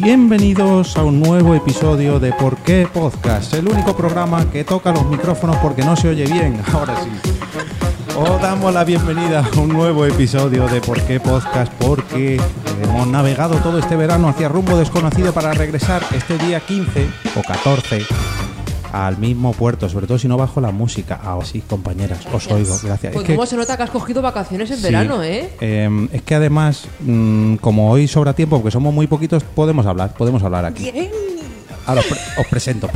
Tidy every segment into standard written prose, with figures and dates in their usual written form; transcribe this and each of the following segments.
Bienvenidos a un nuevo episodio de ¿Por qué Podcast? El único programa que toca los micrófonos porque no se oye bien. Ahora sí. Os damos la bienvenida a un nuevo episodio de ¿Por qué Podcast? Porque hemos navegado todo este verano hacia rumbo desconocido para regresar este día 15 o 14 al mismo puerto, sobre todo si no bajo la música. Ah, sí, compañeras, os oigo, gracias. Pues cómo se nota que has cogido vacaciones en verano, ¿eh? Es que además, como hoy sobra tiempo, porque somos muy poquitos, podemos hablar aquí. Bien. Ahora os presento.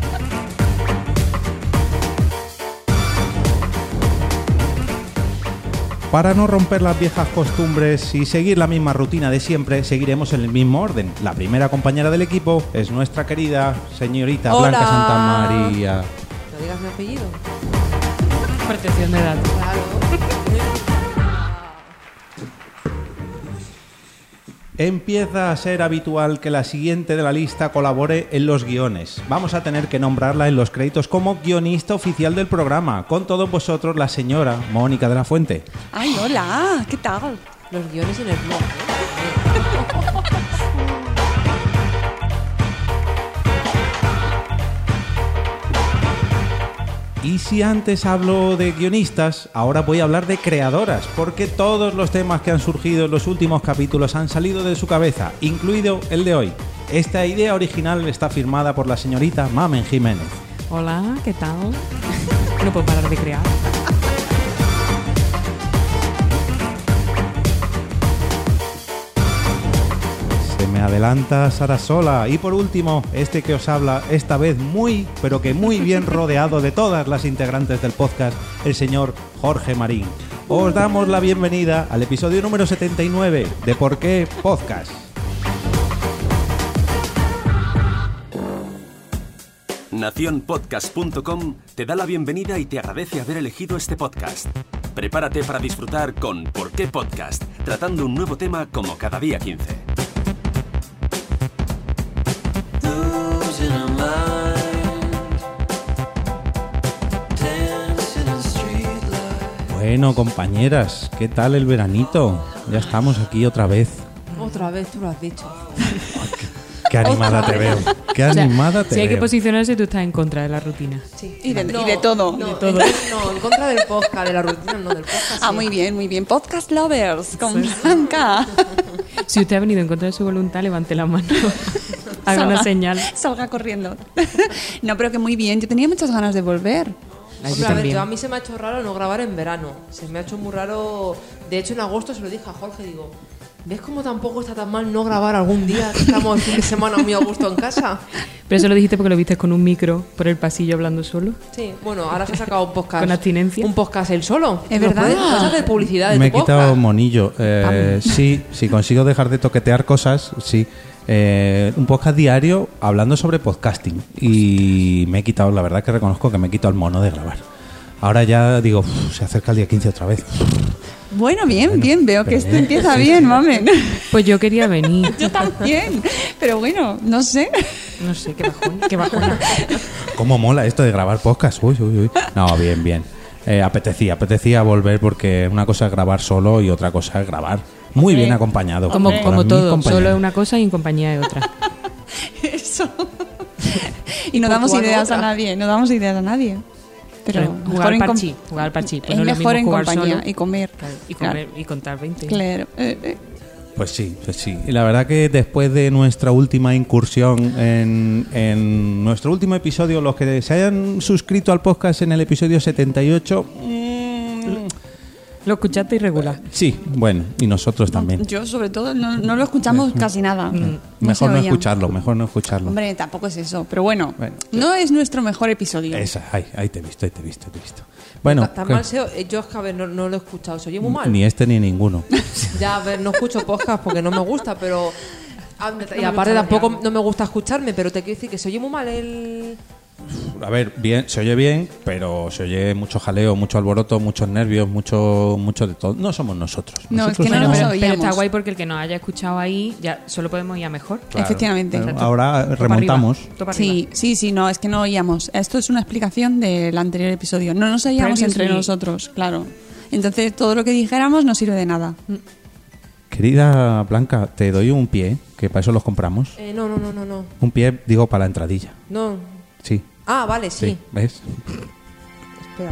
Para no romper las viejas costumbres y seguir la misma rutina de siempre, seguiremos en el mismo orden. La primera compañera del equipo es nuestra querida señorita Hola. Blanca Santamaría. No digas mi apellido. Protección de datos. Claro. Empieza a ser habitual que la siguiente de la lista colabore en los guiones. Vamos a tener que nombrarla en los créditos como guionista oficial del programa. Con todos vosotros, la señora Mónica de la Fuente. Ay, hola, ¿qué tal? Los guiones en el blog, Y si antes hablo de guionistas, ahora voy a hablar de creadoras, porque todos los temas que han surgido en los últimos capítulos han salido de su cabeza, incluido el de hoy. Esta idea original está firmada por la señorita Mamen Jiménez. Hola, ¿qué tal? No puedo parar de crear. Se me adelanta Sarasola. Y por último, este que os habla, esta vez muy, pero que muy bien rodeado de todas las integrantes del podcast, el señor Jorge Marín. Os damos la bienvenida al episodio número 79 de ¿Por qué Podcast? Nacionpodcast.com te da la bienvenida y te agradece haber elegido este podcast. Prepárate para disfrutar con ¿Por qué Podcast? Tratando un nuevo tema como cada día 15. Bueno, compañeras, ¿qué tal el veranito? Ya estamos aquí otra vez. Otra vez tú lo has dicho. Qué animada te veo. Qué animada te Si hay que veo. posicionarse, tú estás en contra de la rutina. Sí. Y de todo. No, De todo. no, en contra del podcast, de la rutina, no del podcast. Ah, sí. muy bien. Podcast Lovers, con Blanca. Si usted ha venido en contra de su voluntad, levante la mano. Haga una señal. Salga corriendo. No, pero que muy bien. Yo tenía muchas ganas de volver. Ay, Hombre, yo a ver, también. a mí se me ha hecho raro no grabar en verano. Se me ha hecho muy raro. De hecho, en agosto se lo dije a Jorge, digo, ¿ves cómo tampoco está tan mal no grabar algún día que estamos el fin de semana muy a gusto en casa? Pero eso lo dijiste porque lo viste con un micro por el pasillo hablando solo. Sí, bueno, ahora se ha sacado un podcast. Con abstinencia. Un podcast él solo. Es ¿Nos verdad. puedes hacer publicidad de Me he tu quitado podcast? monillo. Sí, si consigo dejar de toquetear cosas, sí. Un podcast diario hablando sobre podcasting. Y me he quitado, la verdad que reconozco que me he quitado el mono de grabar. Ahora ya digo, se acerca el día 15 otra vez. Bueno, bien. Veo que esto empieza sí, bien, sí. mamen. Pues yo quería venir. Yo también. Pero bueno, no sé. No sé, qué bajón, qué bajón. ¿Cómo mola esto de grabar podcast? Uy. No, bien. Apetecía volver porque una cosa es grabar solo y otra cosa es grabar muy bien acompañado. Como Con mis todo, compañeros. solo es una cosa y en compañía es otra. Eso. Y no Por damos tu ideas a otra. nadie. Pero jugar al mejor parchí. Pues es no lo mejor mismo en jugar compañía solo. y comer. Claro, y comer y contar 20. Claro. Pues sí. Y la verdad que después de nuestra última incursión en nuestro último episodio, los que se hayan suscrito al podcast en el episodio 78... Lo escuchaste irregular. Sí, bueno, y nosotros también. Yo, sobre todo, no lo escuchamos casi nada. Mejor se no oía. escucharlo. Hombre, tampoco es eso. Pero bueno, Bueno, no es nuestro mejor episodio. Esa, ahí te he visto. Bueno, Tan ¿qué? mal yo es que a ver, no lo he escuchado, se oye muy mal. Ni este ni ninguno. Ya, a ver, no escucho podcast porque no me gusta, pero... Y aparte tampoco no me gusta escucharme, pero te quiero decir que se oye muy mal el... A ver, bien, se oye bien, pero se oye mucho jaleo, mucho alboroto, muchos nervios, mucho de todo. No somos nosotros. No, es Nosotros que no somos- nos Pero oíamos. está guay porque el que nos haya escuchado ahí, ya solo podemos ir a mejor. Claro. Efectivamente. Ahora remontamos. Topa arriba. Sí, no, es que no oíamos. Esto es una explicación del anterior episodio. No nos oíamos entre Previously. nosotros, claro. Entonces, todo lo que dijéramos no sirve de nada. Querida Blanca, te doy un pie, que para eso los compramos. No. Un pie, digo, para la entradilla. No. Sí. Ah, vale, sí. ¿Ves? Espera.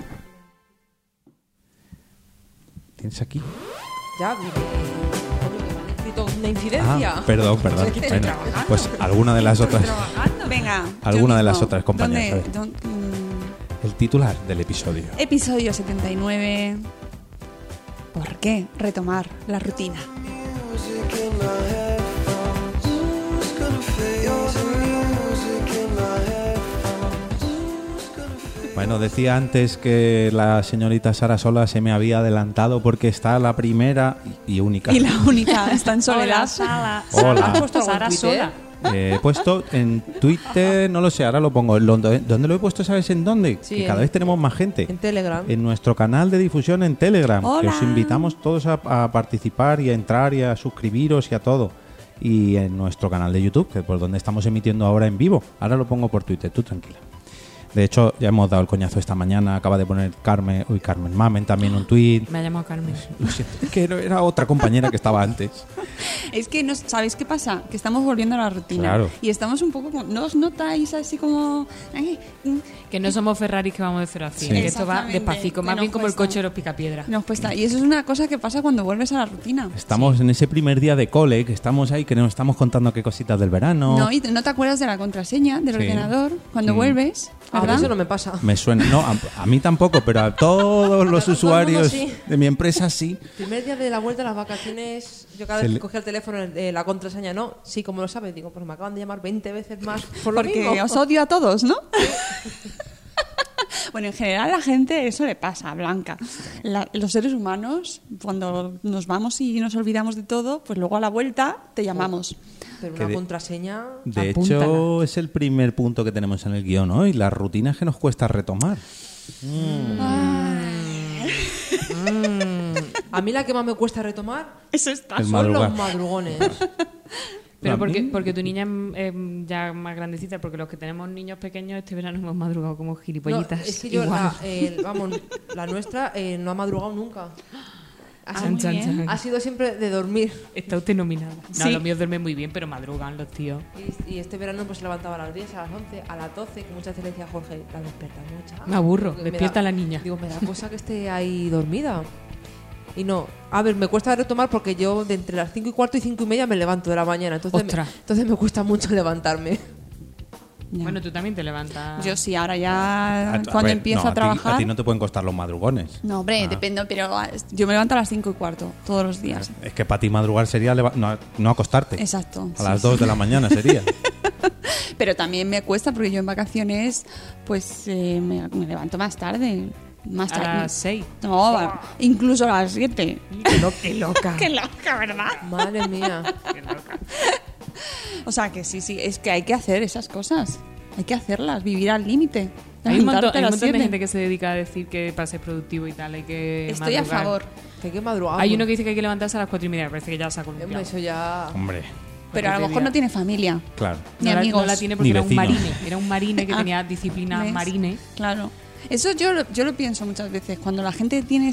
¿Tienes aquí? Ya, necesito una incidencia. Perdón. Bueno, pues alguna de las otras... Venga. Alguna yo de las mismo. otras compañeras, El titular del episodio. Episodio 79. ¿Por qué retomar la rutina? Bueno, decía antes que la señorita Sara Sola se me había adelantado porque está la primera y única. Y la única está en soledad. Hola. ¿Has puesto Sara algún Twitter? sola. He puesto en Twitter, no lo sé, ahora lo pongo. ¿Dónde lo he puesto? ¿Sabes en dónde? Sí, que cada vez tenemos más gente. En Telegram. En nuestro canal de difusión en Telegram. Que Hola. os invitamos todos a participar y a entrar y a suscribiros y a todo. Y en nuestro canal de YouTube, que es por donde estamos emitiendo ahora en vivo. Ahora lo pongo por Twitter, tú tranquila. De hecho, ya hemos dado el coñazo esta mañana. Acaba de poner Carmen Mamen también un tuit. Me ha llamado Carmen. Lo siento, es que era otra compañera que estaba antes. Es que, no, ¿sabéis qué pasa? Que estamos volviendo a la rutina. Claro. Y estamos un poco... ¿No os notáis así como...? Que no somos Ferraris que vamos de 0 a 100. Sí. Que esto va Exactamente. despacito. Más Que bien nos como el cuesta. coche de los picapiedras. Nos cuesta. Y eso es una cosa que pasa cuando vuelves a la rutina. Estamos en ese primer día de cole, que estamos ahí, que nos estamos contando qué cositas del verano. No, y no te acuerdas de la contraseña del Sí. ordenador cuando vuelves, A mí ¿verdad? eso no me pasa. Me suena, no, a mí tampoco, pero a todos los todo el usuarios mundo sí. de mi empresa sí. Primer día de la vuelta a las vacaciones, yo cada Se vez le- que cogía el teléfono, la contraseña no. Sí, como lo sabes, digo, pues me acaban de llamar 20 veces más por lo Porque mismo. os odio a todos, ¿no? Bueno, en general a la gente eso le pasa, Blanca. Los seres humanos, cuando nos vamos y nos olvidamos de todo, pues luego a la vuelta te llamamos. Pero Que una de- contraseña... De Apúntala. hecho, es el primer punto que tenemos en el guión hoy, las rutinas que nos cuesta retomar. A mí la que más me cuesta retomar Eso está. El son madrugar. los madrugones. Pero A porque, mí- porque tu niña es ya más grandecita, porque los que tenemos niños pequeños este verano hemos madrugado como No, gilipollitas. es que yo, Igual. la nuestra no ha madrugado nunca. Ha Chan, sido, chan, chan. ha sido siempre de dormir. Está usted nominada. No, Sí. los míos duermen muy bien, pero madrugan los tíos. Y este verano pues se levantaba a las 10, a las 11, a las 12, que muchas veces le decía a Jorge, la despierta mucha. Me aburro, Porque me despierta da- a la niña. Digo, me da cosa que esté ahí dormida. Y no, a ver, me cuesta retomar porque yo de entre las 5 y cuarto y 5 y media me levanto de la mañana. Ostras. Entonces me cuesta mucho levantarme. Ya. Bueno, tú también te levantas. Yo sí, ahora ya A cuando ver, empiezo no, a trabajar... A ti no te pueden costar los madrugones. No, hombre, depende, pero yo me levanto a las 5 y cuarto todos los días. Es que para ti madrugar sería no acostarte. Exacto. A las 2 de la mañana sería. Pero también me cuesta porque yo en vacaciones pues me levanto más tarde. Más A tarde. las 6. No, incluso a las 7. Qué loca. Qué loca, ¿verdad? Madre mía. Qué loca. O sea que sí, es que hay que hacer esas cosas. Hay que hacerlas, vivir al límite. Hay un montón, Levantarte a hay un las montón de 7. gente que se dedica a decir que para ser productivo y tal hay que Estoy a madrugar. favor. Que hay que madrugar. Hay uno que dice que hay que levantarse a las 4:30. Me parece que ya se ha Hombre, columpiado. eso ya... Hombre, Pero a lo mejor no tiene familia. claro. Ni no, amigos. no la tiene porque Ni era un vecinos. marine. Era un marine que Ah, tenía disciplina ¿ves? marine. Claro. Eso yo lo pienso muchas veces. Cuando la gente tiene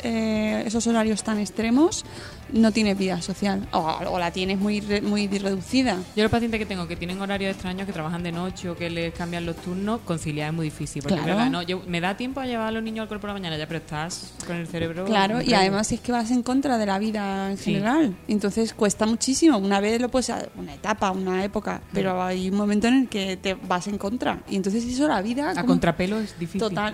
esos horarios tan extremos, no tiene vida social. O la tienes muy reducida. Yo los pacientes que tengo que tienen horarios extraños, que trabajan de noche o que les cambian los turnos, conciliar es muy difícil. Porque Claro. es verdad, no, me da tiempo a llevar a los niños al cole por la mañana ya, pero estás con el cerebro... Claro, y además es que vas en contra de la vida en Sí. general. Entonces cuesta muchísimo. Una vez lo puedes una etapa, una época, pero hay un momento en el que te vas en contra. Y entonces eso la vida... A como- contrapelo es difícil. Total.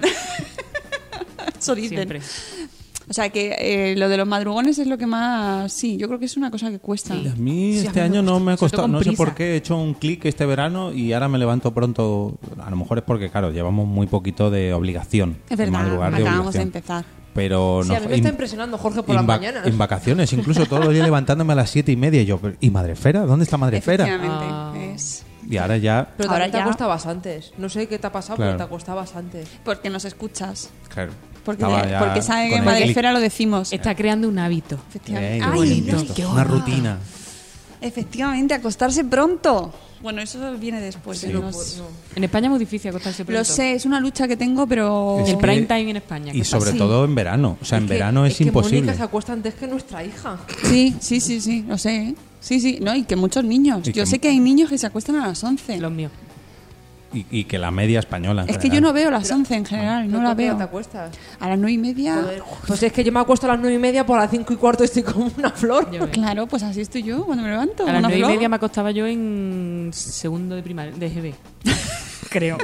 Eso dicen. Siempre. O sea que lo de los madrugones es lo que más... Sí, yo creo que es una cosa que cuesta. Y a mí Sí, este a mí me año no me ha gusta, sobre todo costado, con no sé prisa. por qué he hecho un clic este verano y ahora me levanto pronto. A lo mejor es porque, claro, llevamos muy poquito de obligación. Es de verdad, madrugar de acabamos de obligación. empezar. Pero Sí, no, a mí me está impresionando Jorge por las mañanas. En vacaciones, incluso todos los días levantándome a las 7:30 y yo, ¿y Madrefera? ¿Dónde está Madrefera? Efectivamente. Ah. Es Y ahora ya, Pero Ahora también te ya- acostabas antes. No sé qué te ha pasado, Claro. pero te acostabas antes. porque nos escuchas. claro, Porque, estaba ya porque sabe que en con el Madrefera lo decimos. Está creando un hábito. clic. Efectivamente. Qué Ay, bonito ay, esto, qué una bonito. rutina. Efectivamente, acostarse pronto. Bueno, eso viene después. Sí, de no, los- no. En España es muy difícil acostarse pronto. Lo sé, es una lucha que tengo, pero... Es El que- prime time en España. Y que sobre sí. todo en verano. O sea, en verano es que imposible. Mónica se acuesta antes que nuestra hija. Sí, lo sé. ¿eh? Sí, no, y que muchos niños. Y Yo que- sé que hay niños que se acuestan a las 11. Los míos. Y que la media española. en Es que general. yo no veo las 11 en general, no la ¿Tú qué hora veo. te acuestas? A las 9:30. Joder, pues es que yo me acuesto a las 9:30, por las 5:15 estoy como una flor. Yo veo. Claro, pues así estoy yo cuando me levanto. A las una 9:30 flor. me acostaba yo en segundo de primaria, de GB. Creo.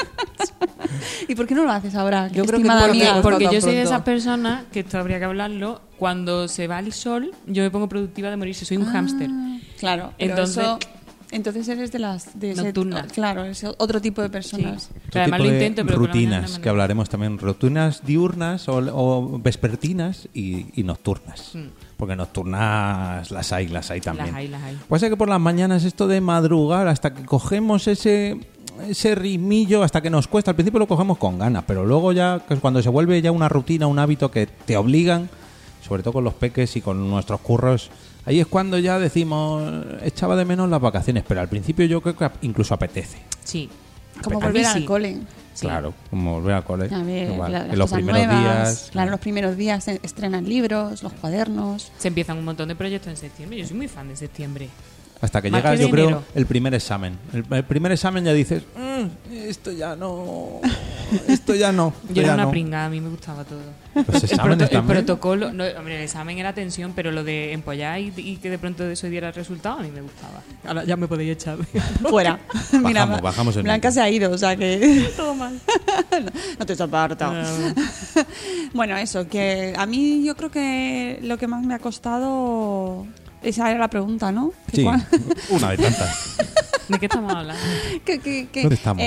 ¿Y por qué no lo haces ahora? Yo creo que estimada porque- amiga? Porque tan yo soy de pronto. esas personas, que esto habría que hablarlo, cuando se va el sol, yo me pongo productiva de morirse. Soy un hámster. Claro, pero Entonces- entonces eres de las de ese- Nocturnas. claro, es otro tipo de personas. Sí. Otro Además tipo lo de intento, pero por la rutinas, mañana que hablaremos también. Rutinas diurnas o vespertinas y nocturnas. Porque nocturnas las hay también. Las hay. Pues es que por las mañanas esto de madrugar hasta que cogemos ese ritmillo, hasta que nos cuesta. Al principio lo cogemos con ganas, pero luego ya, que es cuando se vuelve ya una rutina, un hábito que te obligan, sobre todo con los peques y con nuestros curros, ahí es cuando ya decimos, echaba de menos las vacaciones, pero al principio yo creo que incluso apetece. Sí. Como A mí volver al sí. cole. Sí. Claro, como volver al cole. A ver, igual, las en los cosas primeros nuevas. días. Claro, los primeros días se estrenan libros, los cuadernos. Se empiezan un montón de proyectos en septiembre. Yo soy muy fan de septiembre. Hasta que Más llega, que yo de creo, enero. el primer examen. El primer examen ya dices, esto ya no. Esto ya no. esto Yo era ya una no". pringa, a mí me gustaba todo. Los exámenes el también. protocolo, no, hombre, el examen era tensión, pero lo de empollar y que de pronto eso diera el resultado, a mí me gustaba. Ahora ya me podéis echar. Fuera. Bajamos el Blanca nivel. se ha ido, o sea que... Todo mal. no te soporto. Bueno, eso, que a mí yo creo que lo que más me ha costado... Esa era la pregunta, ¿no? Que Sí, cuál- una de tantas. ¿De qué estamos hablando? que- ¿Dónde estamos?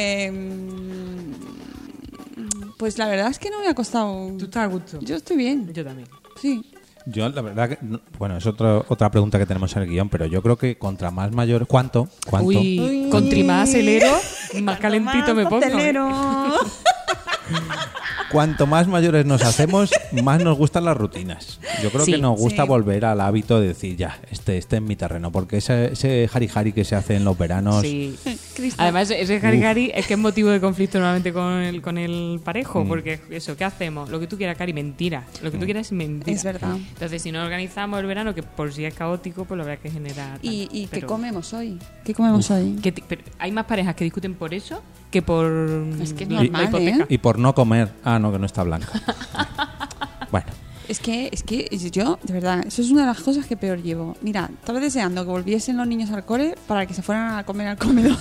Pues la verdad es que no me ha costado... ¿Tú estás a gusto? Yo estoy bien, Yo también. sí. Yo, la verdad, que, bueno, es otra pregunta que tenemos en el guión, pero yo creo que contra más mayor. ¿Cuánto? Uy, contra más acelero, más calentito me pongo. Pastelero. Cuanto más mayores nos hacemos, más nos gustan las rutinas. Yo creo Sí, que nos gusta sí. volver al hábito de decir, ya, este es mi terreno, porque ese jari que se hace en los veranos. Sí. Cristal. Además, ese Cari es que es motivo de conflicto normalmente con el parejo, porque eso, ¿qué hacemos? Lo que tú quieras, Cari, mentira. Lo que tú quieras es mentira. Es verdad. Entonces, si no organizamos el verano, que por si es caótico, pues lo habrá que generar. ¿Y qué Pero- comemos hoy? ¿Qué comemos hoy? pero hay más parejas que discuten por eso que por Es que es la normal, hipoteca. ¿eh? Y por no comer. Ah, no, que no está blanca. Bueno, Es que yo, de verdad, eso es una de las cosas que peor llevo. Mira, estaba deseando que volviesen los niños al cole para que se fueran a comer al comedor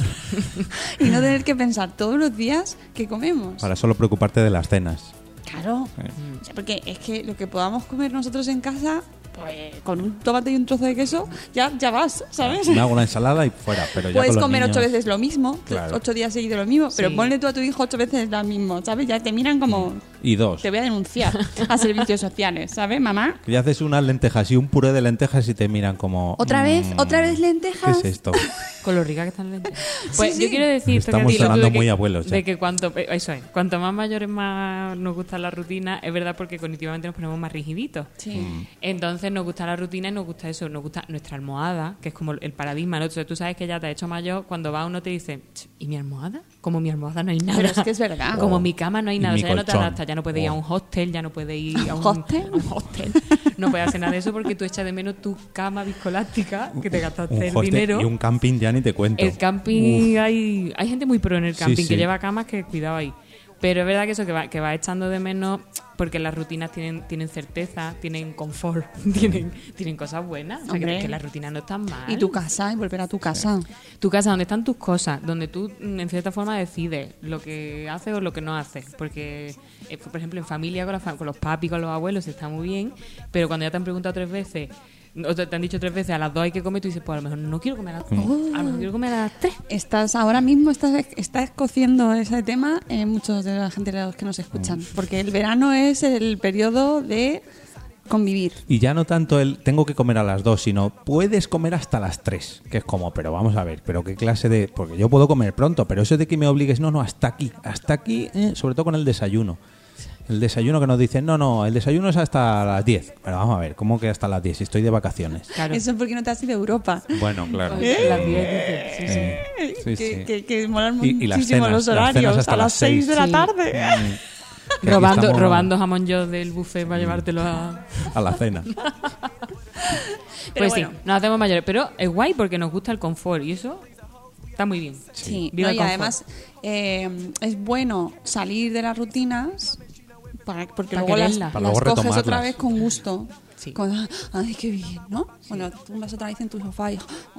y no tener que pensar todos los días qué comemos. para solo preocuparte de las cenas. Claro, o sea, porque es que lo que podamos comer nosotros en casa, pues con un tomate y un trozo de queso, ya vas, ¿sabes? Me hago una ensalada y fuera, pero ya Puedes con los comer niños- 8 veces lo mismo, Claro. 8 días seguidos lo mismo, pero Sí. ponle tú a tu hijo 8 veces lo mismo, ¿sabes? Ya te miran como, Y dos. te voy a denunciar a servicios sociales, ¿sabes, mamá? Y haces unas lentejas y un puré de lentejas y te miran como... ¿Otra vez ¿Qué lentejas? es esto? Con lo rica que están las lentejas. Pues sí. yo quiero decir, Estamos Tocatilo, sonando de que- muy abuelos ya. De que eso es, cuanto más mayores más nos gusta la rutina, es verdad porque cognitivamente nos ponemos más rigiditos. Sí. Entonces nos gusta la rutina y nos gusta eso, nos gusta nuestra almohada, que es como el paradigma, ¿no? Entonces, tú sabes que ya te has hecho mayor, cuando va uno te dice, "Ch, ¿y mi almohada? Como mi almohada no hay nada. Pero es que es verdad. Como mi cama no hay Y nada, o mi sea, ya no te colchón. adaptas, ya no puedes ir a un hostel, ya no puedes ir a un ¿Hostel? a un hostel. No puedes hacer nada de eso porque tú echas de menos tu cama viscoelástica, que te gastaste Un el hostel dinero. y un camping ya ni te cuento. El camping, hay gente muy pro en el Sí, camping sí. que lleva camas que cuidado ahí. Pero es verdad que eso que va echando de menos porque las rutinas tienen certeza, tienen confort, tienen cosas buenas. O sea, Hombre. que las rutinas no están mal. Y tu casa, y volver a tu casa. Tu casa, donde están tus cosas, donde tú en cierta forma decides lo que haces o lo que no haces. Porque, por ejemplo, en familia con los papis, con los abuelos está muy bien, pero cuando ya te han preguntado 3 veces, o te han dicho 3 veces a las 2 hay que comer, tú dices, pues a lo mejor no quiero comer a las 2, a lo mejor quiero comer a las 3. Ahora mismo estás cociendo ese tema en muchos de la gente de los que nos escuchan. Porque el verano es el periodo de convivir. Y ya no tanto el tengo que comer a las 2, sino puedes comer hasta las 3. Que es como, pero vamos a ver, pero qué clase de... Porque yo puedo comer pronto, pero eso de que me obligues, no, hasta aquí, sobre todo con el desayuno. El desayuno que nos dicen, no, el desayuno es hasta las 10. Pero vamos a ver, ¿cómo que hasta las 10? Si estoy de vacaciones. Claro. Eso es porque no te has ido a Europa. Bueno, claro. Las 10 dice, sí, sí. Sí, sí. Que molan Y las muchísimo cenas, los las horarios. cenas hasta A las las 6 de la Sí. tarde. Que aquí estamos Robando jamón yo del buffet para llevártelo a... a la cena. Pero Pues bueno. sí, nos hacemos mayores. Pero es guay porque nos gusta el confort y eso está muy bien. Sí, Viva no, el y confort. además es bueno salir de las rutinas porque Para luego las, quererlas. Para las luego coges otra retomarlas. vez con gusto. Sí. Ay, qué bien, ¿no? Cuando tú vas otra vez en tu sofá y...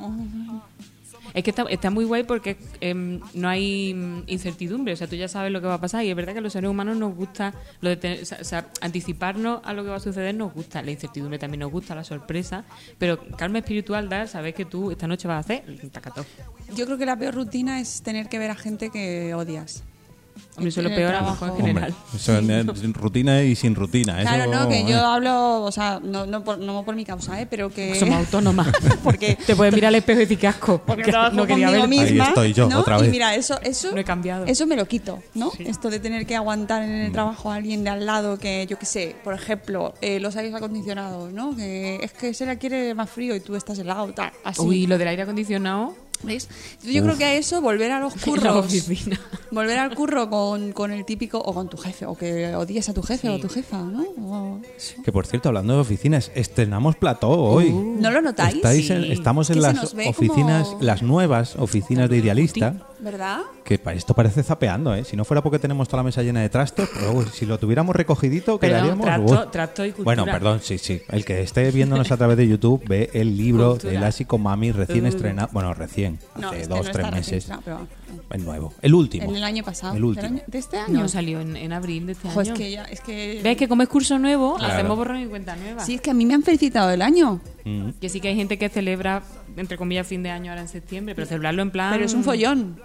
Es que está muy guay porque no hay incertidumbre. O sea, tú ya sabes lo que va a pasar y es verdad que a los seres humanos nos gusta lo de o sea, anticiparnos a lo que va a suceder nos gusta. La incertidumbre también nos gusta, la sorpresa. Pero calma espiritual da saber que tú esta noche vas a hacer el tacató. Yo creo que la peor rutina es tener que ver a gente que odias. Hombre, eso es lo En el peor a lo mejor en trabajo. general. Hombre, eso sin rutina y sin rutina. Claro, eso, no, que yo hablo, o sea, no por mi causa, pero que... Somos autónomas. Porque Te puedes mirar al espejo y decir qué asco. porque que trabajo no quería conmigo ver. misma, Ahí estoy yo, ¿no? otra vez. Y mira, eso No he cambiado. eso me lo quito, ¿no? Esto de tener que aguantar en el trabajo a alguien de al lado que, yo qué sé, por ejemplo, los aires acondicionados, ¿no? Que es que se la quiere más frío y tú estás helado, tal, así. Uy, lo del aire acondicionado ¿Ves? Yo creo que a eso, volver a los en la curros, oficina. volver al curro con el típico, o con tu jefe, o que odies a tu jefe o a tu jefa, ¿no? O eso. Que por cierto, hablando de oficinas, estrenamos plató hoy. ¿No lo notáis? Estamos Que en se las nos ve oficinas, como- las nuevas oficinas de Idealista. ¿Verdad? Que esto parece zapeando, ¿eh? Si no fuera porque tenemos toda la mesa llena de trastos, pero si lo tuviéramos recogidito, Perdón, quedaríamos... trasto y cultura. Bueno, perdón, sí. El que esté viéndonos a través de YouTube ve el libro Cultura. de Lassie con Mami recién estrenado. Bueno, recién, No, hace este 2, no 3 está meses. registrado, pero- El nuevo, el último. En el año pasado. El último. ¿De este año? No, salió en abril de este Ojo, año. es que... ¿Ves que como es curso nuevo, Claro. hacemos borrón y cuenta nueva? Sí, es que a mí me han felicitado el año. Mm. Que sí que hay gente que celebra, entre comillas, fin de año ahora en septiembre, pero celebrarlo en plan... Pero es un follón.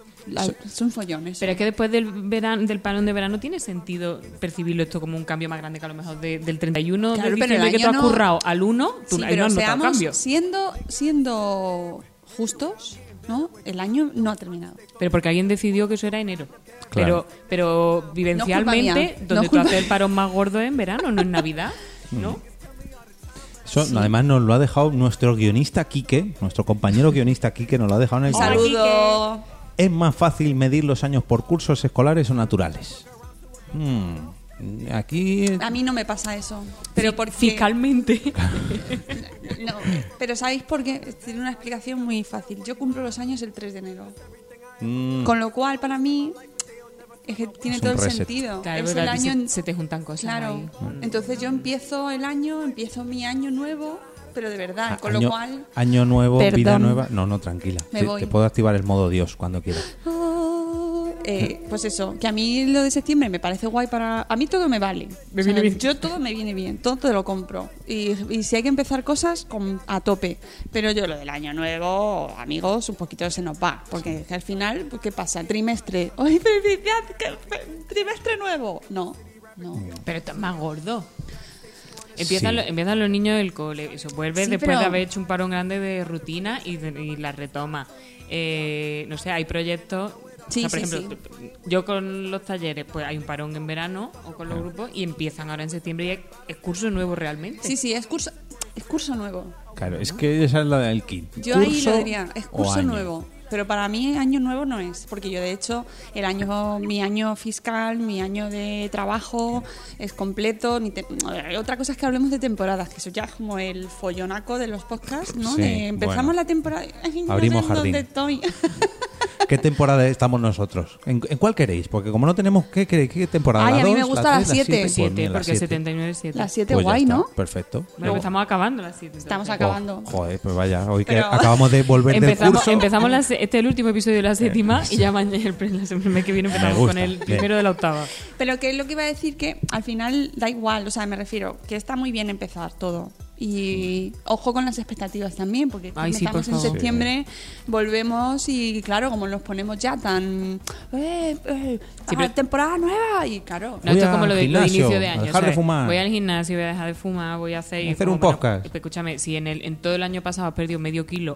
Es un follón eso. Pero es que después del parón de verano tiene sentido percibirlo esto como un cambio más grande que a lo mejor del 31 Claro, de pero el diciembre que tú año has no- currado al 1, tú Sí, ahí no pero has notado seamos, cambio. siendo justos, ¿no? El año no ha terminado. Pero porque alguien decidió que eso era enero. Claro. Pero vivencialmente, No es culpa mía. donde No es tú culpa- haces el parón más gordo es en verano, no en Navidad, ¿no? Eso, además, nos lo ha dejado nuestro guionista Quique, nuestro compañero guionista Quique, nos lo ha dejado en el Hola, salón. Saludo. ¿Es más fácil medir los años por cursos escolares o naturales? Aquí... A mí no me pasa eso. Pero porque... Fiscalmente. No, pero ¿sabéis por qué? Tiene una explicación muy fácil. Yo cumplo los años el 3 de enero. Con lo cual, para mí, es que tiene Es todo un el reset. sentido. Claro, es pero el a ti año... se te juntan cosas Claro. ahí. Entonces yo empiezo mi año nuevo, pero de verdad. Con año, lo cual... año nuevo, Perdón. vida nueva. No, tranquila. Me voy. Te puedo activar el modo Dios cuando quieras. Pues eso, que a mí lo de septiembre me parece guay para... A mí todo me vale. Me viene bien. Yo todo me viene bien, todo te lo compro. Y si hay que empezar cosas, a tope. Pero yo lo del año nuevo, amigos, un poquito se nos va. Porque al final, pues, ¿qué pasa? Trimestre. ¡Ay, felicidad! ¡Trimestre nuevo! No. Pero esto es más gordo. Empiezan los niños del cole, eso vuelve Sí, después pero- de haber hecho un parón grande de rutina y la retoma. No sé, hay proyectos. Sí, o sea, por sí, ejemplo, yo con los talleres, pues hay un parón en verano o con los grupos y empiezan ahora en septiembre y es curso nuevo realmente. Sí, es curso nuevo. Claro, es que esa es la del kit. Yo ahí Curso lo diría, es o curso año. nuevo. Pero para mí año nuevo no es, porque yo de hecho mi año fiscal, mi año de trabajo es completo. Otra cosa es que hablemos de temporadas, que eso ya es como el follonaco de los podcasts, ¿no? Sí, Empezamos bueno. la temporada, ay, no Abrimos sé en jardín. dónde estoy. ¿Qué temporada estamos nosotros? ¿En cuál queréis? Porque como no tenemos... ¿Qué temporada? Ay, ¿La a mí me 2, gusta la la 3, la 7. 7? Pues mira, la porque 7. 79 es 7. Las 7 Pues ya guay, está, ¿no? Perfecto. Bueno, estamos acabando las 7. Estamos entonces. acabando. Joder, pues vaya, hoy que Pero- acabamos de volver del curso... Empezamos este es el último episodio de la séptima y ya mañana el mes que viene empezamos gusta, con el bien. primero de la octava. Pero que es lo que iba a decir, que al final da igual, o sea, me refiero, que está muy bien empezar todo. Y ojo con las expectativas también, porque Ay, sí, empezamos por en favor. septiembre, volvemos y claro, como nos ponemos ya tan... pero- temporada nueva y claro... No, esto es Voy como al lo de gimnasio, inicio de a año. dejar de fumar. Voy al gimnasio, voy a dejar de fumar, voy a hacer... Hacer como, un bueno, podcast. escúchame, si en todo el año pasado has perdido medio kilo,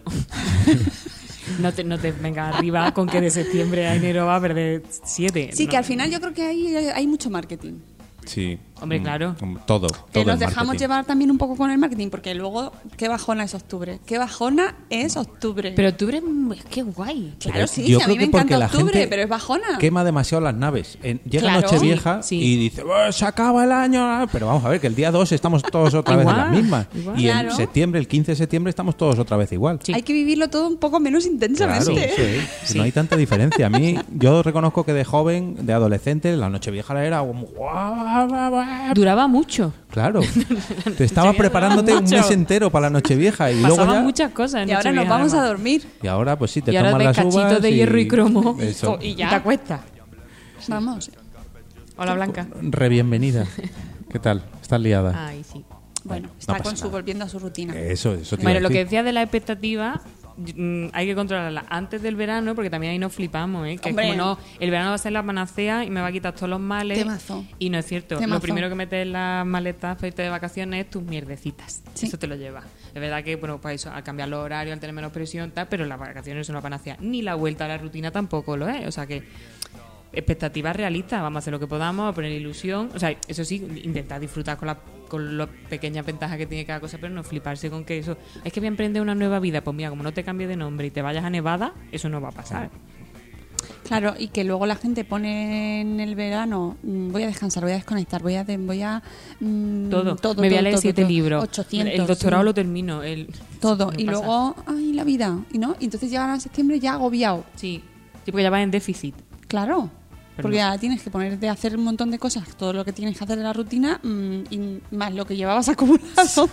no te vengas arriba con que de septiembre a enero va a perder 7. Sí, que al final yo creo que hay mucho marketing. Sí. Hombre, claro. Todo Que el nos dejamos marketing. llevar también un poco con el marketing, porque luego, ¿qué bajona es octubre? ¿Qué bajona es octubre? Pero octubre es que guay. claro, Pero sí, yo sí, a creo mí me que porque encanta la octubre, gente pero es bajona. quema demasiado las naves. Llega Claro. Nochevieja Sí. y dice, se acaba el año. Pero vamos a ver, que el día 2 estamos todos otra vez en las Igual, mismas. igual. Y en Claro. septiembre, el 15 de septiembre, estamos todos otra vez igual. Sí. Hay que vivirlo todo un poco menos Claro, intensamente. sí. Sí. No hay tanta diferencia. A mí, yo reconozco que de joven, de adolescente, la Nochevieja era como... Duraba mucho. Claro. Te estabas preparándote un mucho. mes entero para la Nochevieja y luego Pasaban ya... muchas cosas. en Y ahora nos Nochevieja, vamos a además. dormir. Y ahora, pues sí, te Y ahora tomas ves las uvas cachitos de hierro y cromo Eso. y ya te acuestas. Vamos. Hola, Blanca. Re bienvenida. ¿Qué tal? ¿Estás liada? Ay, sí. Bueno, no está pasa con su nada. volviendo a su rutina. Eso te iba Bueno, a lo que decir. decía de la expectativa, hay que controlarla antes del verano, porque también ahí nos flipamos, ¿eh? Que Hombre. es como, no, el verano va a ser la panacea y me va a quitar todos los males. Temazo. Y no es cierto. Temazo. Lo primero que metes en las maletas para irte de vacaciones es tus mierdecitas. Sí. Eso te lo llevas. Es verdad que, bueno, pues eso, al cambiar los horarios, al tener menos presión, tal, pero las vacaciones son una panacea. Ni la vuelta a la rutina tampoco lo es. O sea que expectativas realistas, vamos a hacer lo que podamos, a poner ilusión, o sea, eso sí, intentar disfrutar con las pequeñas ventajas que tiene cada cosa, pero no fliparse con que eso, es que voy a emprender una nueva vida, pues mira, como no te cambies de nombre y te vayas a Nevada, eso no va a pasar. Claro, y que luego la gente pone en el verano, voy a descansar, voy a desconectar, voy a Todo. Me voy a leer 7 libros. 800. El doctorado sí. lo termino. Todo. No Y pasa. luego, ay, la vida. Y no, y entonces llegan a septiembre ya agobiado. Sí, porque ya vas en déficit. Claro. Pero Porque no. ya tienes que ponerte a hacer un montón de cosas, todo lo que tienes que hacer de la rutina y más lo que llevabas acumulado.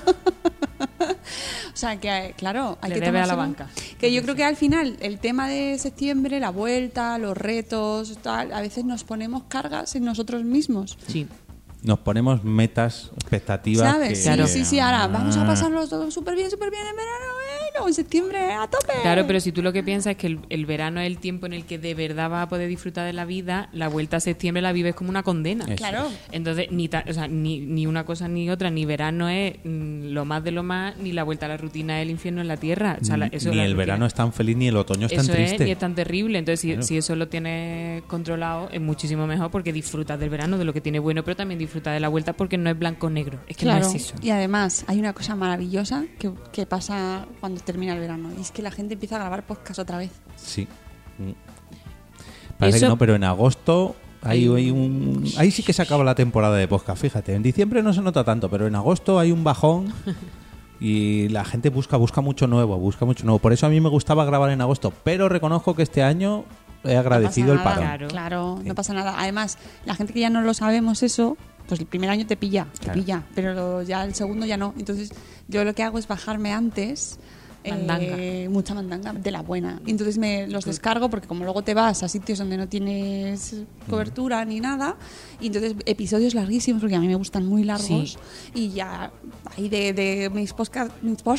O sea, que claro, hay Le que debe a la tomárselo. banca. Que yo creo que al final el tema de septiembre, la vuelta, los retos, tal, a veces nos ponemos cargas en nosotros mismos. Sí. Nos ponemos metas, expectativas. ¿Sabes? que- Sí, Claro. sí, ahora vamos a pasarlo todo súper bien en verano, y luego en septiembre a tope. Claro, pero si tú lo que piensas es que el verano es el tiempo en el que de verdad vas a poder disfrutar de la vida, la vuelta a septiembre la vives como una condena. Eso. Claro. Entonces, ni una cosa ni otra, ni verano es lo más de lo más, ni la vuelta a la rutina es el infierno en la tierra. O sea, eso Ni la el rutina. verano es tan feliz, ni el otoño es tan Eso triste. ni es tan terrible. Entonces, Claro. si eso lo tienes controlado, es muchísimo mejor porque disfrutas del verano, de lo que tiene bueno, pero también disfrutas de la vuelta porque no es blanco-negro. Es que Claro. no es eso. Y además hay una cosa maravillosa que pasa cuando termina el verano, y es que la gente empieza a grabar podcast otra vez. Sí. Parece Eso- que no, pero en agosto ahí sí que se acaba la temporada de podcast, fíjate. En diciembre no se nota tanto, pero en agosto hay un bajón y la gente busca mucho nuevo, Por eso a mí me gustaba grabar en agosto, pero reconozco que este año he agradecido No el pasa parón. nada, Claro. Claro, Sí. no pasa nada. Además, la gente que ya no lo sabemos eso, pues el primer año te pilla, Claro. pero ya el segundo ya no. Entonces, yo lo que hago es bajarme antes Mandanga. mucha mandanga de la buena. Y entonces me los descargo porque como luego te vas a sitios donde no tienes cobertura ni nada, y entonces episodios larguísimos porque a mí me gustan muy largos, y ya ahí de mis podcasts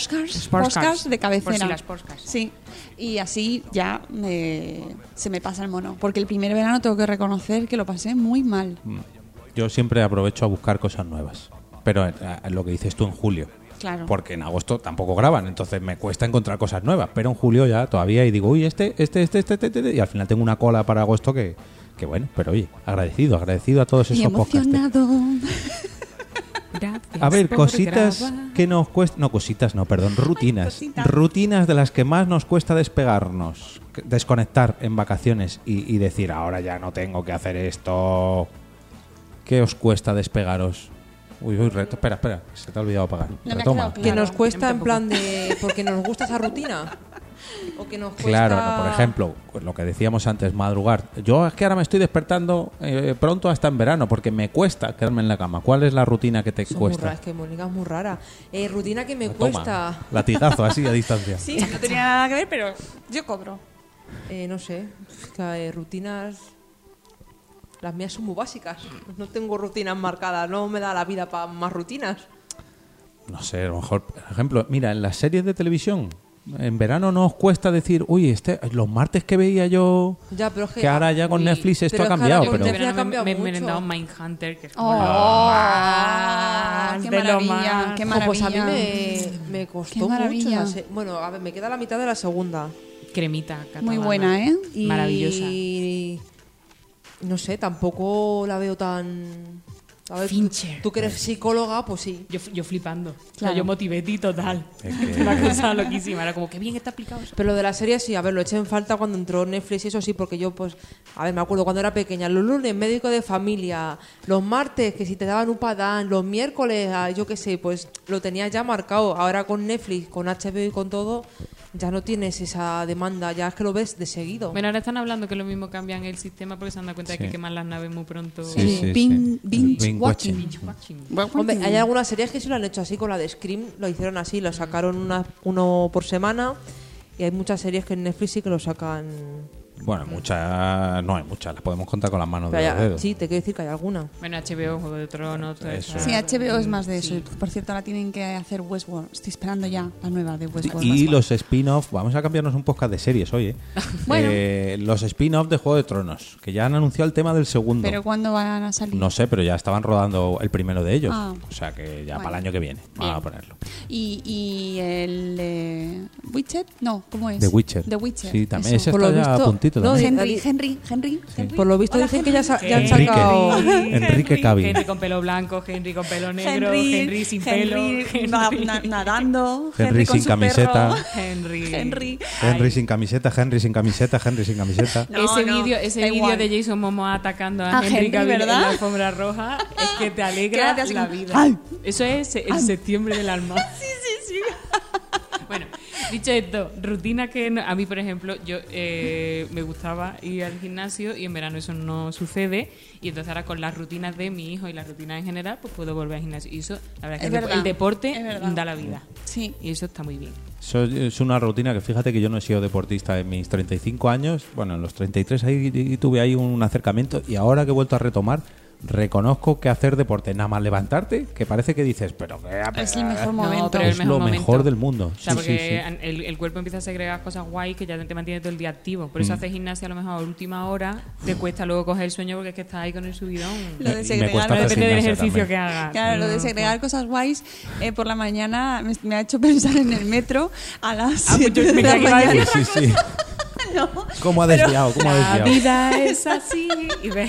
de cabecera. Por si las podcasts. Sí, y así ya se me pasa el mono. Porque el primer verano tengo que reconocer que lo pasé muy mal. Yo siempre aprovecho a buscar cosas nuevas, pero lo que dices tú en julio. Claro. Porque en agosto tampoco graban, entonces me cuesta encontrar cosas nuevas, pero en julio ya todavía y digo, uy, este, y al final tengo una cola para agosto que bueno, pero oye, agradecido a todos Y esos podcasts. emocionado. Gracias A ver, por cositas grabar. que nos cuesta, no cositas, no, perdón, rutinas. cositas. Rutinas de las que más nos cuesta despegarnos, desconectar en vacaciones y decir, ahora ya no tengo que hacer esto. ¿Qué os cuesta despegaros? Uy, reto, espera, se te ha olvidado apagar. No me ha Retoma. quedado Que claro. nos cuesta en Tampoco. plan de... porque nos gusta esa rutina. O que nos cuesta... Claro, no, por ejemplo, lo que decíamos antes, madrugar. Yo es que ahora me estoy despertando pronto hasta en verano porque me cuesta quedarme en la cama. ¿Cuál es la rutina que te Son muy cuesta? raras, es que Mónica es muy rara. Rutina que me Toma, cuesta... latigazo así a distancia. Sí, no tenía nada que ver, pero yo cobro. no sé. Es que, rutinas... Las mías son muy básicas. No tengo rutinas marcadas. No me da la vida para más rutinas. No sé, a lo mejor, por ejemplo, mira, en las series de televisión, en verano no os cuesta decir, uy, los martes que veía yo, Ya, pero es que... que ahora ya con uy, Netflix esto pero ha es que cambiado, ahora con pero Netflix ha cambiado me he mucho. merendado Mindhunter, que es como ¡Oh! lo más ¡Qué de lo maravilla! más. ¡Qué Pues a mí maravilla! me costó Qué mucho. maravilla. Bueno, a ver, me queda la mitad de la segunda. Cremita catalana. Muy buena, ¿eh? Maravillosa. Y no sé, tampoco la veo tan A ver, Fincher. tú que eres psicóloga, pues sí. Yo flipando. O sea, Claro. yo motivetti total. Es que- Una cosa loquísima. Era como, qué bien está aplicado eso. Pero lo de la serie sí, a ver, lo eché en falta cuando entró Netflix y eso sí, porque yo, pues, a ver, me acuerdo cuando era pequeña, los lunes médico de familia, los martes que si te daban un padán, los miércoles, yo qué sé, pues lo tenías ya marcado. Ahora con Netflix, con HBO y con todo, ya no tienes esa demanda, ya es que lo ves de seguido. Bueno, ahora están hablando que lo mismo cambian el sistema porque se han dado cuenta de Sí. que queman las naves muy pronto. Sí, sí, Binge Binge watching. Binge watching. Hombre, hay algunas series que sí lo han hecho así, con la de Scream lo hicieron así, lo sacaron uno por semana y hay muchas series que en Netflix sí que lo sacan. Bueno, muchas, no hay muchas, las podemos contar con las manos de Pero los dedos. sí, te quiero decir que hay alguna. Bueno, HBO, Juego de Tronos, todo Eso. eso. Sí, HBO es más de Sí. eso. Por cierto, ahora tienen que hacer Westworld. Estoy esperando ya la nueva de Westworld. Y los spin-off, vamos a cambiarnos un podcast de series hoy, ¿eh? Bueno. Los spin-off de Juego de Tronos, que ya han anunciado el tema del segundo. ¿Pero cuándo van a salir? No sé, pero ya estaban rodando el primero de ellos. Ah. O sea que ya Bueno. para el año que viene. Vamos a Bien. ponerlo. ¿Y el Witcher? No, ¿cómo es? The Witcher. The Witcher. Sí, también. Eso. Ese Por está lo ya visto- a puntito no, también. Henry. Por lo visto Hola, dicen que ya, Henry. ya han Enrique. sacado... Enrique Cavill. Henry con pelo blanco, Henry con pelo negro, Henry sin pelo. Nadando. Henry con sin su camiseta. perro. Henry. Henry. Henry sin camiseta, Henry sin camiseta, Henry sin camiseta. No, ese no, vídeo da igual. de Jason Momoa atacando a A Henry Henry, Cavill en ¿verdad? la alfombra roja es que te alegra Quédate así la como, vida. ¡ay! Eso es el septiembre del alma. Sí. Bueno, dicho esto, rutina que a mí, por ejemplo, yo me gustaba ir al gimnasio y en verano eso no sucede y entonces ahora con las rutinas de mi hijo y las rutinas en general pues puedo volver al gimnasio y eso, la verdad es que Es verdad, el deporte es verdad. da la vida Sí. y eso está muy bien. Eso es una rutina que fíjate que yo no he sido deportista en mis 35 años. Bueno, en los 33 ahí tuve ahí un acercamiento y ahora que he vuelto a retomar, reconozco que hacer deporte, nada más levantarte, que parece que dices, pero que Es el mejor momento. pero el es mejor lo momento. mejor del mundo. O sea, Sí, porque sí, sí. el cuerpo empieza a segregar cosas guay que ya te mantiene todo el día activo. Por eso haces gimnasia a lo mejor a última hora, te cuesta luego coger el sueño porque es que estás ahí con el subidón. Lo de Me segregar, cuesta No hacer depende del gimnasia ejercicio también. que hagas. Claro, lo de segregar cosas guays por la mañana me ha hecho pensar en el metro a las Ah, pues 7 yo de me la creía que iba a mañana. Sí, sí, sí. No, ¿Cómo ha desviado? ¿Cómo ha La desviado? vida es así. Y ves.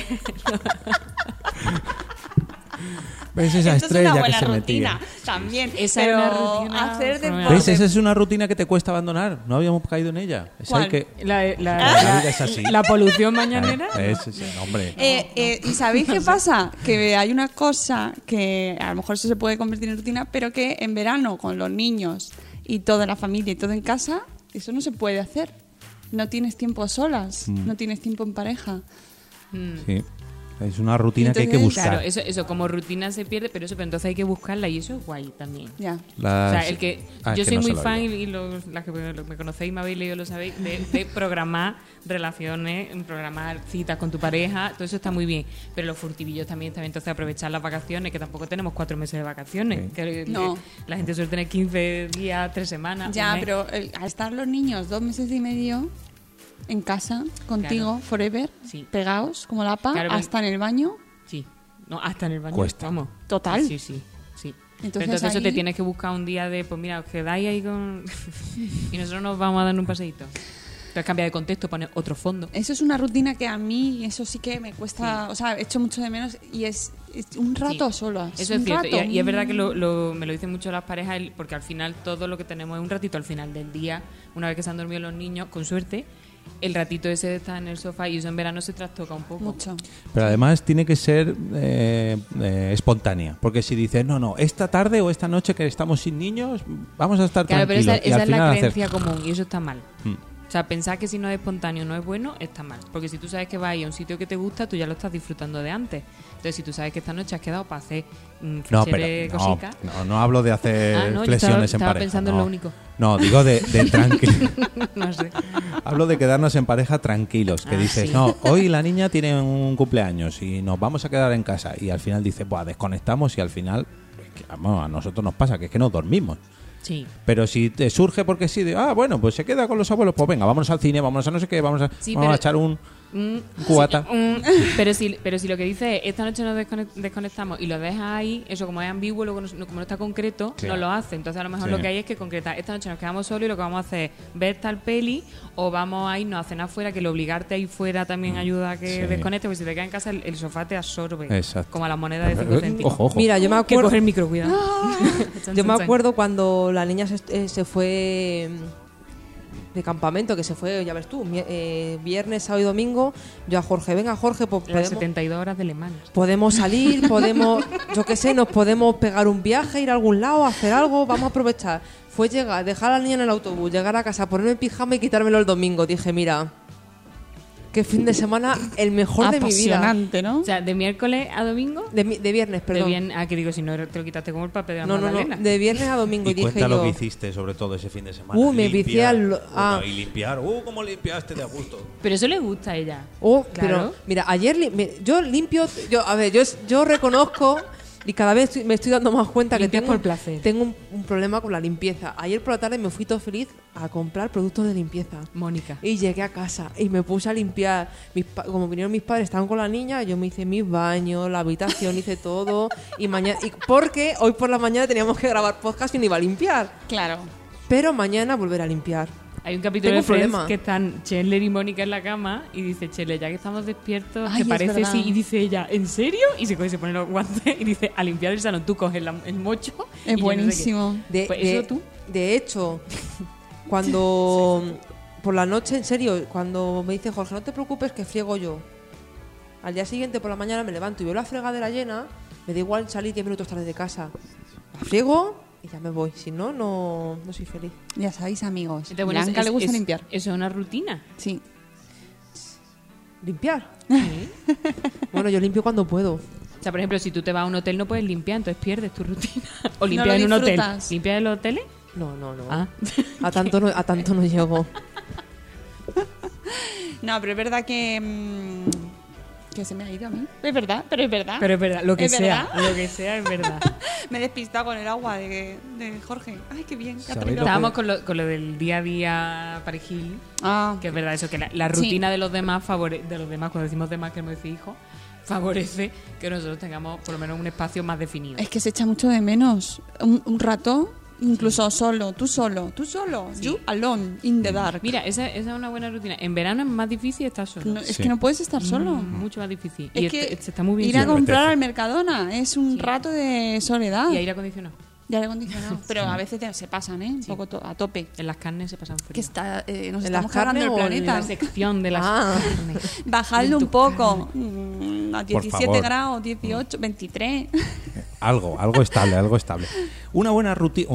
¿Ves esa esto es una estrella que buena se rutina metía? también. Esa pero es una rutina hacer fenomenal. ¿Ves? deporte. Esa es una rutina que te cuesta abandonar. No habíamos caído en ella. Esa ¿Cuál? hay que... La La vida es así. la polución mañanera. Sí, hombre. ¿Y sabéis qué pasa? Que hay una cosa que a lo mejor eso se puede convertir en rutina, pero que en verano con los niños y toda la familia y todo en casa, eso no se puede hacer. No tienes tiempo a solas, no tienes tiempo en pareja. Sí. Es una rutina que hay que Entonces, buscar. Claro, eso como rutina se pierde, pero entonces hay que buscarla y eso es guay también. Ya. O sea, Es yo que soy no muy se lo fan digo. y las que me conocéis, me habéis leído, lo sabéis, de programar relaciones, programar citas con tu pareja, todo eso está muy bien. Pero los furtivillos también, entonces aprovechar las vacaciones, que tampoco tenemos 4 meses de vacaciones. Sí. Que, No. la gente suele tener 15 días, 3 semanas. Ya, un mes. pero al estar los niños 2 meses y medio en casa, contigo, forever, Sí. pegados como la Claro, pero- hasta en el baño, Sí, no, hasta en el baño. Cuesta. Vamos. Total. Sí, sí, sí. Entonces Pero entonces eso ahí- te tienes que buscar un día de, pues mira, os quedáis ahí con... y nosotros nos vamos a dar un paseíto. Entonces cambia de contexto, poner otro fondo. eso es una rutina que a mí, eso sí que me cuesta, o sea, echo mucho de menos y es un rato Sí. solas. Eso es un cierto. rato, Y es verdad que me lo dicen mucho las parejas, porque al final todo lo que tenemos es un ratito al final del día, una vez que se han dormido los niños, con suerte, el ratito ese de estar en el sofá y eso en verano se trastoca un poco. mucho. Pero además tiene que ser espontánea. Porque si dices, no, esta tarde o esta noche que estamos sin niños, vamos a estar Claro, pero tranquilos. esa y al es la final hacer- creencia común y eso está mal. Mm. O sea, pensar que si no es espontáneo no es bueno, está mal. Porque si tú sabes que vas a ir a un sitio que te gusta, tú ya lo estás disfrutando de antes. Entonces, si tú sabes que esta noche has quedado para hacer No, flexiones, pero cositas... no hablo de hacer Ah, no, yo flexiones estaba en pareja. pensando en no. lo único. No, digo de tranquilo. no sé. Hablo de quedarnos en pareja tranquilos. Que Ah, dices, sí. no, hoy la niña tiene un cumpleaños y nos vamos a quedar en casa. Y al final dices, buah, desconectamos y al final, es que, vamos, a nosotros nos pasa que es que no dormimos. Sí. Pero si te surge porque sí, de, bueno, pues se queda con los abuelos, pues venga, vámonos al cine, vámonos a no sé qué, vamos Sí, a pero echar un... Cubata. Pero si lo que dice es, esta noche nos desconectamos y lo dejas ahí, eso como es ambiguo, luego como no está concreto, Claro. no lo hace. Entonces a lo mejor Sí. lo que hay es que concretar. Esta noche nos quedamos solos y lo que vamos a hacer es ver tal peli o vamos a irnos a cenar fuera, que el obligarte a ir fuera también ayuda a que Sí. desconectes, porque si te quedas en casa el sofá te absorbe. Exacto. Como las monedas de 5 céntimos. Ojo. Mira, yo me Que acuerdo... coger el micro, cuidado. Yo me acuerdo cuando la niña se fue de campamento, que se fue, ya ves tú, viernes, sábado y domingo. Yo a Jorge, venga Jorge, pues Las 72 horas de Le Mans. podemos salir, podemos, yo qué sé, nos podemos pegar un viaje, ir a algún lado, hacer algo, vamos a aprovechar. Fue llegar, dejar a la niña en el autobús, llegar a casa, ponerme en pijama y quitármelo el domingo. Dije, mira, qué fin de semana el mejor de mi vida. Apasionante, ¿no? O sea, de miércoles a domingo. De viernes, perdón. Que digo, si no te lo quitaste como el papel de la No, magdalena. de viernes a domingo. Y dije cuenta lo yo, que hiciste, sobre todo ese fin de semana. Me vicié al... Y limpiar. ¿Cómo limpiaste de a gusto? Pero eso le gusta a ella. Claro. Claro. Mira, ayer yo limpio, yo reconozco y cada vez me estoy dando más cuenta que Limpias tengo, por placer. tengo un problema con la limpieza. Ayer por la tarde me fui todo feliz a comprar productos de limpieza. Mónica. Y llegué a casa y me puse a limpiar. Como vinieron mis padres, estaban con la niña, yo me hice mis baños, la habitación, hice todo. Porque hoy por la mañana teníamos que grabar podcast y no iba a limpiar. Claro. Pero mañana volveré a limpiar. Hay un capítulo Tengo de Friends problema. que están Chandler y Mónica en la cama y dice Chandler, ya que estamos despiertos, Ay, ¿te es parece verdad. sí? Y dice ella, ¿en serio? Y se coge y se pone los guantes y dice, a limpiar el salón, tú coges el mocho. y Es yo no sé qué. buenísimo. Pues eso tú. De hecho, cuando por la noche, en serio, cuando me dice Jorge, no te preocupes que friego yo. Al día siguiente por la mañana me levanto y veo la fregadera llena, me da igual salir 10 minutos tarde de casa. La friego y ya me voy. Si no, no soy feliz. Ya sabéis, amigos. Entonces, bueno, Blanca le gusta limpiar. Eso es una rutina. Sí. ¿Limpiar? Bueno, yo limpio cuando puedo. O sea, por ejemplo, si tú te vas a un hotel no puedes limpiar, entonces pierdes tu rutina. O No limpias lo en un hotel. disfrutas. ¿Limpias en los hoteles? No. Ah. A tanto no llego. No, pero es verdad que se me ha ido a mí. Es verdad, pero es verdad. Pero es verdad, lo que ¿Es sea, verdad? lo que sea es verdad. Me he despistado con el agua de Jorge. Ay, qué bien. Que ha ¿Sabéis traído. lo Estábamos con lo del día a día parejil, Ah, que es verdad eso, que la rutina de los demás cuando decimos demás queremos decir hijos, favorece que nosotros tengamos por lo menos un espacio más definido. es que se echa mucho de menos un rato, incluso solo, tú solo, you alone in the dark. Mira, esa es una buena rutina. En verano es más difícil estar solo. No, es Sí. que no puedes estar solo. Mucho más difícil. Es Y que se está muy bien. ir a Sí, comprar apetece. al Mercadona es un rato de soledad. Y aire acondicionado. Y aire acondicionado. Pero a veces se pasan, ¿eh? Un poco a tope. En las carnes se pasan frío. Que está, nos ¿En las estamos cargando el carnes o en planeta. La sección de las Ah. carnes. Bajadlo un poco. A Por 17 favor. grados, 18, 23. Algo estable. Una buena rutina,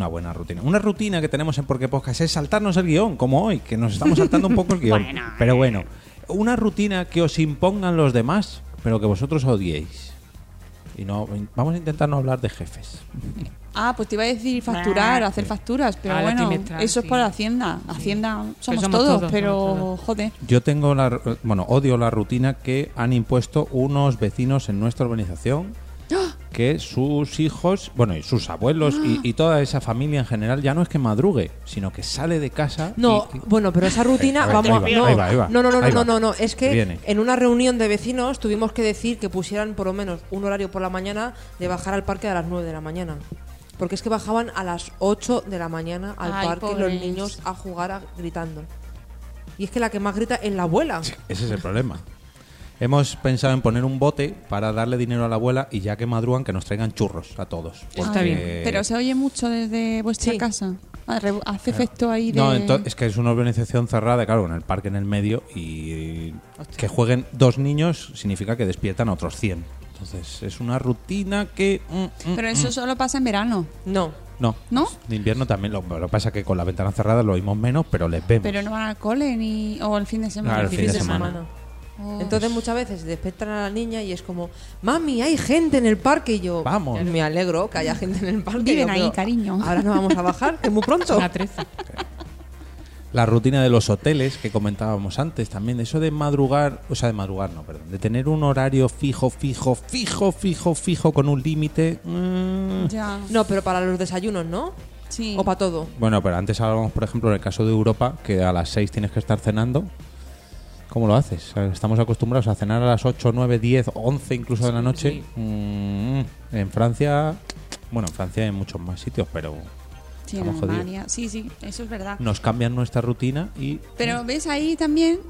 Una rutina que tenemos en Por qué Podcast es saltarnos el guión, como hoy, que nos estamos saltando un poco el guión. Pero bueno, una rutina que os impongan los demás, pero que vosotros odiéis. Y no, vamos a intentar no hablar de jefes. Ah, pues te iba a decir facturar, hacer facturas, pero Ah, la bueno, trimestral, eso es sí. por Hacienda. Hacienda somos somos todos, todos, pero somos todos. joder. Yo tengo odio la rutina que han impuesto unos vecinos en nuestra urbanización, que sus hijos, y sus abuelos y toda esa familia en general ya no es que madrugue, sino que sale de casa. No, bueno, pero esa rutina, Ahí vamos, va, no, ahí va. no, es que Viene. en una reunión de vecinos tuvimos que decir que pusieran por lo menos un horario por la mañana de bajar al parque a las 9 de la mañana. Porque es que bajaban a las 8 de la mañana al Ay, parque pobres. los niños a jugar gritando. Y es que la que más grita es la abuela. Ese es el problema. Hemos pensado en poner un bote para darle dinero a la abuela y ya que madrugan que nos traigan churros a todos. Está Porque- bien. Pero se oye mucho desde vuestra Sí. casa. Hace efecto ahí de... No, es que es una urbanización cerrada, claro, con el parque en el medio y que jueguen 2 niños significa que despiertan a otros 100. Entonces es una rutina que... Pero eso solo pasa en verano, No. No, ¿no? de invierno también. Lo que pasa es que con la ventana cerrada lo oímos menos, pero les vemos. Pero no van al cole ni o el fin de semana. Claro, el fin de semana. Oh. Entonces muchas veces despiertan a la niña y es como, mami, hay gente en el parque, y yo, Vamos. me alegro que haya gente en el parque. Viven Yo, ahí, pero cariño. Ahora no vamos a bajar, que es muy pronto. Una treza. La rutina de los hoteles que comentábamos antes también, eso de madrugar, de tener un horario fijo con un límite. Ya. No, pero para los desayunos, ¿no? Sí. O para todo. Bueno, pero antes hablábamos, por ejemplo, en el caso de Europa, que a las 6 tienes que estar cenando. ¿Cómo lo haces? O sea, estamos acostumbrados a cenar a las 8, 9, 10, 11 incluso de la noche. Sí. En Francia, bueno, en Francia hay muchos más sitios, pero Sí, en estamos jodidos. Alemania. Sí, sí, eso es verdad. Nos cambian nuestra rutina y... Pero ves ahí también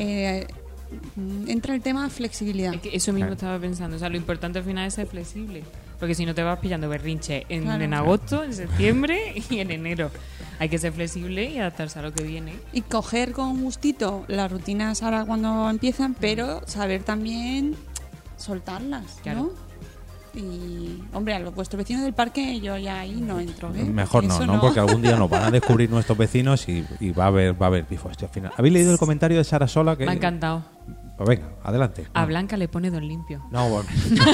entra el tema flexibilidad. Es que eso mismo Claro. estaba pensando. O sea, lo importante al final es ser flexible. Porque si no te vas pillando berrinche en Claro. agosto, en septiembre y en enero. Hay que ser flexible y adaptarse a lo que viene. Y coger con gustito las rutinas ahora cuando empiezan, pero saber también soltarlas, Claro. ¿no? Y, hombre, a los vuestros vecinos del parque yo ya ahí no entro, ¿eh? Mejor no, Eso ¿no? Porque algún día nos van a descubrir nuestros vecinos y va a haber pifo al final. ¿Habéis leído el comentario de Sara Sola? Que... Me ha encantado. Pues venga, adelante. A Blanca le pone Don Limpio. No, bueno.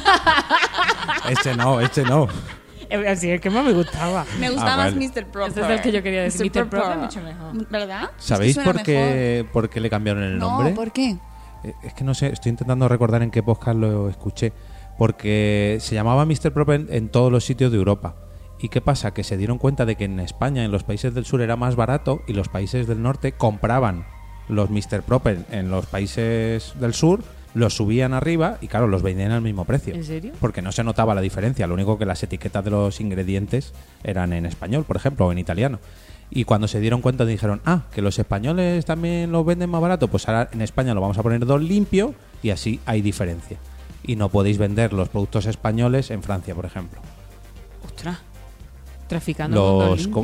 Este no. Así es que más me gustaba. Me gusta Ah, más vale. Mr. Proper. Ese es el que yo quería decir. Mr. Proper es mucho mejor. ¿Verdad? ¿Sabéis Es que suena por qué le cambiaron el mejor. nombre? No, ¿por qué? Es que no sé, estoy intentando recordar en qué podcast lo escuché. Porque se llamaba Mr. Proper en todos los sitios de Europa. ¿Y qué pasa? Que se dieron cuenta de que en España, en los países del sur, era más barato y los países del norte compraban los Mr. Proper en los países del sur, los subían arriba y, claro, los vendían al mismo precio. ¿En serio? Porque no se notaba la diferencia. Lo único que las etiquetas de los ingredientes eran en español, por ejemplo, o en italiano. Y cuando se dieron cuenta dijeron, que los españoles también los venden más barato, pues ahora en España lo vamos a poner Don Limpio y así hay diferencia. Y no podéis vender los productos españoles en Francia, por ejemplo. Ostras. Traficando con Don Limpio.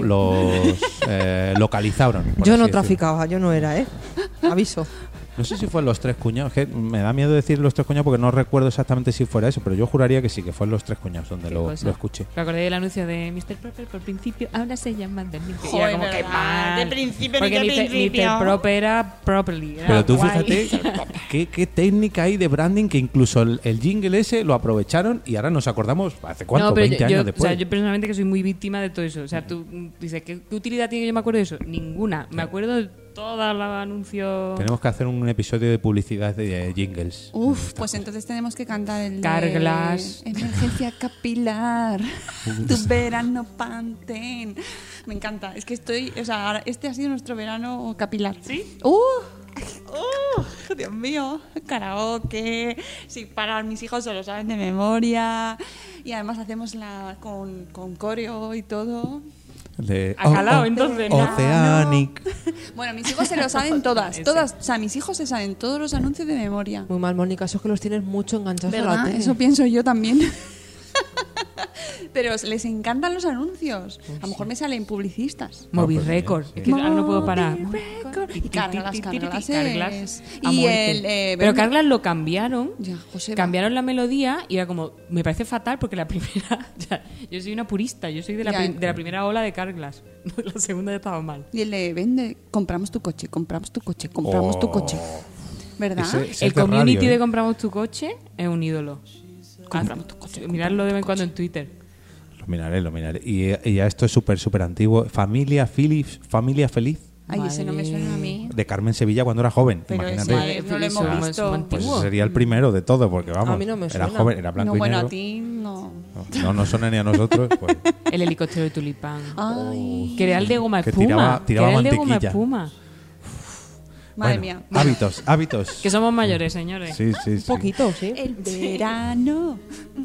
Los localizaron. por Yo así no decirlo. traficaba, yo no era, ¿eh? Aviso. No sé si fue Los Tres Cuñados. Que me da miedo decir Los Tres Cuñados porque no recuerdo exactamente si fuera eso, pero yo juraría que sí, que fue Los Tres Cuñados donde Qué lo cosa. escuché. ¿Te acordé del anuncio de Mr. Proper? Por principio, ahora se llaman Don Limpio. Y Joder, era como que ¿verdad? mal. De principio ni Porque de principio. Mr. Proper era properly. Era Pero tú guay. fíjate qué técnica hay de branding que incluso el jingle ese lo aprovecharon y ahora nos acordamos, ¿hace cuánto? No, pero 20 años después. O sea, yo personalmente que soy muy víctima de todo eso. O sea, tú dices, ¿qué utilidad tiene que yo me acuerdo de eso? Ninguna. Me acuerdo de todos los anuncios. Tenemos que hacer un episodio de publicidad de jingles. Uf, pues entonces tenemos que cantar el de Carglass. Emergencia capilar. Tu verano Pantene. Me encanta. Es que estoy, o sea, ahora- este ha sido nuestro verano capilar. ¿Sí? Dios mío, karaoke, sin parar, mis hijos se lo saben de memoria y además hacemos la con coreo y todo. De, Ha calado, entonces, ¿no? Oceanic. Bueno, mis hijos se lo saben todas, Ese. todas, o sea, mis hijos se saben todos los anuncios de memoria. Muy mal, Mónica, eso es que los tienes mucho enganchados a la ¿Verdad? tele. Eso pienso yo también. Pero les encantan los anuncios. A lo mejor me salen publicistas. Movie pues Record. sí. Es que ahora no puedo parar. Movie Record. Y Carglass, Carglass Carglass es- a y muerte. el, Pero Carglass lo cambiaron. Ya, Joseba. Cambiaron la melodía y era como, me parece fatal porque la primera, ya, yo soy una purista, yo soy de la, Ya. de la primera ola de Carglass. La segunda ya estaba mal. Y el de vende, compramos tu coche, compramos tu coche, compramos tu coche. ¿Verdad? Ese- ese El es de community radio, de ¿eh? compramos tu coche es un ídolo. Compramos tu coche, Miradlo de vez en cuando en Twitter. Lo miraré. Y ya esto es súper antiguo. Familia Feliz. Ay, ese no me suena a mí. De Carmen Sevilla cuando era joven. Pero Imagínate. ese no lo hemos Somos visto. antiguos. Pues ese sería el primero de todo, porque vamos. A mí no me era suena. joven, era blanco No, y bueno, negro. a ti no. No nos suena ni a nosotros. Pues. El helicóptero de tulipán. Ay, Que era el de goma Que espuma. tiraba que era el de goma mantequilla. espuma. madre Bueno, mía. hábitos. Que somos mayores, señores. Sí. Un poquito, sí. El verano.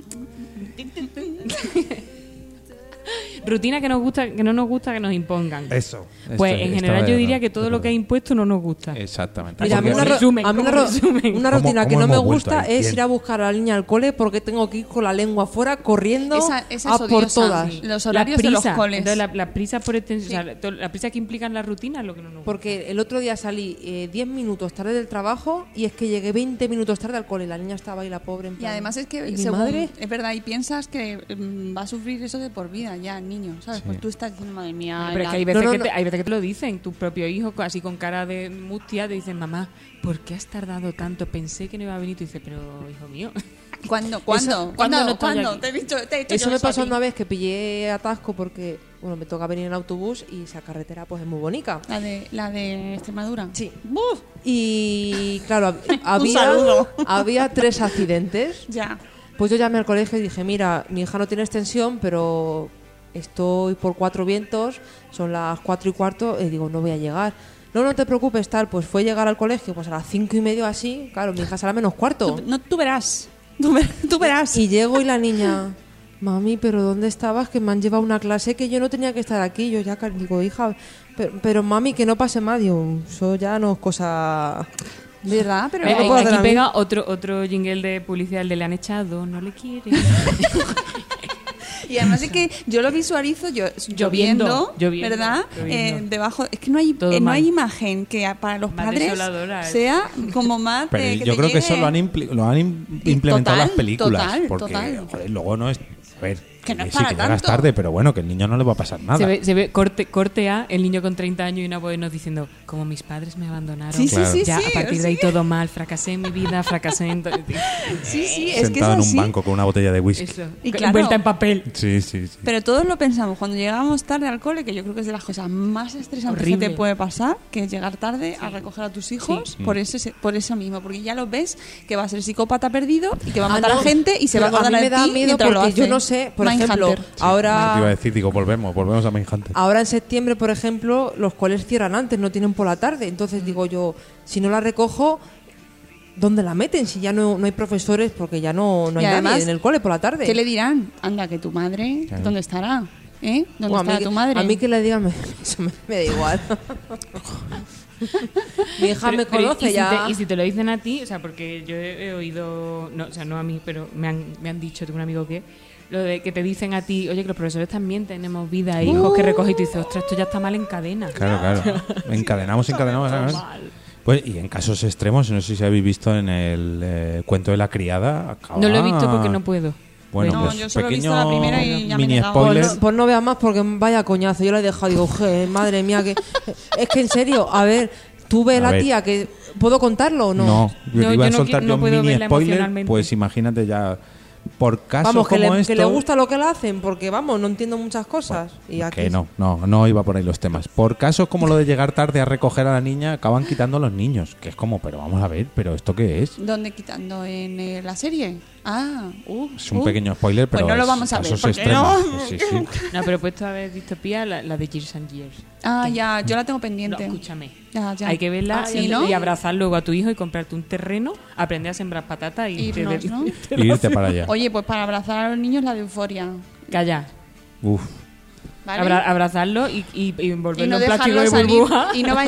Rutina que nos gusta, que no nos gusta que nos impongan. Eso. Pues Esto- en esto general yo es diría verdad, que todo es lo que ha verdad. impuesto no nos gusta. Exactamente. Mira, a mí Porque una, resumen, a mí como resumen. una ¿Cómo- rutina que cómo no me hemos vuelto gusta ahí? es Bien. ir a buscar a la niña al cole porque tengo que ir con la lengua afuera corriendo Esa a es por odiosa. todas. Sí. Los horarios de los coles. Entonces, la prisa por extensión, o sea, la prisa que implican las rutinas es lo que no nos gusta. Porque el otro día salí 10 minutos tarde del trabajo y es que llegué 20 minutos tarde al cole. La niña estaba ahí, la pobre. En Y plan, además es que, ¿y mi según, madre? es verdad, y piensas que va a sufrir eso de por vida ya, el niño, ¿sabes? Pues tú estás diciendo, madre mía. Pero es la- que hay veces, No, que no, te, hay veces que te lo dicen, tu propio hijo, así con cara de mustia, te dicen, mamá, ¿por qué has tardado tanto? Pensé que no iba a venir. Y tú dices, pero hijo mío. ¿Cuándo? ¿cuándo no estoy aquí? Te he dicho, te he hecho Eso yo me eso a pasó ti. una vez que pillé atasco porque bueno, me toca venir en autobús y esa carretera pues es muy bonita. La de Extremadura. Sí. ¡Buf! Y claro, saludo. había 3 accidentes. Ya. Pues yo llamé al colegio y dije, mira, mi hija no tiene extensión, pero estoy por 4 vientos, son las 4:15, y digo, no voy a llegar. no te preocupes, tal. Pues fue llegar al colegio pues a las 5:30 así. Claro, mi hija sale a menos cuarto. Tú verás. Tú verás. Y llego y la niña, mami, ¿pero dónde estabas? Que me han llevado a una clase que yo no tenía que estar aquí. Yo ya digo, hija, pero mami, que no pase más. Digo, eso ya no es cosa... ¿Verdad? Pero ¿qué puedo hacer Aquí a mí? pega otro jingle de publicidad, el de le han echado, no le quiere. Y además es que yo lo visualizo lloviendo, ¿verdad? Lloviendo. Debajo, es que no hay, Todo no mal. hay imagen que para los Más padres desoladora, sea como más Pero de, yo te creo que llegue. eso lo han implementado Total, las películas. total, porque total. joder, luego no es... A ver, Que no es sí, para que llegas tanto. tarde, pero bueno, que el niño no le va a pasar nada. Se ve corte A, el niño con 30 años y una voz nos diciendo, como mis padres me abandonaron. Sí, Claro. sí, Ya sí, a partir sí. de ahí todo mal, fracasé en mi vida, fracasé en... Sí, sí, es que es Sentado en un así. banco con una botella de whisky. Eso, Y claro. envuelta en papel. Sí, sí, sí. Pero todos lo pensamos cuando llegábamos tarde al cole, que yo creo que es de las cosas más estresantes Horrible. que te puede pasar, que es llegar tarde a recoger a tus hijos por eso mismo, porque ya lo ves que va a ser psicópata perdido y que va a matar no, a gente y se va a pero acordar mí de me da ti miedo mientras lo porque hace. yo no sé, por ejemplo, Mindhunter. Te iba a ahora decir, digo, volvemos a Mindhunter. en septiembre, por ejemplo, los coles cierran antes, no tienen por la tarde. Entonces digo yo, si no la recojo, ¿dónde la meten? Si ya no hay profesores, porque ya no hay Y además, nadie en el cole por la tarde. ¿Qué le dirán? Anda, que tu madre, Claro. ¿dónde estará? ¿Dónde Bueno, estará tu madre? A mí que le digan, eso me da igual. Mi hija me conoce y ya. y si te lo dicen a ti, o sea, porque yo he oído, no, o sea, no a mí, pero me han dicho, tengo un amigo que, lo de que te dicen a ti, oye, que los profesores también tenemos vida e hijos que recogen y tú dices, ostras, esto ya está mal en cadena. Claro. Encadenamos. ¿sabes? Pues, y en casos extremos, no sé si habéis visto en el cuento de la criada. No lo he visto porque no puedo. Bueno, No, pues yo solo he pequeño visto la primera y ya me he mini negado. spoiler. Pues no vea más porque vaya coñazo. Yo la he dejado, digo, madre mía, que es que en serio, a ver, tú ves A la ver. tía que ¿puedo contarlo o no? No, yo No, te iba a yo no soltar qui- yo no un puedo mini verla spoiler, emocionalmente. pues imagínate ya. Por casos Vamos, que como le esto, gusta lo que le hacen, porque vamos, no entiendo muchas cosas. Y aquí que no iba por ahí los temas. Por casos como lo de llegar tarde a recoger a la niña, acaban quitando a los niños. Que es como, pero vamos a ver, ¿pero esto qué es? ¿Dónde quitando? ¿En la serie? Es un pequeño spoiler, pero Pues no lo es vamos a ver, casos porque extremos. no. Sí. No, pero he puesto a ver distopía, la de Years and Years. Ya, yo la tengo No, pendiente. escúchame. Ya. Hay que verla ¿Sí, no? y abrazar luego a tu hijo y comprarte un terreno, aprender a sembrar patatas y Irnos, ¿no? Y irte para allá. Oye, pues para abrazar a los niños la de Euforia. Calla. Uf. ¿Vale? Abrazarlo y envolverlo en plástico dejarlo de salir. burbuja.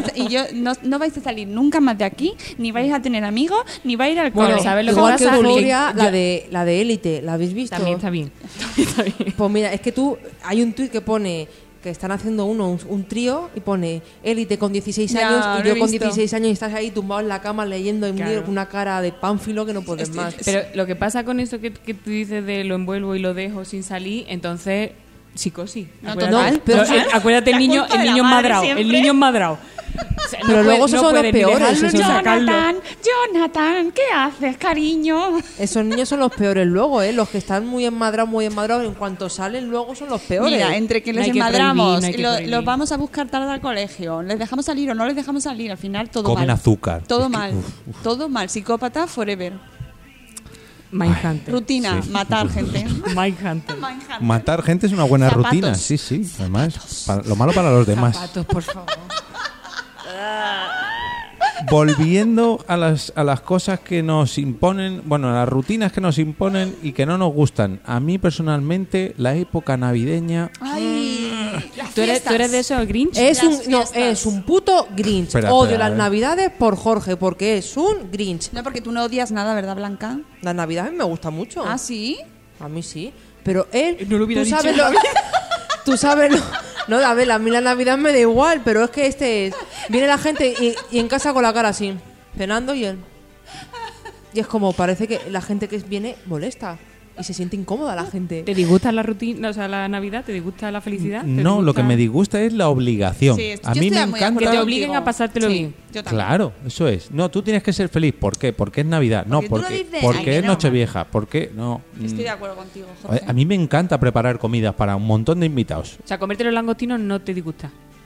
No vais a salir nunca más de aquí, ni vais a tener amigos, ni vais a ir al cole. Bueno, ¿sabes lo que igual que pasa? Euforia, Yo- la de Élite, ¿la habéis visto? También está bien. Está bien. Pues mira, es que hay un tuit que pone que están haciendo un trío y pone Élite con 16 Ya, años lo y he yo con visto. 16 años y estás ahí tumbado en la cama leyendo y Claro. con una cara de pánfilo que no puedes más. Pero lo que pasa con eso que tú dices de lo envuelvo y lo dejo sin salir, entonces psicosis. No, Acuérdate. total, pero- Acuérdate el niño culpa de la madre enmadrado, siempre. el niño enmadrado. O sea, Pero luego esos son los puedes ni peores, dejarlo esos ni son- sacarlo. Jonathan, ¿qué haces, cariño? Esos niños son los peores luego, ¿eh? Los que están muy enmadrados, en cuanto salen luego son los peores. Mira, entre que No les hay que enmadramos prohibir, no hay y que prohibir. los vamos a buscar tarde al colegio, les dejamos salir o no les dejamos salir, al final todo Comen mal. azúcar. Todo Es que, mal, todo mal. Psicópata forever. Mindhunter. Rutina, Sí. matar gente. Mindhunter. Matar gente es una buena Zapatos. rutina. Sí. Además, lo malo para los demás. Zapatos, por favor. Volviendo a las cosas que nos imponen, bueno, a las rutinas que nos imponen y que no nos gustan. A mí personalmente la época navideña... Ay, ¿Tú eres de esos Grinch? Es un puto Grinch. Espera, Odio espera, las navidades por Jorge, porque es un Grinch. No, porque tú no odias nada, ¿verdad, Blanca? Las navidades a mí me gusta mucho. Ah, ¿sí? A mí sí. Pero él. No lo hubiera tú dicho. sabes tú sabes lo. No, a ver, a mí la Navidad me da igual, pero es que viene la gente y en casa con la cara así, cenando y él. Y es como, parece que la gente que viene molesta y se siente incómoda la gente. ¿Te disgusta la rutina, o sea, la Navidad? ¿Te disgusta la felicidad? ¿Te No, lo que disgusta me disgusta es la obligación. Sí, A yo mí estoy me muy de encanta... Que te acuerdo obliguen contigo. a pasártelo Sí, bien. yo también. Claro, eso es. No, tú tienes que ser feliz. ¿Por qué? Porque es Navidad. No, Porque tú lo porque, dices, porque ay, que es no. Nochevieja. Porque no. Estoy de acuerdo contigo, A Jorge. mí me encanta preparar comidas para un montón de invitados. O sea, comerte los langostinos no te disgusta.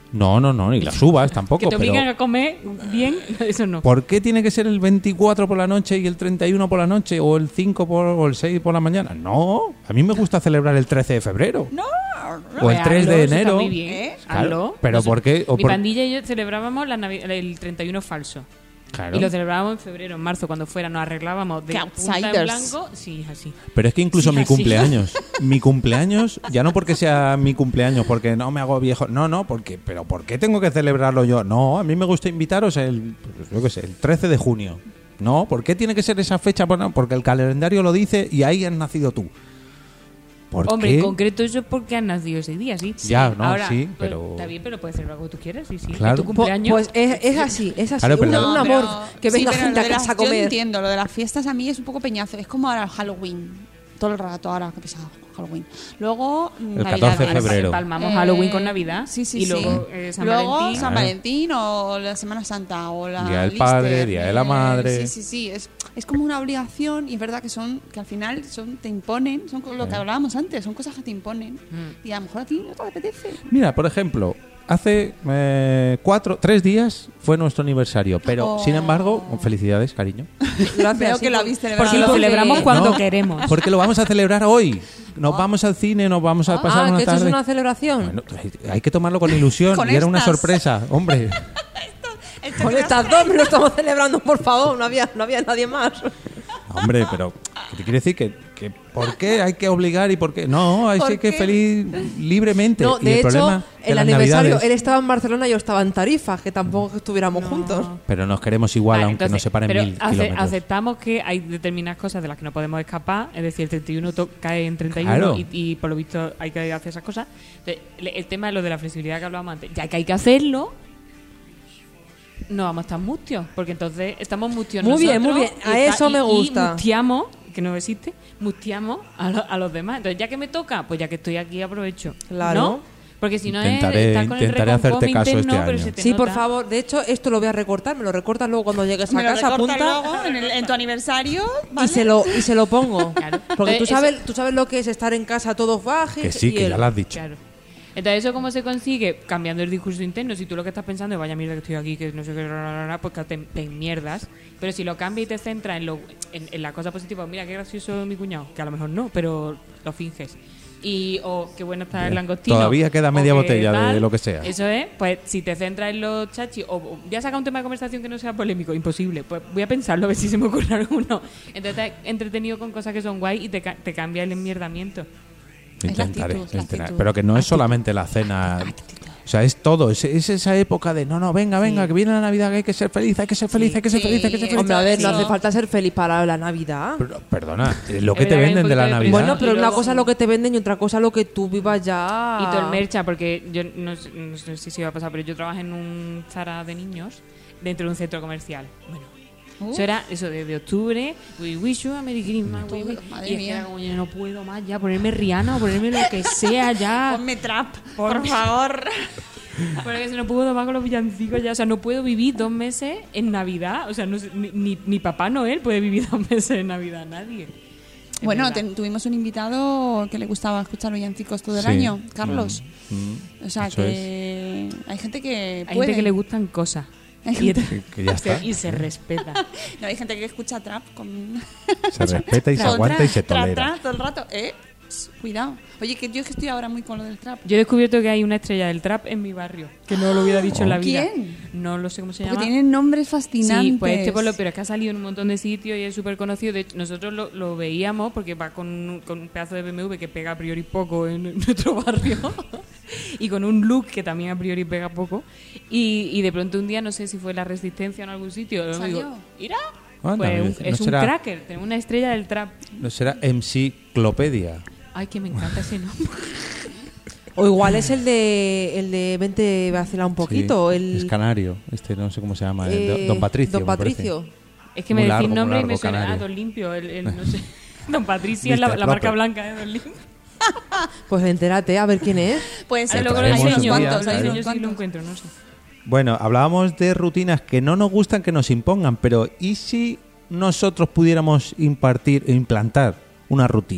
No, ni las uvas tampoco. Que te pero obligan a comer bien, eso no. ¿por qué tiene que ser el 24 por la noche y el 31 por la noche o el 5 o el 6 por la mañana? No, a mí me gusta celebrar el 13 de febrero. No, O el 3 de Hazlo, eso está enero. muy bien. Claro, Hazlo. pero ¿por qué? O Mi por- pandilla y yo celebrábamos el 31 falso. Claro. Y lo celebrábamos en febrero, en marzo, cuando fuera, nos arreglábamos de ¡Qué punta en outsiders! blanco. Sí, así. Pero es que incluso Sí, mi así. cumpleaños, ya no porque sea mi cumpleaños, porque no me hago viejo, no, porque, pero ¿por qué tengo que celebrarlo yo? No, a mí me gusta invitaros yo qué sé, el 13 de junio. No, ¿por qué tiene que ser esa fecha? Bueno, porque el calendario lo dice y ahí has nacido tú. ¿Por Hombre, qué? en concreto eso es porque has nacido ese día, sí. Ya, no, Ahora, sí, pues, pero- está bien, pero puedes celebrar como tú quieras, sí, sí. Claro. Es tu cumpleaños. Pues es así, es así. Claro, pero un la- amor pero- que venga sí, pero gente lo a de casa a Yo comer. entiendo, lo de las fiestas a mí es un poco peñazo. Es como ahora Halloween. Todo el rato, ahora que pesado, Halloween. Luego, El 14 de febrero. Empalmamos Halloween con Navidad. Sí, sí, y sí. luego San Luego Valentín. San Valentín o la Semana Santa o la Día del Lister, Padre, Día de la Madre. Sí. Es como una obligación y es verdad que al final te imponen, son lo que hablábamos antes, son cosas que te imponen. Y a lo mejor a ti no te apetece. Mira, por ejemplo, hace 3 días fue nuestro aniversario, pero Oh. sin embargo, felicidades, cariño. Gracias. Veo sí, que lo por- habéis celebrado. Porque lo porque- celebramos cuando No, queremos. Porque lo vamos a celebrar hoy. Nos vamos al cine, nos vamos a pasar Ah, una que esto es tarde. una celebración. Bueno, hay que tomarlo con ilusión Con y era una estas. sorpresa, hombre. Con estas dos me lo estamos celebrando, por favor. No había nadie más. Hombre, pero ¿qué te quiere decir? Que ¿por qué hay que obligar y por qué? No, hay ¿Por que qué? feliz libremente. No, y de el hecho, problema de el las aniversario, Navidades- él estaba en Barcelona y yo estaba en Tarifa, que tampoco que estuviéramos juntos. Pero nos queremos igual, Vale, aunque entonces, nos separen pero 1000 kilómetros. aceptamos que hay determinadas cosas de las que no podemos escapar, es decir, el 31 cae en 31 Claro. y por lo visto hay que hacer esas cosas. Entonces, el tema de lo de la flexibilidad que hablábamos antes, ya que hay que hacerlo, no vamos a estar mustios, porque entonces estamos mustios Muy bien, nosotros muy bien. A y eso me y gusta. mustiamos, que no existe, mustiamos a los demás. Entonces, ya que me toca, pues ya que estoy aquí aprovecho. Claro. ¿No? Porque si no Intentaré- es estar con el intentaré reconcom hacerte caso interno, este pero año. se te Sí, por nota. favor. De hecho, esto lo voy a recortar. Me lo recortas luego cuando llegues a Me lo casa, recortas apunta. luego en tu aniversario, Y ¿vale? se lo pongo. Claro. Porque Entonces, tú sabes lo que es estar en casa todos bajes. Que sí, y que el- ya lo has dicho. Claro. Entonces, ¿eso cómo se consigue? Cambiando el discurso interno. Si tú lo que estás pensando es vaya mierda que estoy aquí, que no sé qué, pues que te mierdas. Pero si lo cambias y te centras en la cosa positiva, mira qué gracioso mi cuñado, que a lo mejor no, pero lo finges. O qué bueno está el langostino. Todavía queda o media que botella de tal. lo que sea. Eso es, pues si te centras en los chachis, o ya saca un tema de conversación que no sea polémico, imposible. Pues voy a pensarlo a ver si se me ocurre alguno. Entonces te has entretenido con cosas que son guay y te cambia el enmierdamiento. la Intentaré, actitud, la intentaré. actitud. Pero que no es solamente la cena. O sea, es todo. Es esa época de no, venga, que viene la Navidad, que hay que ser feliz, hay que ser feliz, hay que ser Sí. feliz, hay que ser feliz. Hombre, a ver, no Sí. hace falta ser feliz para la Navidad. Pero, perdona, lo que Es te verdad, venden un de la poquito de Navidad. prisa. Bueno, pero Y una luego- cosa es lo que te venden y otra cosa es lo que tú vivas ya. Y todo el mercha, porque yo no sé si va a pasar, pero yo trabajo en un Zara de niños dentro de un centro comercial. Bueno, eso era eso de octubre. We wish you a Merry Christmas. Todo, madre y es que mía. era como, yo no puedo más ya ponerme Rihanna o ponerme lo que sea ya. Ponme trap, por favor. Porque no puedo más con los villancicos ya. O sea, no puedo vivir 2 meses en Navidad. O sea, no sé, ni Papá Noel puede vivir 2 meses en Navidad. Nadie. Es Bueno, verdad. tuvimos un invitado que le gustaba escuchar villancicos todo el Sí. año, Carlos. O sea Eso que hay gente que Hay puede. gente que le gustan cosas. Hay Y, gente- Que ya está. y se respeta. No, hay gente que escucha trap con Se respeta y se con aguanta y trap, se trap, tolera. trap todo el rato. Cuidado. Oye, que yo es que estoy ahora muy con lo del trap. Yo he descubierto que hay una estrella del trap en mi barrio, que no lo hubiera dicho en la vida. ¿Quién? No lo sé cómo se Porque llama. tienen nombres fascinantes. Sí, pues pero es que ha salido en un montón de sitios y es súper conocido. De hecho, nosotros lo veíamos porque va con un pedazo de BMW que pega a priori poco en nuestro barrio y con un look que también a priori pega poco. Y de pronto un día, no sé si fue la Resistencia o en algún sitio, lo ¿Salió? digo, mira, Anda, pues no es un será- cracker, tenemos una estrella del trap. No será Enciclopedia. Ay, que me encanta ese nombre. O igual es el de Vente vacilar un poquito. Sí, el, es canario. Este no sé cómo se llama. eh, Don Patricio. Don me parece. Patricio. Es que Muy me decís largo, muy nombre y largo, me suena canario. Don Limpio, no sé. Don Patricia es la Mr. marca Proper. blanca de Don Limpio. Pues entérate, a ver quién es. Pues Ah, luego lo traemos enseño, un día, lo claro. enseño si lo encuentro, no sé. Bueno, hablábamos de rutinas que no nos gustan que nos impongan, pero ¿y si nosotros pudiéramos implantar una rutina?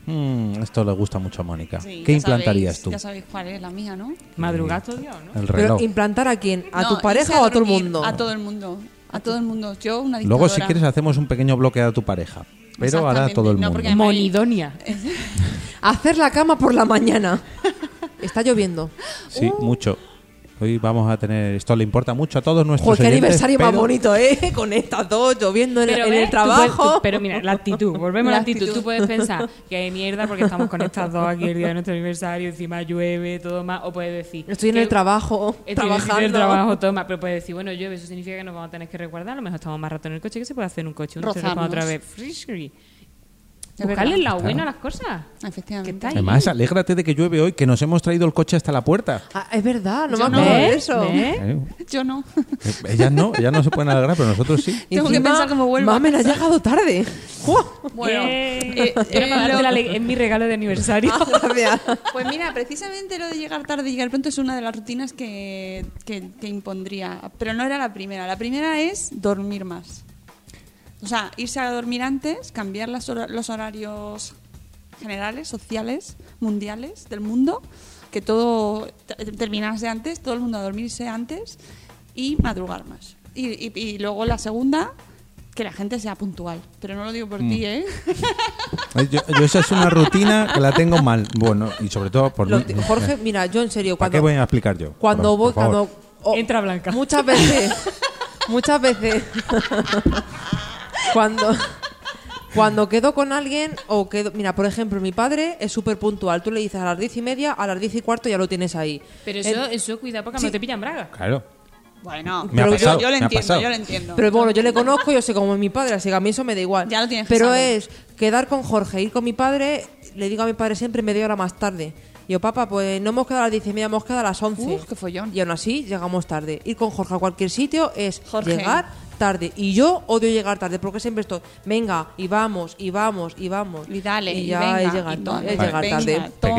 Esto le gusta mucho a Mónica. Sí, ¿Qué ya implantarías sabéis, tú? Ya sabéis cuál es la mía, ¿no? Madrugar todo el día, ¿o ¿no? El Pero reloj. ¿implantar a quién? ¿A No, tu irse pareja o a todo el dormir. mundo? A todo el mundo. A todo el mundo. Yo, una dictadora. Luego, si quieres, hacemos un pequeño bloqueo a tu pareja. Pero ahora a Exactamente. todo el No, mundo. porque- Monidonia. Hacer la cama por la mañana. Está lloviendo. Sí, mucho. Hoy vamos a tener... Esto le importa mucho a todos nuestros Joder, qué oyentes, aniversario más pero- bonito, ¿eh? Con estas dos, lloviendo en Pero, el ¿ves? trabajo. Pero mira, la actitud, volvemos a la La actitud. actitud. Tú puedes pensar que mierda porque estamos con estas dos aquí el día de nuestro aniversario, encima llueve, todo más. O puedes decir... Estoy en que- el trabajo, Estoy trabajando. en el trabajo, todo más. Pero puedes decir, bueno, llueve, eso significa que nos vamos a tener que resguardar. A lo mejor estamos más rato en el coche. ¿Qué se puede hacer en un coche? Uno se resguarda otra vez. Frisky. Es Buscarle el verdad. lado bueno a las cosas. Efectivamente. ¿Qué tal? Además, alégrate de que llueve hoy, que nos hemos traído el coche hasta la puerta. Ah, es verdad, no Yo me no. acuerdo de ¿Ves? eso. ¿Ves? Yo no. Ellas no se pueden alegrar, pero nosotros sí. Y Tengo que encima, pensar cómo vuelvo a Mamen ha llegado tarde. ¡Guau! Bueno, Era para darte es mi regalo de aniversario. Gracias. pues mira, precisamente lo de llegar tarde y llegar pronto es una de las rutinas que impondría. Pero no era la primera. La primera es dormir más. O sea, irse a dormir antes, cambiar los horarios generales, sociales, mundiales del mundo, que todo terminase antes, todo el mundo a dormirse antes y madrugar más. Y luego la segunda, que la gente sea puntual. Pero no lo digo por ti, ¿eh? Yo esa es una rutina que la tengo mal. Bueno, y sobre todo por mí. Jorge, mira, yo en serio, ¿Para qué voy a explicar yo? cuando voy, Por favor. Entra Blanca. Muchas veces, cuando quedo con alguien o quedo, mira, por ejemplo, mi padre es súper puntual. Tú le dices a las 10:30, a las 10:15 ya lo tienes ahí. Pero eso cuidado porque Sí. no te pillan braga. Claro. Bueno, Me ha pero pasado, yo lo me ha entiendo, pasado. yo lo entiendo. Pero bueno, yo le conozco, yo sé cómo es mi padre, así que a mí eso me da igual. Ya lo tienes que Pero saber. es quedar con Jorge, ir con mi padre, le digo a mi padre siempre media hora más tarde. Y yo, papá, pues no hemos quedado a las 10:30, hemos quedado a las 11. Uf, qué follón. Y aún así llegamos tarde. Ir con Jorge a cualquier sitio es Jorge. llegar tarde. Y yo odio llegar tarde porque siempre estoy, venga, y vamos, y vamos, y vamos. Y dale, y y ya venga, es llegar, y toma, es llegar venga. tarde. Toma,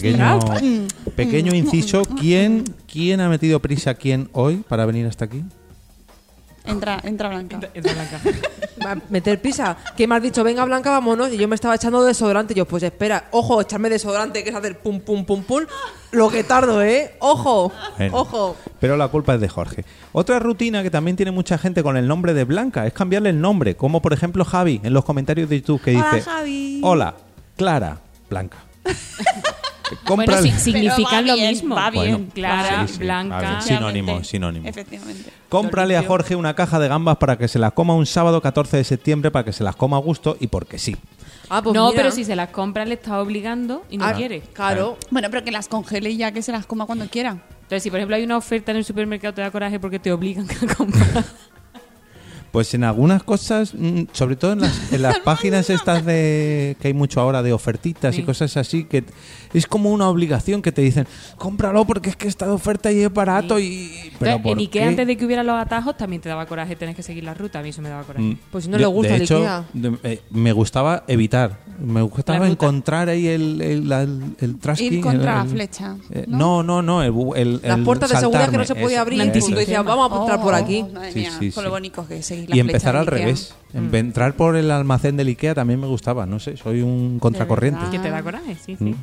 Pequeño inciso. ¿Quién ha metido prisa a quién hoy para venir hasta aquí? Entra Blanca. Entra Blanca. Va a meter prisa. ¿Qué me has dicho? Venga, Blanca, vámonos. Y yo me estaba echando desodorante. Y yo, pues espera, ojo, echarme desodorante, que es hacer pum, pum, pum, pum. Lo que tardo, ¿eh? Ojo, Bueno, ojo. Pero la culpa es de Jorge. Otra rutina que también tiene mucha gente con el nombre de Blanca es cambiarle el nombre. Como por ejemplo Javi en los comentarios de YouTube que Hola, dice: Javi. Hola, Clara, Blanca. Bueno, Cómprale- significan Pero va lo bien, mismo. va bien. Bueno, Clara, sí, sí, Blanca. va bien. Efectivamente. Sinónimo. Efectivamente. Cómprale a Jorge una caja de gambas para que se las coma un sábado 14 de septiembre para que se las coma a gusto y porque sí. Ah, pues No, mira. pero si se las compra le está obligando y no Ah, quiere. Claro. Bueno, pero que las congele y ya que se las coma cuando quiera. Entonces, si por ejemplo hay una oferta en el supermercado, te da coraje porque te obligan a comprar. Pues en algunas cosas, sobre todo en las páginas estas de que hay mucho ahora de ofertitas y Sí. cosas así, que es como una obligación que te dicen, cómpralo porque es que está de oferta y es barato y... Pero Entonces, ¿por en Ikea, qué? antes de que hubiera los atajos, también te daba coraje tener que seguir la ruta. A mí eso me daba coraje. Pues si no le gusta de el hecho, Ikea. me gustaba evitar. Me gustaba La ruta. encontrar ahí el trasking. Ir contra el- la flecha. No, Las puertas de seguridad que no se podía abrir. Un Y tú antisistema. decías, vamos a entrar por aquí. Madre Sí, mía, sí, con sí. lo bonito que es seguir Y empezar al revés. Mm. Entrar por el almacén del Ikea también me gustaba. No sé, soy un contracorriente. verdad. Que te da coraje, sí, sí.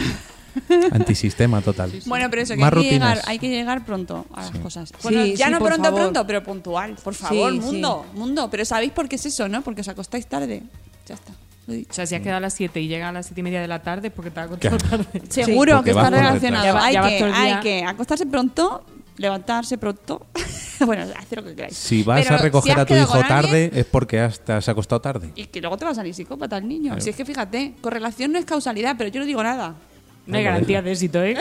Antisistema total. Bueno, pero eso, que Más hay rutinas. que llegar pronto a las cosas. Bueno, Sí, ya sí, no por pronto, favor. pero puntual. Por favor, Sí, mundo. Pero ¿sabéis por qué es eso, no? Porque os acostáis tarde. Ya está. Lo he dicho. O sea, si has quedado a las 7 y llegas a las 7:30 de la tarde, porque te has acostado tarde. Seguro porque que vas está por relacionado. retraso. Ya vas todo el Hay día. que acostarse pronto, levantarse pronto. Bueno, hacer lo que queráis. Si vas Pero a recoger has a tu quedado hijo con alguien, tarde es porque te has acostado tarde. y que luego te va a salir psicópata el niño. Si es que fíjate, correlación no es causalidad, pero yo no digo nada. No hay garantía de éxito, ¿eh?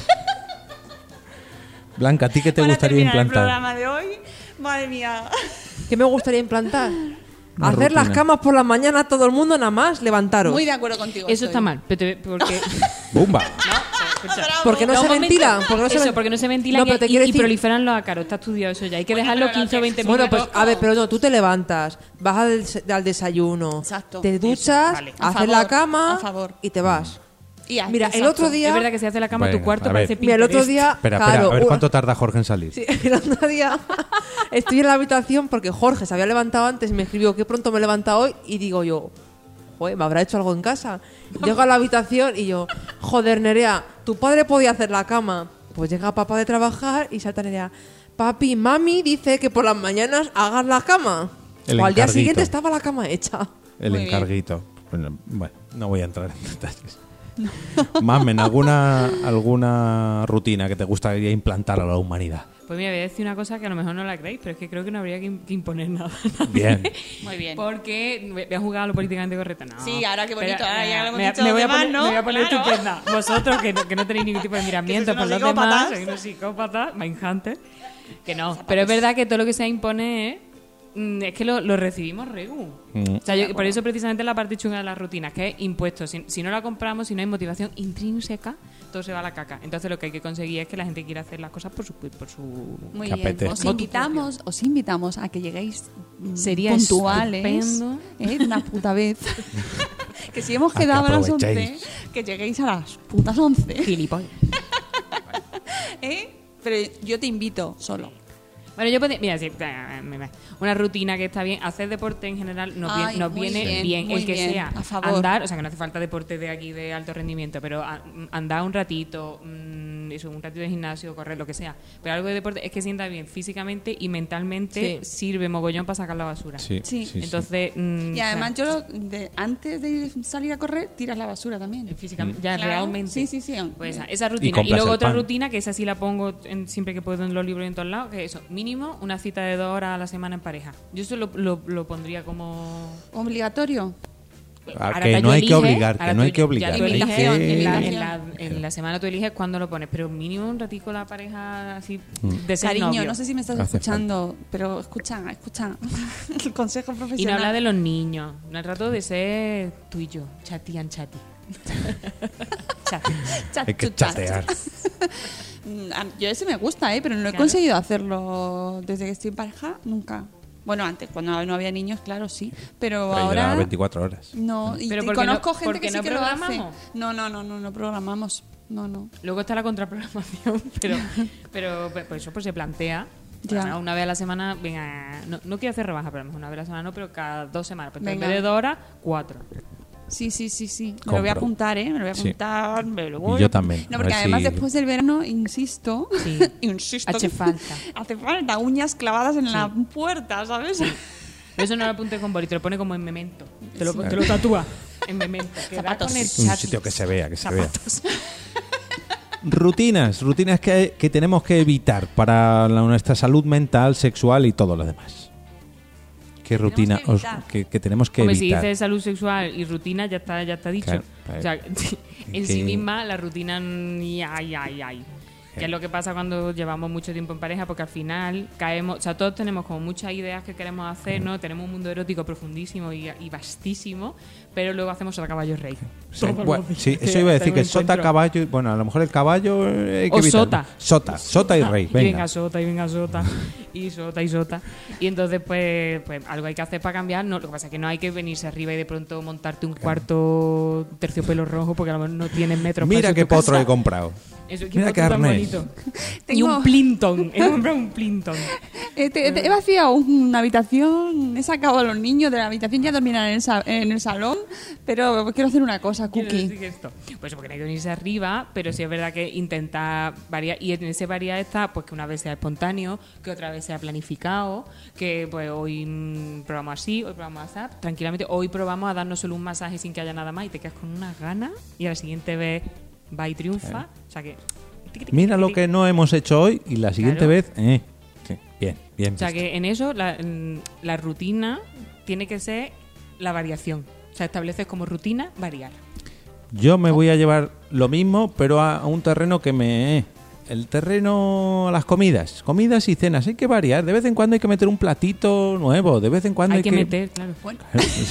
Blanca, ¿a ti qué te Para gustaría terminar implantar? el programa de hoy, madre mía. ¿Qué me gustaría implantar? Una Hacer las rutina. camas por la mañana todo el mundo nada más, levantaros. Muy de acuerdo contigo. Eso está estoy. mal. Porque ¡Bumba! Porque no No, se un momento. ventilan. Porque no se ventilan No, pero te quiero y decir- proliferan los ácaros. Está estudiado eso ya. Hay que dejarlo pero 15 o 20 Bueno, minutos. pues a ver, pero no, tú te levantas, vas al desayuno, Exacto. te Eso, duchas, vale. A haces favor, la cama a favor. y te vas. Y Mira, el exacto. otro día... Es verdad que si hace la cama Venga, tu cuarto a ver. parece Mira, el otro Pinterest. día... Espera, claro, a ver cuánto tarda Jorge en salir. Sí, el otro día estoy en la habitación porque Jorge se había levantado antes y me escribió qué pronto me he levantado hoy y digo yo, joder, ¿me habrá hecho algo en casa? Llego a la habitación y yo, joder, Nerea, tu padre podía hacer la cama. Pues llega papá de trabajar y salta Nerea, papi, mami dice que por las mañanas hagas la cama. El O al día encarguito. siguiente estaba la cama hecha. El Muy bien. encarguito. Bueno, no voy a entrar en detalles. Mamen, ¿alguna rutina que te gustaría implantar a la humanidad? Pues mira, voy a decir una cosa que a lo mejor no la creéis, pero es que creo que no habría que imponer nada. Bien. Muy bien. Porque voy a jugar a lo políticamente correcto. No. Sí, ahora qué bonito, Pero, ahora ya lo hemos me, dicho me los voy a demás, poner, ¿no? Me voy a poner Claro. estupenda. Vosotros, que no tenéis ningún tipo de miramiento Que por sois los unos demás, psicópatas. sois unos psicópatas, Mindhunter. Que no. Pero es verdad que todo lo que sea imponer es que lo recibimos regu. O sea, por eso precisamente la parte chunga de las rutinas, que es impuesto. Si no la compramos, si no hay motivación intrínseca, todo se va a la caca. Entonces lo que hay que conseguir es que la gente quiera hacer las cosas por su Muy Que bien. apetezca. Os invitamos a que lleguéis Sería puntuales. estupendo. De una puta vez. Que si hemos A que quedado a las 11, aprovechéis. que lleguéis a las putas 11. gilipollas. Pero yo te invito solo. Bueno, yo podría... Mira, sí, una rutina que está bien. Hacer deporte en general nos Ay, nos muy viene bien, bien. muy El que bien, sea. a favor. Andar, o sea, que no hace falta deporte de aquí de alto rendimiento, pero andar un ratito, eso, un ratito de gimnasio, correr, lo que sea. Pero algo de deporte es que sienta bien físicamente y mentalmente, sirve mogollón para sacar la basura. Sí, Sí. sí, sí. Entonces... Y además antes de salir a correr, tiras la basura también. físicamente, ya Claro. realmente. Sí, sí, sí. Pues esa rutina. Y compras luego el otra pan. rutina, que esa sí la pongo siempre que puedo en los libros y en todos lados, que es eso, mínimo una cita de 2 horas a la semana en pareja. Yo eso lo pondría como... Obligatorio. Ah, que no hay que obligar, que no hay que obligar. Ya tú Hay eliges, que- en la semana tú eliges cuándo lo pones, pero mínimo un ratico la pareja así de ser Cariño, novio. no sé si me estás Hace escuchando, pero escucha. El consejo profesional. Y no habla de los niños, no trato de ser tú y yo, chati and chati. Hay que chatear. Yo ese me gusta, pero no he Claro. conseguido hacerlo desde que estoy en pareja, nunca. Bueno, antes, cuando no había niños, claro, sí. Pero Pero ahora... lleva 24 horas. No, y Pero y porque conozco no- gente porque que sí no que lo hace. programamos. No programamos. No. Luego está la contraprogramación, pero pues eso pues se plantea. Ya. Además, una vez a la semana, venga, no quiero hacer rebaja, pero a lo mejor una vez a la semana no, pero cada 2 semanas. Pues en Venga. vez de 2 horas, 4. Sí. Me Compro. lo voy a apuntar, Me lo voy a Sí. apuntar. Me lo Y voy yo a- también, No, a porque ver además si- después del verano, insisto. Sí. insisto. Hace que- falta. Hace falta uñas clavadas en la puerta, ¿sabes? Pero eso no lo apunte con boli, te lo pone como en memento. Te lo Sí. tatúa en memento. Que da Zapatos. con el Un chati. sitio que se vea, que se Zapatos. vea. Rutinas que tenemos que evitar para nuestra salud mental, sexual y todo lo demás. ¿Qué rutina que evitar. que tenemos que Hombre, si evitar? dices salud sexual y rutina, ya está dicho. Claro, O sea, en sí que- misma, la rutina, ay. Que es lo que pasa cuando llevamos mucho tiempo en pareja, porque al final caemos, o sea, todos tenemos como muchas ideas que queremos hacer, ¿no? Tenemos un mundo erótico profundísimo y vastísimo, pero luego hacemos a caballo rey. Sí, Todos los bueno, días sí, eso iba a decir tengo que sota, encuentro. caballo, bueno, a lo mejor el caballo hay que O evitarlo. sota. Sota y rey, Y venga venga. sota, y venga sota, y sota. Y entonces, pues algo hay que hacer para cambiar. No, lo que pasa es que no hay que venirse arriba y de pronto montarte un cuarto terciopelo rojo porque a lo mejor no tienes metros. para Mira eso qué en tu potro casa. he comprado. Eso, Mira qué potro tan arnés. bonito. Y Tengo- un Plinton. He comprado un Plinton. He vaciado una habitación, he sacado a los niños de la habitación, ya dormirán en el salón, pero quiero hacer una cosa, Quiero Cookie. decir esto. Pues porque no hay que venirse arriba, pero sí es verdad que intenta variar. Y en ese variar está, pues que una vez sea espontáneo, que otra vez sea planificado, que pues hoy probamos así, hoy probamos así, tranquilamente. Hoy probamos a darnos solo un masaje sin que haya nada más y te quedas con unas ganas y a la siguiente vez va y triunfa. O sea que... Mira lo que no hemos hecho hoy y la siguiente Claro. vez, sí, bien. O sea visto. que en eso la rutina tiene que ser la variación. O sea, estableces como rutina variar. Yo me voy a llevar lo mismo, pero a un terreno que el terreno a las comidas y cenas. Hay que variar. De vez en cuando hay que meter un platito nuevo. De vez en cuando Hay que meter, claro. Bueno,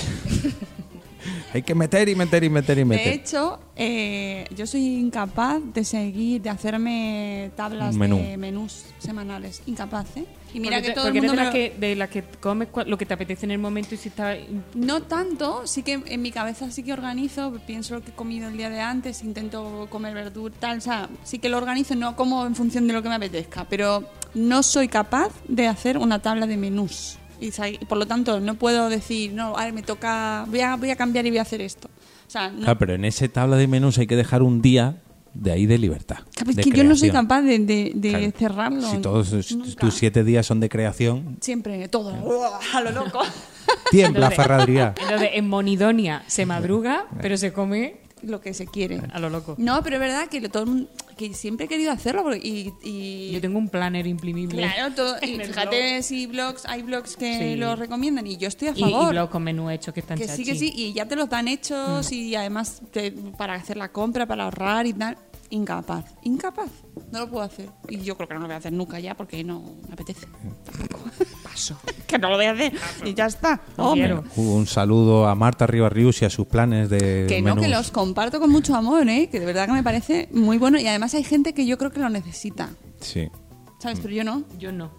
Hay que meter y meter y meter y de meter. hecho, yo soy incapaz de hacerme tablas Un menú. de menús semanales. Incapaz, ¿eh? Y mira Porque que todo el porque mundo eres me de las que comes lo que te apetece en el momento y si está... No tanto, sí que en mi cabeza sí que organizo, pienso lo que he comido el día de antes, intento comer verdura, tal, o sea, sí que lo organizo, no como en función de lo que me apetezca, pero no soy capaz de hacer una tabla de menús. Y por lo tanto, no puedo decir, no, a ver, me toca, voy a cambiar y voy a hacer esto. O sea, no. Claro, pero en esa tabla de menús hay que dejar un día de ahí de libertad. Claro, es de que yo no soy creación. capaz de Claro. cerrarlo. Si todos Nunca. tus 7 días son de creación, Siempre, todo, a lo loco. tiembla Ferradría. Entonces, en Monidonia se madruga, pero se come Lo que se quiere. a lo loco. No, pero es verdad que todo el mundo, que siempre he querido hacerlo y Yo tengo un planner imprimible. claro, todo, y en el fíjate si hay blogs que Sí. lo recomiendan y yo estoy a Y favor. blogs con menú hechos que están que chachi. sí, y ya te los dan hechos y además para hacer la compra, para ahorrar y tal. Incapaz. No lo puedo hacer. Y yo creo que no lo voy a hacer nunca ya porque no me apetece. Tampoco. Paso. Que no lo voy a hacer. Y ya está. No Hombre. quiero. Un saludo a Marta Ribarrius y a sus planes de Que no, menús. que los comparto con mucho amor, ¿eh? Que de verdad que me parece muy bueno. Y además hay gente que yo creo que lo necesita. Sí. ¿Sabes? Pero yo no. Yo no.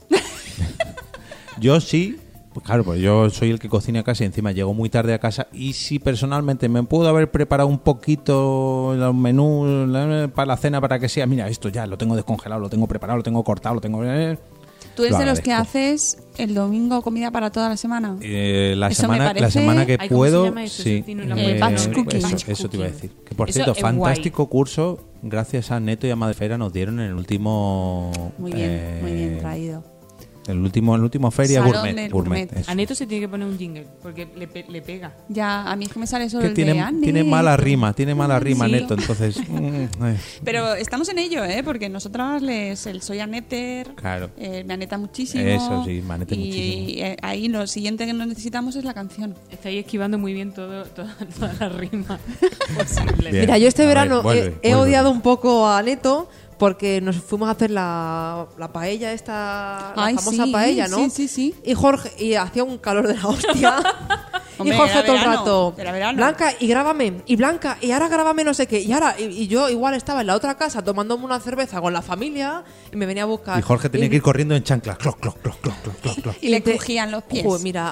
Yo sí, pues claro, pues yo soy el que cocina a casa y encima llego muy tarde a casa y si personalmente me puedo haber preparado un poquito los menús para la cena para que sea, mira, esto ya lo tengo descongelado, lo tengo preparado, lo tengo cortado, lo tengo... ¿Tú eres Lo de los que agradezco. haces el domingo comida para toda la semana? La Eso me semana parece- que Ay, ¿cómo se puedo, llama eso? sí. Eso tiene una buena batch eso, cooking. eso te iba a decir. Que por Eso cierto, es fantástico curso, gracias a Neto y a Madrefera nos dieron en el último... Muy bien traído. El último feria Salón gourmet. del gourmet, gourmet. eso. A Neto se tiene que poner un jingle, porque le pega. Ya, a mí es que me sale solo Que el de tiene Anne. mala rima Sí. Neto, entonces... Pero estamos en ello, ¿eh? Porque nosotras el soy Aneter, Claro. me aneta muchísimo. Eso sí, me aneta y, muchísimo. ahí lo siguiente que necesitamos es la canción. Estáis esquivando muy bien toda la rima posible. Bien. Mira, yo este A ver, verano vuelve. he odiado un poco a Neto porque nos fuimos a hacer la paella esta, la Ay, famosa sí, paella, ¿no? sí. Y Jorge, y hacía un calor de la hostia. Hombre, y Jorge era todo el verano, rato, era verano. Blanca, y grábame, y Blanca, y ahora grábame no sé qué, y ahora, y yo igual estaba en la otra casa tomándome una cerveza con la familia y me venía a buscar. Y Jorge tenía que ir corriendo en chanclas. Cloc, cloc, cloc, cloc, cloc, cloc, cloc. Y le te- crujían los pies. Joder, mira,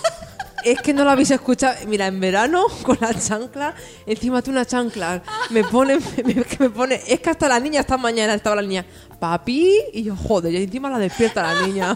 es que no lo habéis escuchado. Mira, en verano, con la chancla, encima tú una chancla, me pone, es que hasta la niña, esta mañana estaba la niña, papi, y yo, joder, y encima la despierta la niña.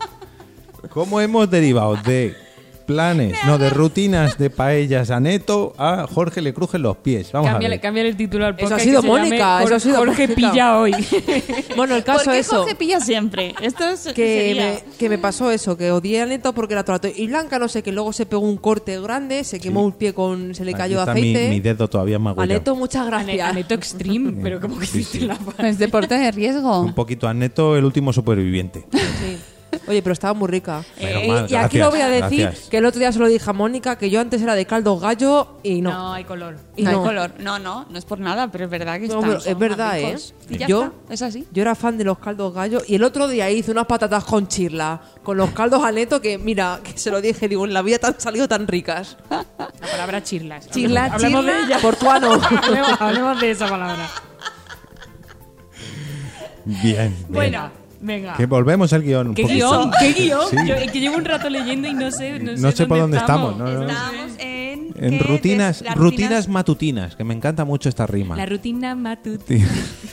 ¿Cómo hemos derivado de planes, no, de rutinas de paellas a Neto a Jorge le crujen los pies? Vamos a ver. Cámbiale el título al Eso podcast. ha sido que se llame Mónica, eso ha sido Jorge Mónica. pilla hoy. Bueno, el caso ¿Por qué es eso. Jorge pilla siempre? Esto es Que me pasó eso, que odié a Neto porque era todo el rato. Y Blanca, no sé, que luego se pegó un corte grande, se quemó un pie se le Aquí cayó está aceite. mi dedo todavía más A Neto, muchas gracias. A Neto Extreme, pero como que hiciste la Es deporte de riesgo. Un poquito a Neto, el último superviviente. Sí. Oye, pero estaba muy rica. Menos mal, y aquí gracias, lo voy a decir, gracias. que el otro día se lo dije a Mónica, que yo antes era de caldos gallo y no. No, hay color. Y no hay no. color. No es por nada, pero es verdad que No, están, pero son es verdad, más ricos. ¿eh? Y ya Yo- está, es así. Yo era fan de los caldos gallo y el otro día hice unas patatas con chirla, con los caldos a Neto, que mira, que se lo dije, digo, en la vida te han salido tan ricas. La palabra chirlas. Chirla, Hablemos de ella. portuano. Hablemos de esa palabra. Bien. Bueno, venga. Que volvemos al guión. un ¿Qué poquito. guión? ¿Qué guión? Sí. Yo es que llevo un rato leyendo y no sé No sé por dónde estamos, no. Estamos en... En ¿qué? rutinas, Las rutinas matutinas, que me encanta mucho esta rima. La rutina matutina.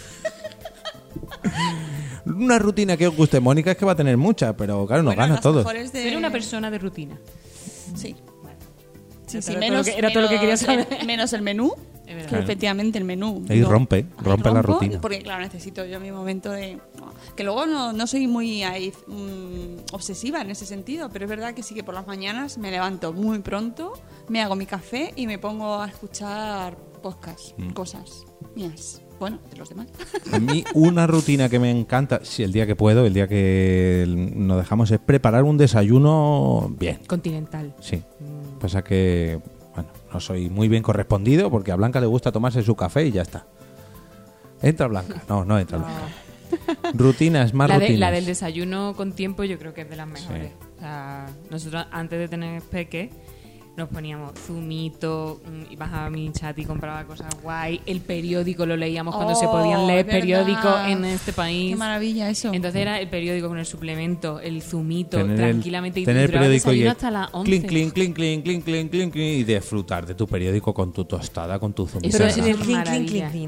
Una rutina que os guste, Mónica, es que va a tener muchas, pero claro, nos Bueno, gana las todos. mejores de- Ser una persona de rutina. Sí. Era Sí, todo menos, era todo lo que quería saber. Menos el menú, Es verdad. que efectivamente el menú. Ahí no. rompe Ahí la rompo, rutina. Porque claro, necesito yo mi momento de... Que luego no soy muy ahí, obsesiva en ese sentido, pero es verdad que sí que por las mañanas me levanto muy pronto, me hago mi café y me pongo a escuchar podcasts, cosas mías. Bueno, de los demás. A mí una rutina que me encanta, si el día que puedo, el día que nos dejamos, es preparar un desayuno bien. Continental. Sí. Pasa que, bueno, no soy muy bien correspondido porque a Blanca le gusta tomarse su café y ya está. ¿Entra Blanca? No entra Blanca. Rutinas, más rutinas. La del desayuno con tiempo yo creo que es de las mejores. O sea, nosotros antes de tener peque nos poníamos zumito, ibas a mi chat y compraba cosas guay. El periódico lo leíamos cuando se podían leer es verdad. periódicos en este país. Qué maravilla eso. Entonces era el periódico con el suplemento, el zumito, Tener tranquilamente. tener el duraba periódico y desayuno el hasta las 11. clink, clink, clink, clink, clink, clink, clink, clink, y disfrutar de tu periódico con tu tostada, con tu zumito. Eso Pero es sin el una clink, clink, maravilla. clink, clink.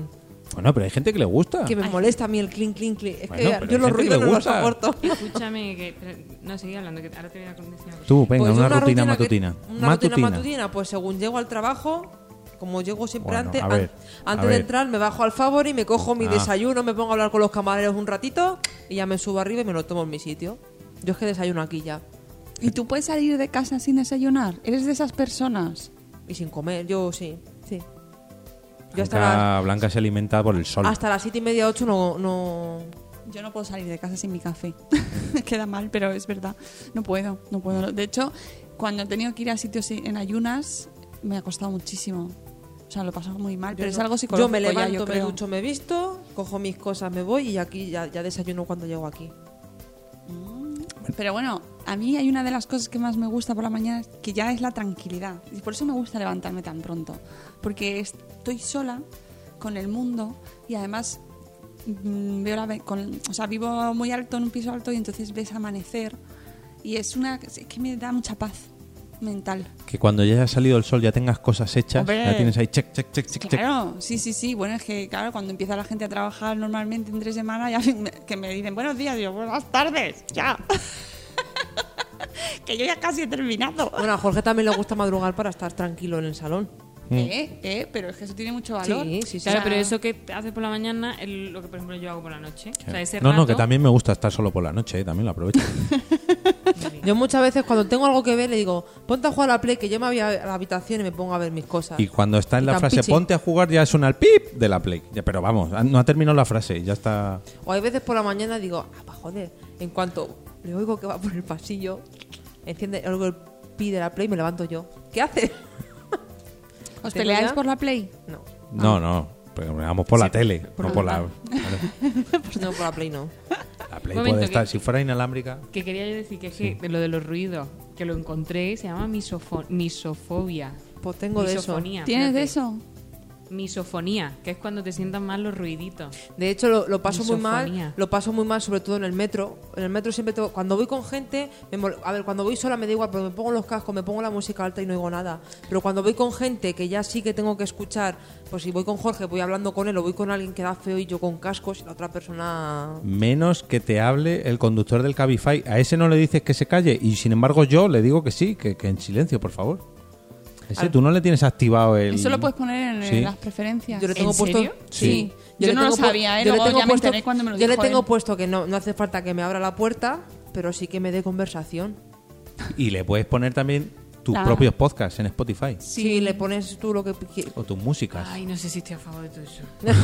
Bueno, pero hay gente que le gusta. Que me molesta a mí el clink, clink, clink. Es Bueno, que pero yo hay los gente que ruidos le no los gusta. soporto. Escúchame, no, seguí hablando, que ahora te voy a condicionar. Tú, venga, Pues una yo rutina que- matutina. Una rutina matutina, pues según llego al trabajo, como llego siempre Bueno, antes, a ver, antes a de ver. entrar me bajo al Favori, me cojo mi Ah. desayuno, me pongo a hablar con los camareros un ratito y ya me subo arriba y me lo tomo en mi sitio. Yo es que desayuno aquí ya. ¿Y tú puedes salir de casa sin desayunar? ¿Eres de esas personas? Y sin comer, yo sí. Yo hasta Blanca se alimenta por el sol. las 7:30, 8 no... Yo no puedo salir de casa sin mi café. Queda mal, pero es verdad. No puedo. De hecho, cuando he tenido que ir a sitios en ayunas, me ha costado muchísimo. O sea, lo paso muy mal, pero Yo es no. algo psicológico. Yo me ya, levanto, yo me creo. ducho, me visto, cojo mis cosas, me voy y aquí ya desayuno cuando llego aquí. Pero bueno, a mí hay una de las cosas que más me gusta por la mañana que ya es la tranquilidad. Y por eso me gusta levantarme tan pronto. Porque estoy sola con el mundo y además veo vivo muy alto en un piso alto y entonces ves amanecer y es que me da mucha paz mental. Que cuando ya haya salido el sol ya tengas cosas hechas, Hombre. ya tienes ahí check, check, check, check, check. Claro, sí. Bueno, es que claro, cuando empieza la gente a trabajar normalmente en 3 semanas, ya que me dicen buenos días, y yo buenas tardes, ya. Que yo ya casi he terminado. Bueno, a Jorge también le gusta madrugar para estar tranquilo en el salón. Pero es que eso tiene mucho valor. Sí. Claro, O sea, pero eso que haces por la mañana es lo que, por ejemplo, yo hago por la noche. O sea, ese No, rato, que también me gusta estar solo por la noche, también lo aprovecho. Yo muchas veces cuando tengo algo que ver le digo, ponte a jugar a la Play, que yo me voy a la habitación y me pongo a ver mis cosas. Y cuando está en Y la tan frase pichi. ponte a jugar ya suena el pip de la Play. Ya, pero vamos, no ha terminado la frase, ya está. O hay veces por la mañana digo, joder, en cuanto le oigo que va por el pasillo, enciende algo el pi de la Play y me levanto yo. ¿Qué hace? ¿Os ¿Tengo peleáis ya? por la Play? No, No, pero vamos por la tele, no por la. no por la Play no. La Play Momento, puede estar, que- si fuera inalámbrica. Que quería yo decir que es que de lo de los ruidos, que lo encontré, se llama misofobia. Pues tengo de eso. Misofonía. ¿Tienes de espérate. eso? Misofonía, que es cuando te sientan mal los ruiditos. De hecho, lo paso muy Misofonía. mal. Lo paso muy mal, sobre todo en el metro. En el metro siempre tengo, cuando voy con gente, cuando voy sola me da igual, porque me pongo los cascos, me pongo la música alta y no oigo nada. Pero cuando voy con gente que ya sí que tengo que escuchar, pues si voy con Jorge, voy hablando con él, o voy con alguien que da feo y yo con cascos y la otra persona. Menos que te hable el conductor del Cabify. A ese no le dices que se calle y sin embargo yo le digo que sí, que en silencio, por favor. Ese tú no le tienes activado el. Eso lo puedes poner en Sí. las preferencias. Yo le tengo ¿En puesto. serio? Sí. Yo le no lo tengo sabía, yo le luego tengo ya me enteré cuando me lo Yo le dijo tengo él. puesto que no hace falta que me abra la puerta, pero sí que me dé conversación. Y le puedes poner también tus La- propios podcasts en Spotify Sí, le pones tú lo que quieres. o tus músicas. Ay, no sé si estoy a favor de todo eso.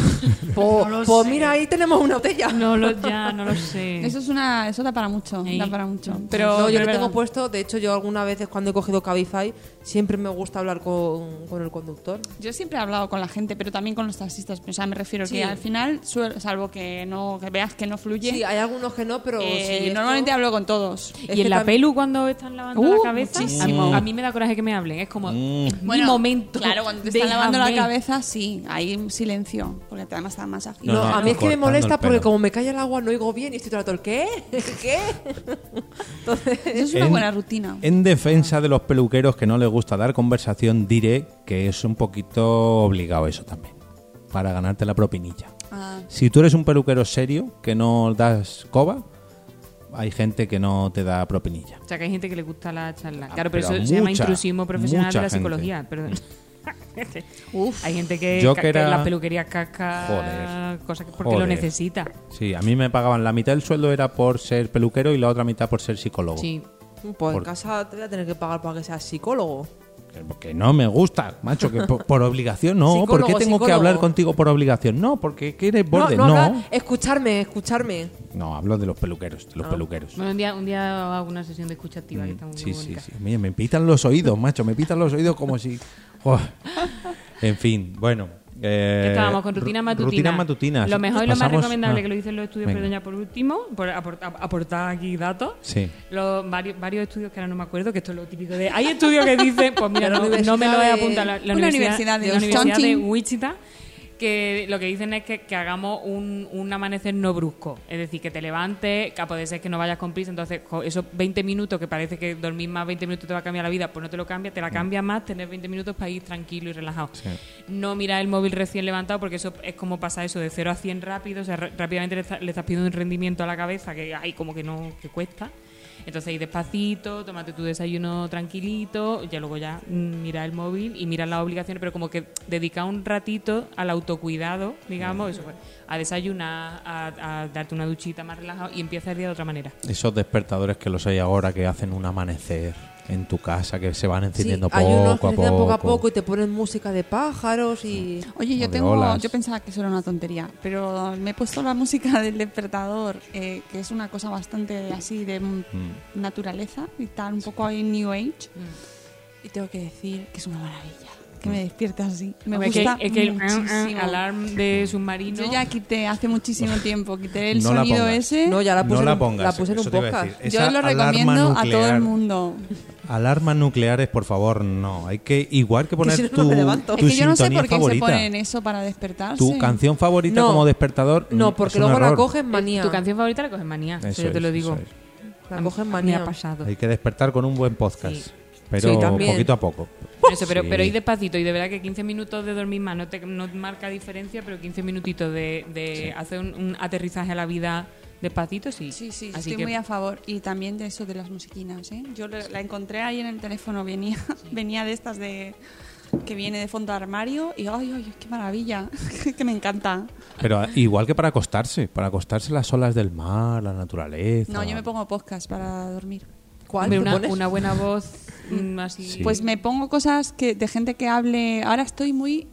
Pues mira, ahí tenemos una botella. No lo sé. Eso da para mucho, Ahí. da para mucho. Pero No, yo pero le es tengo verdad. puesto, de hecho yo algunas veces cuando he cogido Cabify siempre me gusta hablar con el conductor. Yo siempre he hablado con la gente, pero también con los taxistas. O sea, me refiero Sí. que al final, salvo que veas que no fluye, Sí, hay algunos que no, pero sí, esto- normalmente hablo con todos. Es Y en que la tam- pelu cuando están lavando la cabeza, muchísimo. a mí me da coraje que me hablen. Es como mi Bueno, momento. Claro, cuando te están lavando la déjame. cabeza, sí, hay silencio, porque además está más ágil. No, a mí es que me cortando molesta el porque pelo. como me cae el agua no oigo bien y estoy todo el rato, ¿qué? ¿Qué? Entonces, Eso es una buena rutina. En defensa de los peluqueros que no les gusta dar conversación, diré que es un poquito obligado eso también, para ganarte la propinilla. Ah, Si tú eres un peluquero serio, que no das coba, hay gente que no te da propinilla. O sea, que hay gente que le gusta la charla. Ah, Claro, pero pero eso se llama mucha, intrusismo profesional mucha de la gente. psicología. Perdón. Hay gente Yo que que era- las peluquerías casca Joder. cosas que porque lo Joder. necesita. Sí, a mí me pagaban la mitad del sueldo era por ser peluquero y la otra mitad por ser psicólogo. Sí. pues en Por- casa te voy a tener que pagar para que seas psicólogo. Que no me gusta, macho, que por obligación no. ¿Por qué Psicólogo, tengo que psicólogo. hablar contigo por obligación? No, porque quieres borde. no, No, hablar- escucharme. no, hablo de los peluqueros, de los peluqueros. Bueno, un día hago una sesión de escucha activa que está muy Sí, sí, bonita. sí. Mira, me pitan los oídos, macho, me pitan los oídos como si... Joder. En fin, bueno. Que estábamos con rutinas matutinas. Rutinas matutinas. Lo mejor y lo más Pasamos- recomendable ah, que lo dicen los estudios, venga. perdón, ya por último, por aportar aquí datos. Sí. Varios estudios que ahora no me acuerdo, que esto es lo típico de. Hay estudios que dicen, pues mira, De la no me lo he universidad de- apuntado. La Una universidad de la Universidad de Wisconsin. Wichita que lo que dicen es que hagamos un amanecer no brusco. Es decir, que te levantes, que puede ser que no vayas con prisa, entonces esos 20 minutos que parece que dormir más 20 minutos te va a cambiar la vida, pues no te lo cambia, te la cambia más tener 20 minutos para ir tranquilo y relajado. Sí. No mirar el móvil recién levantado, porque eso es como pasa eso de 0 a 100 rápido, o sea, rápidamente le estás pidiendo un rendimiento a la cabeza que hay como que no, que cuesta. Entonces ir despacito, tómate tu desayuno tranquilito, ya luego ya mira el móvil y mira las obligaciones, pero como que dedicar un ratito al autocuidado, digamos, eso, pues, a desayunar, a darte una duchita más relajado y empieza el día de otra manera. Esos despertadores que los hay ahora que hacen un amanecer en tu casa, que se van encendiendo hay unos que poco a encienden poco a poco. poco y te ponen música de pájaros y... Oye, O de olas. yo pensaba que eso era una tontería, pero me he puesto la música del despertador, que es una cosa bastante así de naturaleza y tal, un poco ahí New Age, y tengo que decir que es una maravilla, que me despierte así. Me Es gusta que el muchísimo. alarm de submarino. Yo ya quité hace muchísimo tiempo, quité el No la sonido pongas. ese. No, ya la puse, No la en un- pongas, la puse en un eso te iba a podcast. decir. Yo Esa lo alarma recomiendo a todo nuclear. el mundo. Alarmas nucleares, por favor, no. Hay que, igual que poner si no, tu, no me levanto. tu Es que yo no sé sintonía por qué favorita. se ponen eso para despertarse. Tu canción favorita No. como despertador. No, es porque un luego la error. cogen manía. Tu canción favorita la coges manía, Eso yo te lo es, digo. eso es. La cogen Me manía. ha pasado. Hay que despertar con un buen podcast. Sí. Pero Sí, también. poquito a poco. Eso, pero Sí. ir despacito y de verdad que 15 minutos de dormir más no marca diferencia, pero 15 minutitos de hacer un aterrizaje a la vida despacito, sí. Sí, sí, Así estoy que muy a favor. Y también de eso de las musiquinas, ¿eh? Yo la encontré ahí en el teléfono, venía de estas de que viene de fondo de armario y ¡ay, qué maravilla! Que me encanta. Pero igual que para acostarse las olas del mar, la naturaleza. No, yo me pongo podcast para dormir. ¿Cuál hombre, te pones? una buena voz así. Sí. Pues me pongo cosas de gente que hable. Ahora estoy muy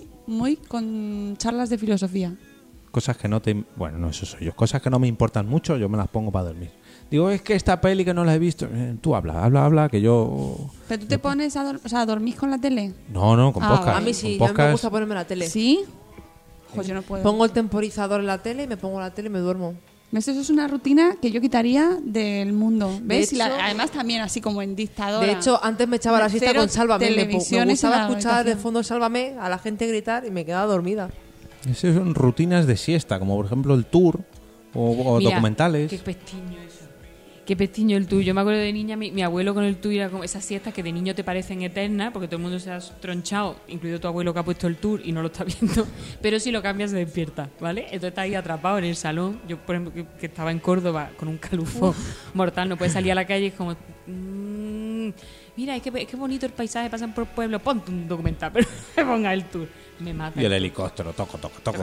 con charlas de filosofía. Cosas que no te... Bueno, no, eso soy yo. Cosas que no me importan mucho, yo me las pongo para dormir. Digo, es que esta peli que no la he visto... Tú habla, que yo... ¿Pero tú te pones a dormir con la tele? No, con podcast. A mí sí, Con a mí me podcast, gusta ponerme la tele. ¿Sí? Pues yo no puedo. Pongo el temporizador en la tele y me pongo la tele y me duermo. Eso es una rutina que yo quitaría del mundo. ¿Ves? De hecho- Además también así como en dictadora. De hecho, antes me echaba la siesta Cero con Sálvame. Me televisiones gustaba en la escuchar de habitación. fondo Sálvame, a la gente gritar y me quedaba dormida. Esas son rutinas de siesta, como por ejemplo el tour o Mira, documentales. Qué pestiño eso. Qué pestiño el tuyo. Yo me acuerdo de niña, mi abuelo con el tuyo era como esas siestas que de niño te parecen eternas, porque todo el mundo se ha tronchado, incluido tu abuelo que ha puesto el tour y no lo está viendo, pero si lo cambias se despierta, ¿vale? Entonces estás ahí atrapado en el salón. Yo, por ejemplo, que estaba en Córdoba con un calufón mortal, no puedes salir a la calle y es como... mira, es que bonito el paisaje, pasan por pueblos, ponte un documental, pero me ponga el tour. Me mata. Y el helicóptero, toco.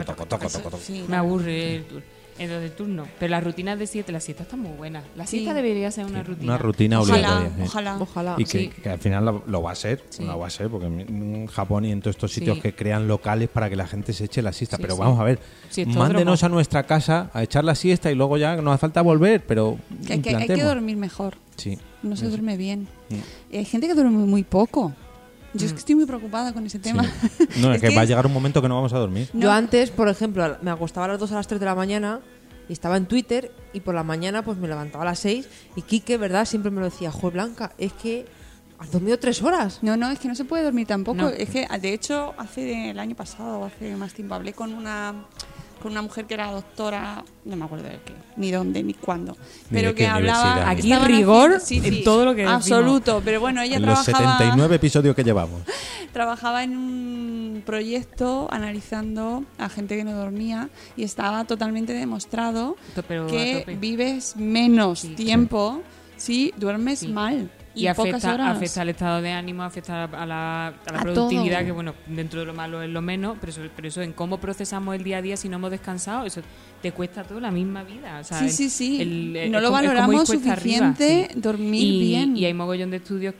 Sí, Me aburre el tour. Entonces el tour no. Pero las rutinas de siesta, la siesta está muy buena. La Sí. siesta debería ser una rutina. Una rutina Ojalá, obligatoria. ojalá. Ojalá. Y que, Sí. que al final lo va a ser, Sí. lo va a ser, porque en Japón y en todos estos sitios Sí. que crean locales para que la gente se eche la siesta. Sí, Pero sí. vamos a ver, Siestódromo. mándenos a nuestra casa a echar la siesta y luego ya no hace falta volver, pero Que hay que implantemos. dormir mejor. Sí. No se Eso. duerme bien. Mm. Hay gente que duerme muy poco. Yo es que estoy muy preocupada con ese tema. No, es que va a es- llegar un momento que no vamos a dormir. No. Yo antes, por ejemplo, me acostaba a las 2 a las 3 de la mañana y estaba en Twitter y por la mañana pues me levantaba a las 6 y Quique, ¿verdad? Siempre me lo decía, joder, Blanca, es que has dormido 3 horas. No, es que no se puede dormir tampoco. No. Es que, de hecho, el año pasado, hace más tiempo, hablé con una mujer que era doctora, no me acuerdo de qué, ni dónde, ni cuándo, Ni pero de que qué hablaba... universidad, ni- Aquí estaban rigor haciendo- en todo lo que decimos. absoluto, pero bueno, ella En los trabajaba... 79 episodios que llevamos. Trabajaba en un proyecto analizando a gente que no dormía y estaba totalmente demostrado Pero a que tope. vives menos Sí. tiempo si duermes Sí. mal. Y pocas horas. afecta al estado de ánimo, afecta a la A productividad, todo. que bueno, dentro de lo malo es lo menos, pero eso en cómo procesamos el día a día si no hemos descansado, eso te cuesta todo la misma vida. O sea, Sí. No es lo como- es como ir valoramos cuesta suficiente arriba, sí. dormir y, bien. Y hay mogollón de estudios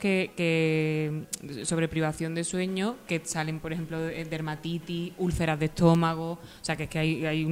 que sobre privación de sueño que salen, por ejemplo, de dermatitis, úlceras de estómago, o sea, que es que hay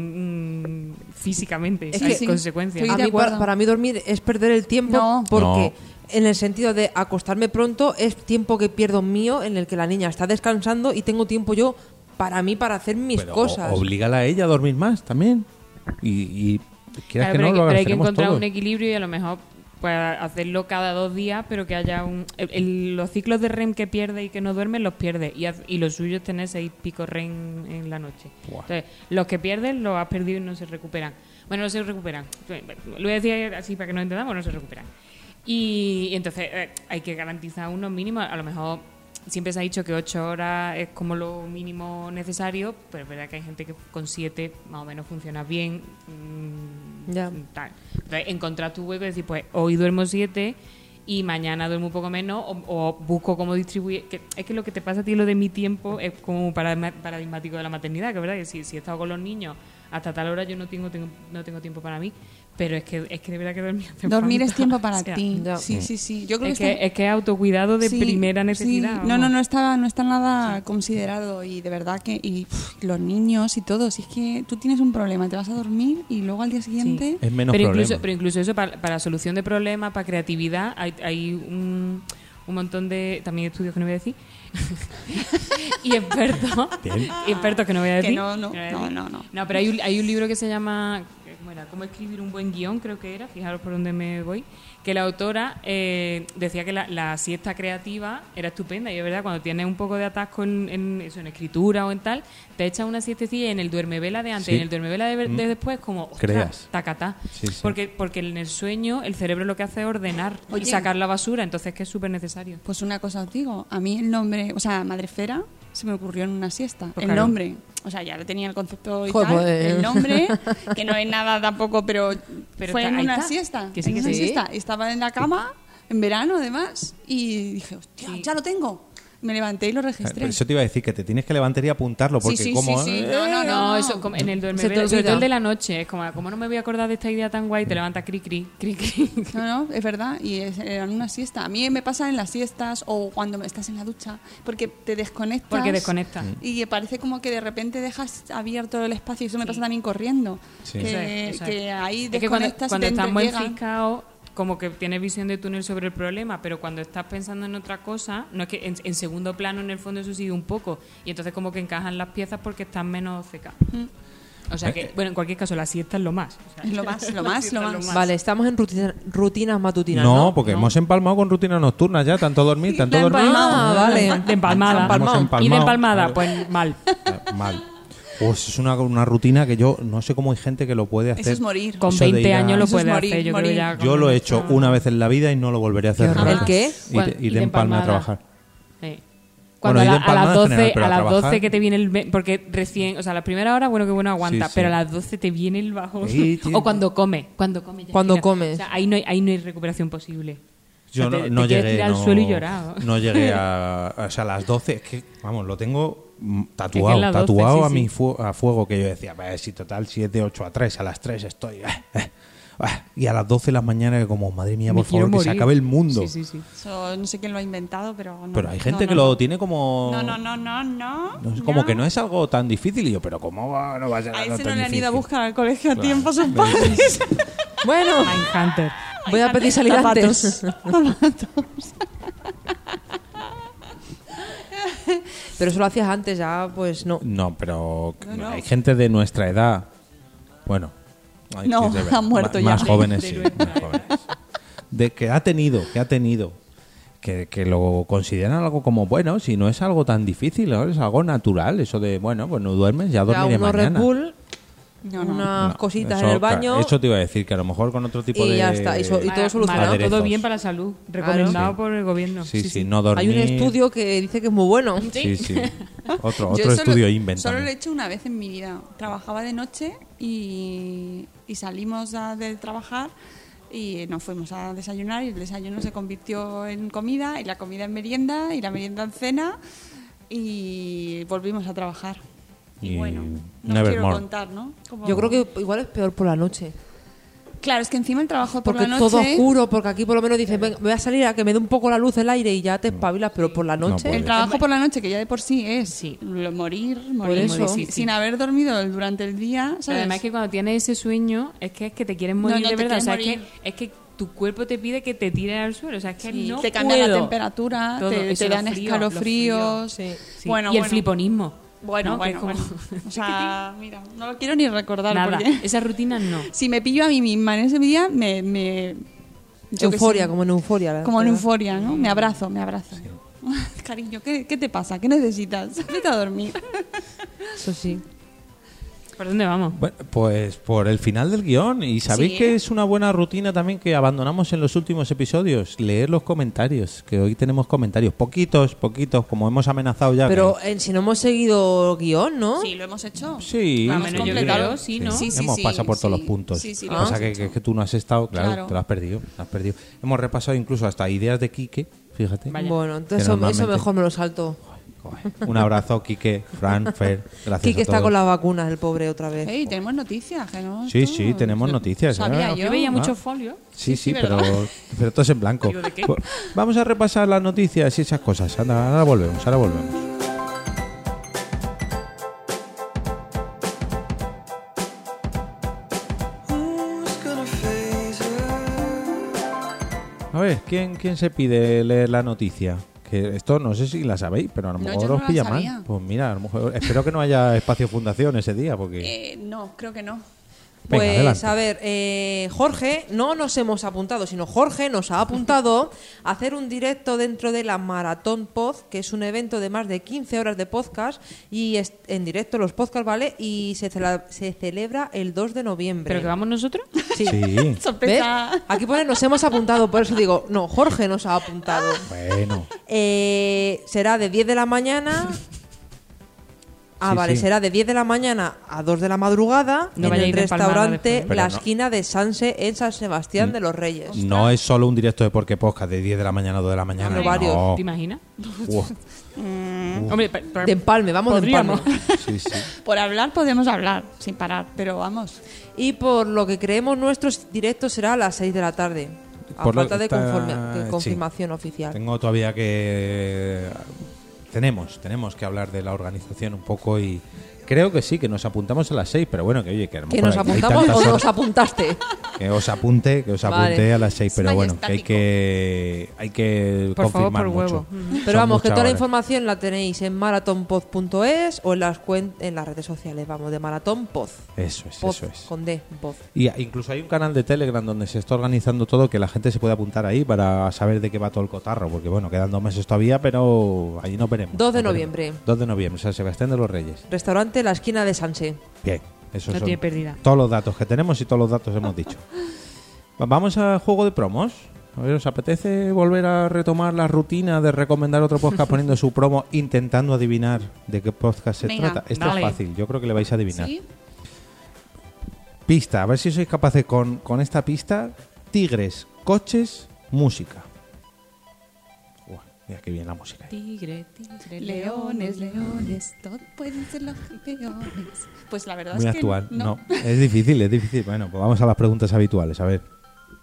físicamente Es hay que sí, consecuencias. estoy A de mí, acuerdo. para mí dormir es perder el tiempo No. porque No. en el sentido de acostarme pronto es tiempo que pierdo mío en el que la niña está descansando y tengo tiempo yo para mí para hacer mis Pero cosas. oblígala a ella a dormir más también. Y quieras Claro, que no, pero lo hay que hacemos encontrar todos. un equilibrio y a lo mejor pues hacerlo cada 2 días, pero que haya los ciclos de REM que pierdes y que no duermes, los pierdes. Y lo suyo es tener 6 picos REM en la noche. Buah. Entonces, los que pierdes los has perdido y no se recuperan. Bueno, no se recuperan. Lo voy a decir así para que nos entendamos, no se recuperan. Y entonces hay que garantizar unos mínimos. A lo mejor siempre se ha dicho que 8 horas es como lo mínimo necesario, pero es verdad que hay gente que con 7 más o menos funciona bien. Ya. Tal. Entonces, encontrar tu hueco y decir, pues hoy duermo 7 y mañana duermo un poco menos, o busco cómo distribuir. Es que lo que te pasa a ti, lo de mi tiempo, es como un paradigmático de la maternidad, que es verdad que si he estado con los niños hasta tal hora, yo no tengo tiempo para mí. Pero es que de verdad que dormir es tiempo para o sea, ti. ya. Sí. Yo creo es que es autocuidado de primera necesidad. Sí. No está nada considerado, y de verdad que los niños y todo, si es que tú tienes un problema, te vas a dormir y luego al día siguiente... Es menos pero problema. incluso eso, para solución de problemas, para creatividad, hay un montón de también estudios que no voy a decir y expertos que no voy a decir. Que no. No, pero hay un libro que se llama ¿Cómo escribir un buen guión? Creo que era, fijaros por dónde me voy, que la autora decía que la siesta creativa era estupenda, y es verdad, cuando tienes un poco de atasco en escritura o en tal, te echas una siestecilla en el duermevela de antes y en el duermevela de después, como, ostras, tacatá. Sí. Porque en el sueño el cerebro lo que hace es ordenar y sacar la basura, entonces que es súper necesario. Pues una cosa os digo, a mí el nombre, o sea, Madrefera, se me ocurrió en una siesta. Pues el claro. nombre, o sea, ya lo tenía el concepto y Joder, tal, pues. el nombre, que no es nada tampoco, pero fue en ahí una está. siesta. Que sí, en que una sí. siesta. Estaba en la cama, en verano además, y dije, hostia, Sí. ya lo tengo. Me levanté y lo registré. Eso te iba a decir, que te tienes que levantar y apuntarlo, porque Sí. No, eso como en el Se te duermevela, sobre olvida. todo el de la noche, es como no me voy a acordar de esta idea tan guay, te levantas cri cri. No, es verdad, y era en una siesta. A mí me pasa en las siestas o cuando estás en la ducha, porque te desconectas. Porque desconectas. Y parece como que de repente dejas abierto el espacio, y eso me pasa también corriendo. Sí. Que, Eso es. que ahí Es que cuando desconectas y te estás muy llega. enfiscado, como que tienes visión de túnel sobre el problema, pero cuando estás pensando en otra cosa, no es que en segundo plano, en el fondo, eso sigue un poco, y entonces como que encajan las piezas porque están menos secas. O sea que, bueno, en cualquier caso, la siesta es lo más. O sea, Es lo más, lo más, lo más. Vale, estamos en rutinas matutinas, No, ¿no? porque hemos empalmado con rutinas nocturnas ya, tanto dormir, tanto dormir. Ah, vale. de empalmada. Hemos empalmado. Y de empalmada, Vale. pues mal. Mal. Pues es una rutina que yo no sé cómo hay gente que lo puede hacer. Eso es morir. Con Eso de 20 ir a- años lo Eso es puede morir, hacer. Yo creo morir. ya Yo con lo he mucho- hecho una vez en la vida y no lo volveré a hacer Qué nunca. ¿El qué? Ir de empalme a trabajar. Sí. Bueno, Cuando ir de a empalmada las en 12, general, pero a a las trabajar- 12 que te viene porque recién, o sea, la primera hora, bueno, que bueno aguanta, Sí, sí. pero a las 12 te viene el bajón. Sí, tío. O cuando comes. Cuando Cuando mira, comes. O sea, ahí no hay recuperación posible. Yo O sea, no te quieres llegué tirar al suelo y llorar. no llegué a... O sea, a las 12, es que, vamos, lo tengo tatuado, Es que las 12, tatuado sí, a, sí. mi a fuego, que yo decía, pues si total, si es de 8 a 3, a las 3 estoy... Y a las 12 de la mañana, que como, madre mía, Me por favor, quiero que se morir. acabe el mundo. Sí. Eso no sé quién lo ha inventado, pero no. Pero hay gente No, que no, lo no. tiene como... No. es como que no es algo tan difícil. Y yo, pero ¿cómo no va a ser A algo ese tan no le han difícil? ido a buscar al colegio a Claro. tiempo sus padres. Bueno, Mindhunter. voy a pedir salir antes. Pero eso lo hacías antes, ya pues no. No, pero No. hay gente de nuestra edad. Bueno, hay No, que de- han muerto más ya. jóvenes, De sí, nuestra más jóvenes. Que ha tenido, que lo consideran algo como, bueno, si no es algo tan difícil, ¿no? Es algo natural, eso de, bueno, pues no duermes, ya Ya dormiré unos mañana. Red Bull, No. unas No, cositas eso, en el baño. Eso te iba a decir, que a lo mejor con otro tipo Y de... ya está, y todo solucionado. Aderezos. Todo bien para la salud. Recomendado Sí. por el gobierno. Sí, no dormir. Hay un estudio que dice que es muy bueno. Sí. Otro Yo estudio inventa. Solo lo he hecho una vez en mi vida. Trabajaba de noche y salimos de trabajar y nos fuimos a desayunar, y el desayuno se convirtió en comida, y la comida en merienda, y la merienda en cena, y volvimos a trabajar. Y Y bueno, no never quiero more. contar, ¿no? Como- Yo creo que igual es peor por la noche. Claro, es que encima el trabajo por Porque la noche... todo oscuro, porque aquí por lo menos dices, "Venga, voy a salir a que me dé un poco la luz, el aire", y ya te espabilas, pero por la noche... puedes. El trabajo por la noche, que ya de por sí es Sí. morir, eso. Sí. sin haber dormido durante el día, Pero ¿sabes? además que cuando tienes ese sueño es que te quieres morir no de te verdad. O sea, quieres es que tu cuerpo te pide que te tires al suelo. O sea, es que Sí, no te cambia la puedo. temperatura, Todo, te eso, dan los fríos, escalofríos. los fríos. Sí. Bueno, y el bueno. fliponismo. Bueno, ¿no? Que es bueno, como- bueno. O sea, mira, no lo quiero ni recordar Nada, porque esa rutina no. si me pillo a mí misma en ese día, me Yo que Euforia, sí. como en Euforia. Como en euforia, ¿no? Me abrazo. Cariño, ¿qué te pasa? ¿Qué necesitas? Vete a dormir. Eso sí. ¿Por dónde vamos? Bueno, pues por el final del guión. Y sabéis Sí. que es una buena rutina también que abandonamos en los últimos episodios. Leer los comentarios, que hoy tenemos comentarios. Poquitos, como hemos amenazado ya. Pero si no hemos seguido guión, ¿no? Sí, lo hemos hecho. Sí, Más o sí, menos yo completado. creo, sí, ¿no? Sí, sí, hemos sí, pasado por todos sí. los puntos. Sí, sí, Lo lo que pasa hemos que hecho. tú no has estado, claro, te lo has perdido. Hemos repasado incluso hasta ideas de Quique, fíjate. Vaya. Bueno, entonces Que eso normalmente- mejor me lo salto. Joder. Un abrazo, Quique, Fran, Fer. Gracias Quique a está todos. con las vacunas, el pobre, otra vez. Ey, tenemos noticias, que no. Sí, esto- sí, tenemos noticias. Sabía ¿eh? yo. Yo veía Ah. muchos folios. Sí, Sí, pero todo es en blanco. Digo, ¿de qué? Pues, vamos a repasar las noticias y esas cosas. Anda, ahora volvemos. A ver, ¿quién se pide leer la noticia? Que esto no sé si la sabéis, pero a lo No, mejor yo no os la pilla sabía. mal. Pues mira, a lo mejor espero que no haya espacio fundación ese día, porque No, creo que no. Venga, Pues adelante. a ver, Jorge, no nos hemos apuntado, sino Jorge nos ha apuntado a hacer un directo dentro de la Maratón Pod, que es un evento de más de 15 horas de podcast, y en directo los podcasts, ¿vale? Y se celebra el 2 de noviembre. ¿Pero que vamos nosotros? Sí. sí. ¿Ves? Sorpresa. Aquí pone nos hemos apuntado, por eso digo, no, Jorge nos ha apuntado. Bueno, Será de 10 de la mañana... Sí, vale, sí. será de 10 de la mañana a 2 de la madrugada No en vaya a el ir empalmada restaurante después. Pero La no. Esquina de Sanse en San Sebastián de los Reyes. no es solo un directo de Porque Podcast de 10 de la mañana a 2 de la mañana. Hombre, varios. No. ¿Te imaginas? Uf, Hombre, De empalme, vamos podríamos. de empalme. sí, sí. Por hablar podemos hablar sin parar, pero vamos. Y por lo que creemos nuestros directos será a las 6 de la tarde. A Por lo falta que de está- confirmación oficial. Tengo todavía que... Tenemos que hablar de la organización un poco y creo que sí, que nos apuntamos a las 6, pero bueno, que oye, que a lo ¿Que mejor nos hay apuntamos tantas o horas- nos apuntaste? que os apunte Vale. a las 6, pero Es bueno, que hay que Por favor, confirmar por huevo. mucho. Ujú. Pero Son vamos, que muchas toda la horas. información la tenéis en maratonpod.es o en las redes sociales, vamos, de Maratón Pod. Eso es, Pod, eso es. con D, Pod. Y incluso hay un canal de Telegram donde se está organizando todo, que la gente se puede apuntar ahí para saber de qué va todo el cotarro, porque bueno, quedan 2 meses todavía, pero ahí nos veremos. 2 de Nos noviembre. veremos. 2 de noviembre, San Sebastián de los Reyes. Restaurante La Esquina de Sanse. Bien, esos No son tiene pérdida. todos los datos que tenemos y todos los datos hemos dicho. Vamos al juego de promos. A ver, ¿os apetece volver a retomar la rutina de recomendar otro podcast poniendo su promo, intentando adivinar de qué podcast se Venga, trata? Esto dale. es fácil, yo creo que le vais a adivinar. ¿Sí? Pista, a ver si sois capaces con esta pista. Tigres, coches, música. Uah, mira que bien la música. Tigre, tigre, Leones, leones, todos pueden ser los campeones. Pues la verdad Muy es que actual. No, es difícil, es difícil. Bueno, pues vamos a las preguntas habituales, a ver.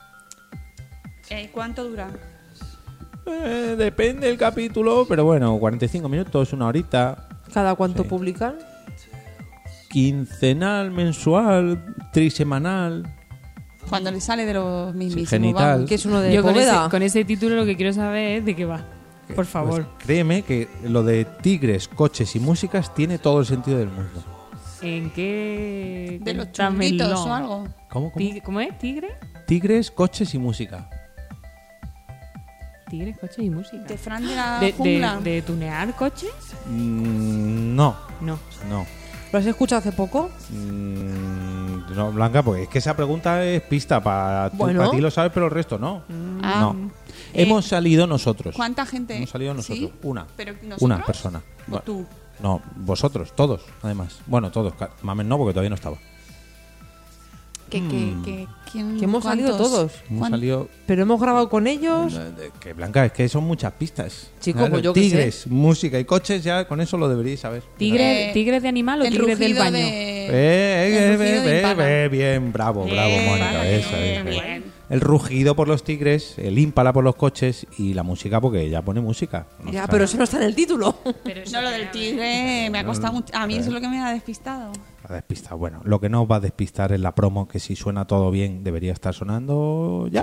¿Cuánto dura? Depende del capítulo, pero bueno, 45 minutos, una horita. ¿Cada cuánto Sí. publican? Quincenal, mensual, trisemanal. Cuando le sale de los mismísimos. genital. vamos. Que es uno de Yo Poveda. con ese título lo que quiero saber es de qué va. Por favor. Pues créeme que lo de tigres, coches y músicas tiene todo el sentido del mundo. ¿En qué? De los Cuéntamelo. chunguitos o algo. ¿Cómo? ¿Cómo es? ¿Tigre? Tigres, coches y música. Tigres, coches y música. De Fran de la ¿De, jungla. de tunear coches? No, No. no. ¿Lo has escuchado hace poco? No, Blanca, porque es que esa pregunta es pista para Bueno. ti lo sabes, pero el resto no. Ah. No. Hemos salido nosotros. ¿Cuánta gente? Hemos salido nosotros. ¿Sí? Una. ¿Pero nosotros? Una persona. ¿O Bueno, tú? No, vosotros, todos, además. Bueno, todos. Mamen no, porque todavía no estaba. ¿Quién, Que hemos salido cuántos? todos. Hemos ¿Cuán- salido. Pero hemos grabado con ellos. Que Blanca, es que son muchas pistas. Chico, pues yo qué Tigres, música y coches, ya con eso lo deberíais saber. ¿Tigres de animal o el tigres del rugido baño? el rugido de Impala. Bien, bravo, Mónica. Eso, bien, eso. bien. El rugido por los tigres, el ímpala por los coches y la música porque ella pone música. No Ya, está- pero eso no está en el título. No, lo del tigre me ha costado mucho. A mí eso es lo que me ha despistado. Va a despistar. Bueno, lo que no os va a despistar es la promo, que si suena todo bien debería estar sonando ya.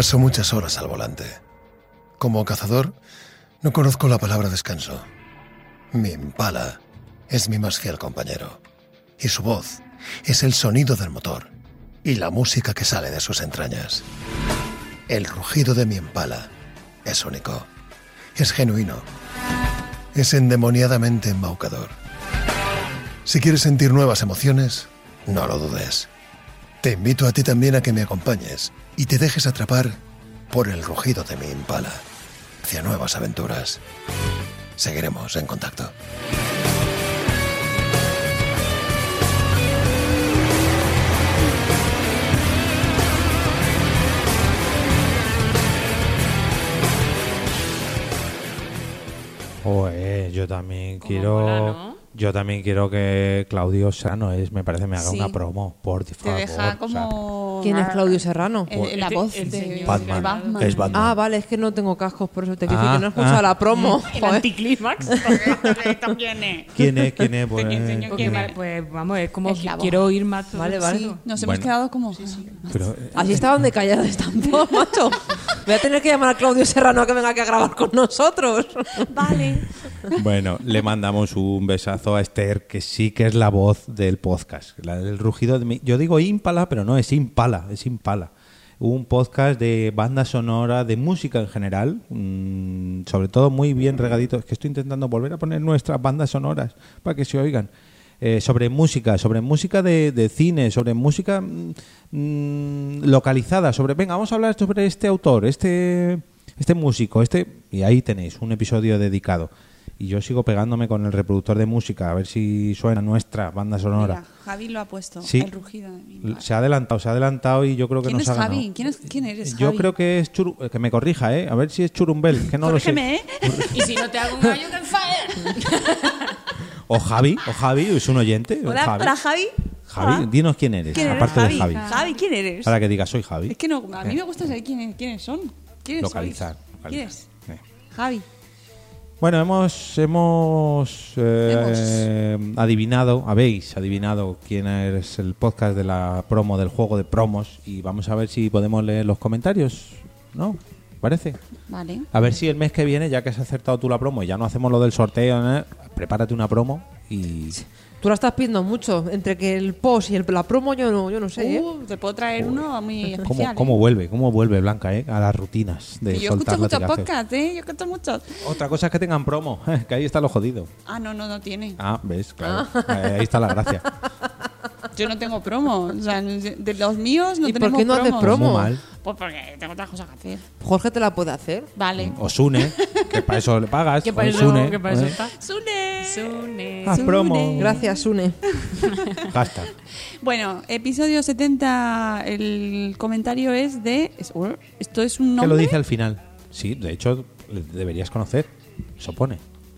Paso muchas horas al volante. Como cazador, no conozco la palabra descanso. Mi Impala es mi más fiel compañero. Y su voz es el sonido del motor y la música que sale de sus entrañas. El rugido de mi Impala es único. Es genuino. Es endemoniadamente embaucador. Si quieres sentir nuevas emociones, no lo dudes. Te invito a ti también a que me acompañes y te dejes atrapar por el rugido de mi Impala hacia nuevas aventuras. Seguiremos en contacto. Yo también Como quiero. mola, ¿no? Yo también quiero que Claudio Serrano me haga Sí. una promo, por Te favor. deja o sea, como... ¿Quién es Claudio Serrano? La Este- voz el de señor Batman. Batman. Es Batman. Ah, vale, es que no tengo cascos, por eso te dije Ah, que no he escuchado ah. la promo. El Joder. anticlímax. ¿Quién es? ¿Quién es? ¿Quién es? Pues, Te enseño Porque, pues vamos, es como Es la que voz. quiero oír más todo Vale, el vale. rato. Nos hemos Bueno. quedado como... pero, Así estaban de callados están todos, macho. Voy a tener que llamar a Claudio Serrano a que venga aquí a grabar con nosotros. Vale. bueno, le mandamos un besazo a Esther, que sí que es la voz del podcast. La del rugido de yo digo Impala, pero no, es Impala, es Impala. Un podcast de banda sonora, de música en general, sobre todo muy bien regadito. Es que estoy intentando volver a poner nuestras bandas sonoras para que se oigan. Sobre música de cine, sobre música localizada, sobre, venga, vamos a hablar sobre este autor, este músico, y ahí tenéis un episodio dedicado. Y yo sigo pegándome con el reproductor de música a ver si suena nuestra banda sonora. Mira, Javi lo ha puesto. Sí. El rugido de mi Impala. Se ha adelantado y yo creo que ¿Quién nos es ha ganado. Javi? ¿Quién eres, Yo Javi? creo que es que me corrija, a ver si es Churumbel, que no Corrígeme, ¿eh? lo sé. Y si no te hago un gallo can fire. O Javi, es un oyente. Hola, Javi. hola, Javi. Javi, Hola. dinos quién eres, ¿Quién eres, aparte Javi? de Javi. Javi, ¿quién eres? Para que digas, soy Javi. Es que no, a mí me gusta saber quiénes son. ¿Quiénes Localizar. sois? ¿Quién es? Eh. Javi. Bueno, hemos habéis adivinado quién es el podcast de la promo del juego de promos y vamos a ver si podemos leer los comentarios, ¿no? ¿Parece? Vale. A ver si el mes que viene, ya que has acertado tú la promo y ya no hacemos lo del sorteo, prepárate una promo y... Tú la estás pidiendo mucho. Entre que el post y la promo, yo no sé, ¿eh? Te puedo traer uno muy especial. ¿Cómo vuelve Blanca, a las rutinas de Yo soltar escucho muchos latigazos? podcasts, ¿eh? Yo escucho muchos. Otra cosa es que tengan promo, que ahí está lo jodido. Ah, no tiene. Ah, ves, claro. Ahí está la gracia. Yo no tengo promo. O sea, de los míos no ¿Y por tenemos qué no haces promo? Muy mal. Pues porque tengo otras cosas que hacer. Jorge te la puede hacer. Vale. Osune, que para eso le pagas. Que para Osune, eso está. ¡Sune! Sune. Haz promo. Gracias, Sune. Hashtag. Bueno, episodio 70, el comentario es de... Esto es un ¿Qué nombre... lo dice al final? Sí, de hecho, deberías conocer. Eso pone.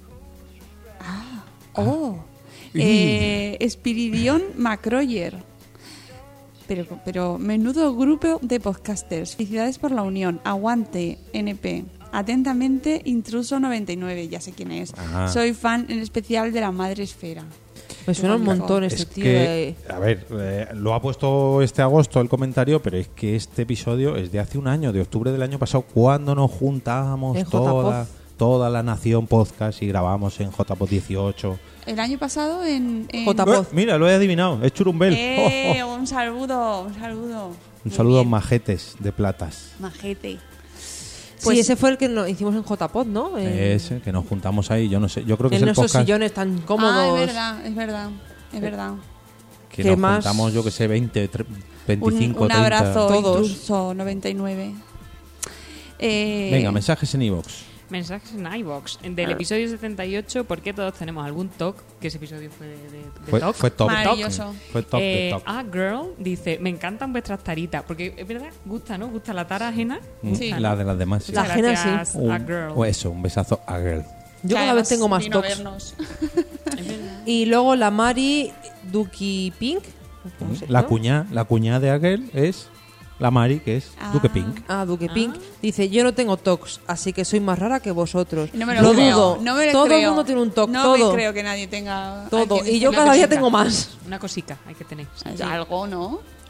Oh. Espiridion Macroyer. Pero menudo grupo de podcasters. Felicidades por la unión. Aguante, NP. Atentamente, Intruso 99. Ya sé quién es. Ajá. Soy fan en especial de la Madre Esfera. Me suena un montón este Es tío. que, a ver, lo ha puesto este agosto el comentario, pero es que este episodio es de hace un año, de octubre del año pasado, cuando nos juntamos En toda la nación podcast y grabamos en JPod 18. El año pasado en... JPod. Mira, lo he adivinado, es Churumbel. Un saludo. Un Muy saludo bien. majetes de platas. Majete. Sí, ese fue el que lo hicimos en JPod, ¿no? Ese, que nos juntamos ahí, yo no sé, yo creo que En es el esos podcast sillones tan cómodos. Ah, es verdad. que que nos más- juntamos, yo que sé, 20, 25, Un 30. abrazo, Todos. Intruso 99. Venga, mensajes en iVoox. Mensajes en iVoox. Del episodio 78, ¿por qué todos tenemos algún talk? Que ese episodio fue de talk. Fue top. Maravilloso. Fue top de top. Girl dice, me encantan vuestras taritas. Porque es verdad, gusta, ¿no? Gusta la tara ajena. Sí. La de las demás. sí. La Muchas ajena, gracias, sí. a Girl. O eso, un besazo a Girl. Yo cada vez tengo más vino a tocs. vernos. Y luego la Mari Duki Pink. ¿Cómo se La llama? cuñada de Girl es la Mari, que es Duque Pink. Ah, Duque Pink. Dice, yo no tengo tocs, así que soy más rara que vosotros. No me lo creo. dudo. No me lo todo creo. el mundo tiene un toc, No todo. me creo que nadie tenga... Todo. alguien Y yo que cada le día tenga. tengo más. Una cosica hay que tener. Algo, ¿no?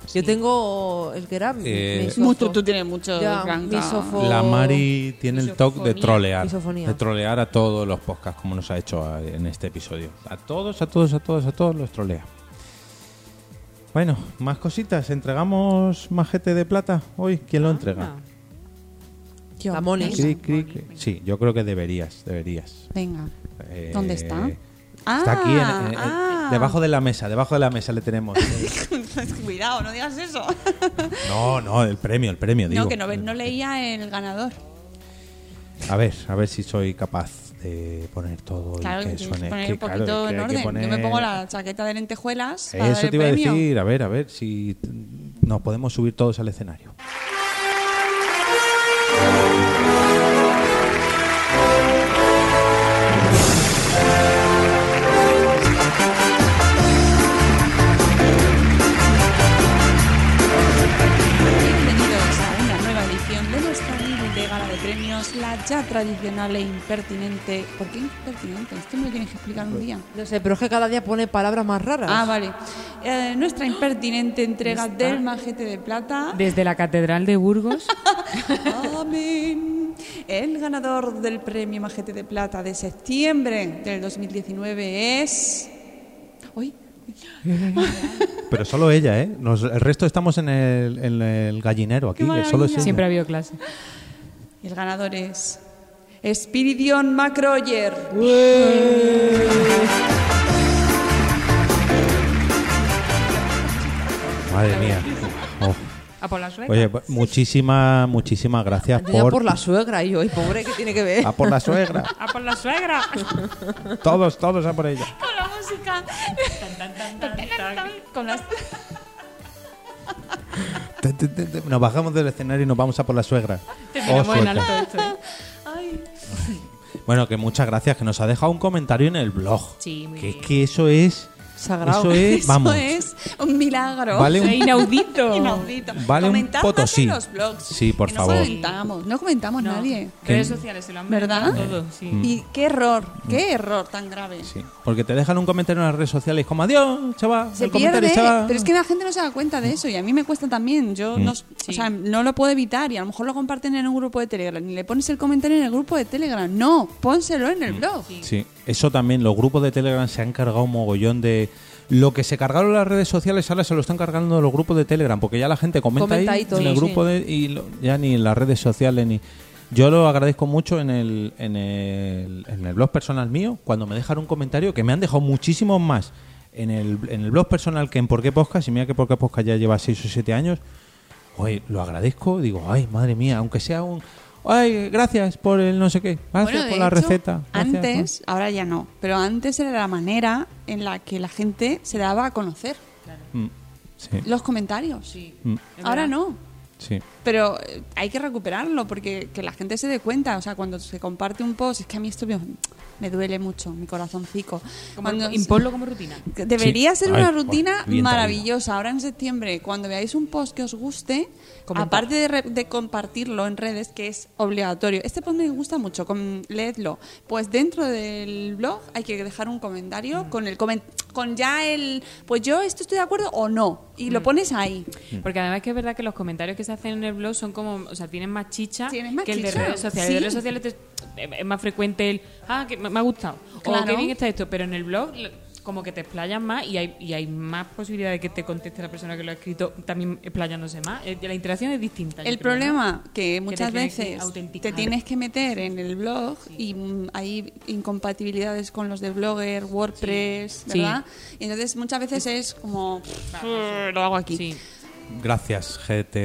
Yo tengo el que era Tú tienes mucho, Blanca. La Mari tiene el toque de trolear. Misofonía. De trolear a todos los podcasts, como nos ha hecho en este episodio. A todos los trolea. Bueno, más cositas. ¿Entregamos majete de plata hoy? ¿Quién lo entrega? La Moni. Sí, yo creo que deberías. Venga. ¿Dónde está? Está aquí, debajo de la mesa le tenemos. Cuidado, no digas eso. No, el premio, digo. No, que no leía el ganador. A ver si soy capaz de poner todo Claro, y que que suene. poner un poquito en orden. Yo me pongo la chaqueta de lentejuelas para Eso dar el te iba premio. a decir, a ver si nos podemos subir todos al escenario. Bienvenidos a una nueva edición de nuestra humilde gala de premios, la ya tradicional e impertinente. ¿Por qué impertinente? Esto me lo tienes que explicar un día. No sé, pero es que cada día pone palabras más raras. Ah, vale. Nuestra impertinente entrega del majete de plata. Desde la Catedral de Burgos. Amén. El ganador del premio Majete de Plata de septiembre del 2019 es... Uy. Pero solo ella, ¿eh? El resto estamos en el gallinero aquí. Qué maravilla. Solo es ella. Siempre ha habido clase. El ganador es... Spiridion Macroyer. Madre mía. Oh. ¿A por la suegra? Oye, muchísimas gracias Yo por la suegra y yo, y pobre, ¿qué tiene que ver? A por la suegra. ¡A por la suegra! Todos a por ella. Con la música. Con las... Nos bajamos del escenario y nos vamos a por la suegra. Terminamos en sueca. alto esto. Ay. Bueno, que muchas gracias, que nos ha dejado un comentario en el blog. Sí, muy que bien. es que eso es... Sagrado. Vamos. Eso es un milagro. Vale un- Es inaudito. Inaudito. Vale un Comentad más potosí. en los blogs. Sí, por que favor. No comentamos No. nadie. Redes sociales se lo han ¿Verdad? metido todo, sí. Y qué error tan grave. Sí, porque te dejan un comentario en las redes sociales como adiós, chaval. Se el comentario pierde, se va. pero es que la gente no se da cuenta de eso y a mí me cuesta también. Yo no, o sea, no lo puedo evitar y a lo mejor lo comparten en un grupo de Telegram y le pones el comentario en el grupo de Telegram. No, pónselo en el blog. Sí, eso también, los grupos de Telegram se han cargado un mogollón de... Lo que se cargaron las redes sociales ahora se lo están cargando los grupos de Telegram, porque ya la gente comenta ahí todo, en el sí. grupo ya ni en las redes sociales ni... Yo lo agradezco mucho en el blog personal mío, cuando me dejan un comentario, que me han dejado muchísimos más en el blog personal que en Por qué Podcast, y mira que Por qué Podcast ya lleva 6 o 7 años. Oye, lo agradezco, digo, ay, madre mía, aunque sea un... Ay, gracias por el no sé qué, gracias Bueno, de por la hecho, receta. Gracias, antes, ahora ya no, pero antes era la manera en la que la gente se daba a conocer Sí, los comentarios. Sí. Ahora verdad. no. sí. Pero hay que recuperarlo porque que la gente se dé cuenta. O sea, cuando se comparte un post, es que a mí esto me duele mucho, mi corazoncito. Imponlo como rutina. Debería Sí. ser Ay, una pues, rutina bien maravillosa. Ahora en septiembre, cuando veáis un post que os guste, Comentad. aparte de compartirlo en redes, que es obligatorio. Este post me gusta mucho, leedlo. Pues dentro del blog hay que dejar un comentario con ya el, pues yo esto estoy de acuerdo o no. Y lo pones ahí. Porque además que es verdad que los comentarios que se hacen en el blog son como, o sea, tienen más chicha Tienen más que el de chicha, redes sociales. sí. El de redes sociales es más frecuente el, que me ha gustado, Claro. o qué bien está esto, pero en el blog como que te explayas más y hay más posibilidad de que te conteste la persona que lo ha escrito también explayándose más. La interacción es distinta. yo El creo, ¿no? problema que te muchas tienes que veces autenticar. te tienes que meter en el blog y hay incompatibilidades con los de Blogger, WordPress, Sí. ¿verdad? Y entonces muchas veces es como lo hago aquí. Sí. Gracias,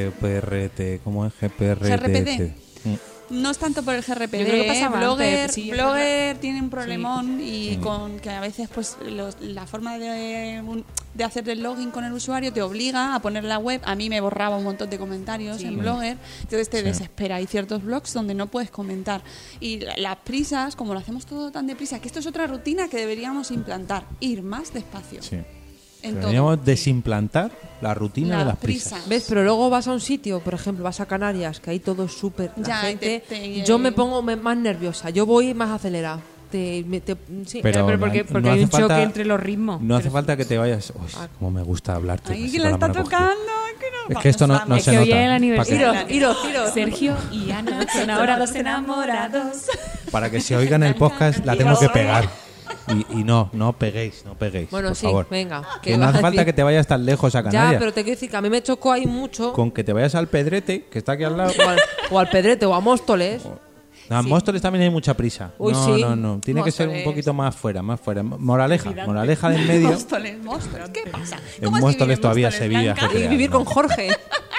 GTPRT. ¿Cómo es? GPRT. GRPD. No es tanto por el GRPD, Yo creo que pasaba Blogger, antes, sí, es Blogger tiene un problemón y Mm. con que a veces pues la forma de hacer el login con el usuario te obliga a poner la web. A mí me borraba un montón de comentarios en Blogger, entonces te desespera. Hay ciertos blogs donde no puedes comentar. Y las prisas, como lo hacemos todo tan deprisa, que esto es otra rutina que deberíamos implantar, ir más despacio. Sí. En todo. Deberíamos desimplantar la rutina La de las prisa. prisas. ¿Ves? Pero luego vas a un sitio, por ejemplo, vas a Canarias, que ahí todo es súper... La Ya, gente... te- yo me pongo más nerviosa, yo voy más acelerada. Sí. Pero Pero porque no hay hace un choque falta- entre los ritmos. No hace falta que te vayas. Uy, cómo me gusta hablarte. Ay, así que con la la está mano cogida. tocando. Es que esto no Es se que hoy nota. es el aniversario. Iro. Sergio y Ana son ahora dos enamorados. Para que se oiga en el podcast la tengo que pegar. Y no peguéis, Bueno, por sí, favor. venga. Que no vas hace a falta decir? que te vayas tan lejos a Ya, Canarias. pero te quiero decir que a mí me chocó ahí mucho. Con que te vayas al Pedrete, que está aquí al lado. O al Pedrete o a Móstoles. No, en Móstoles también hay mucha prisa. Uy, no, sí. no. Tiene que ser un Móstoles. poquito más fuera. Moraleja de en medio. Móstoles. ¿Qué pasa? En ¿Cómo es Móstoles vivir en todavía Móstoles, se vive Blanca? ajetreado. Y vivir no. con Jorge.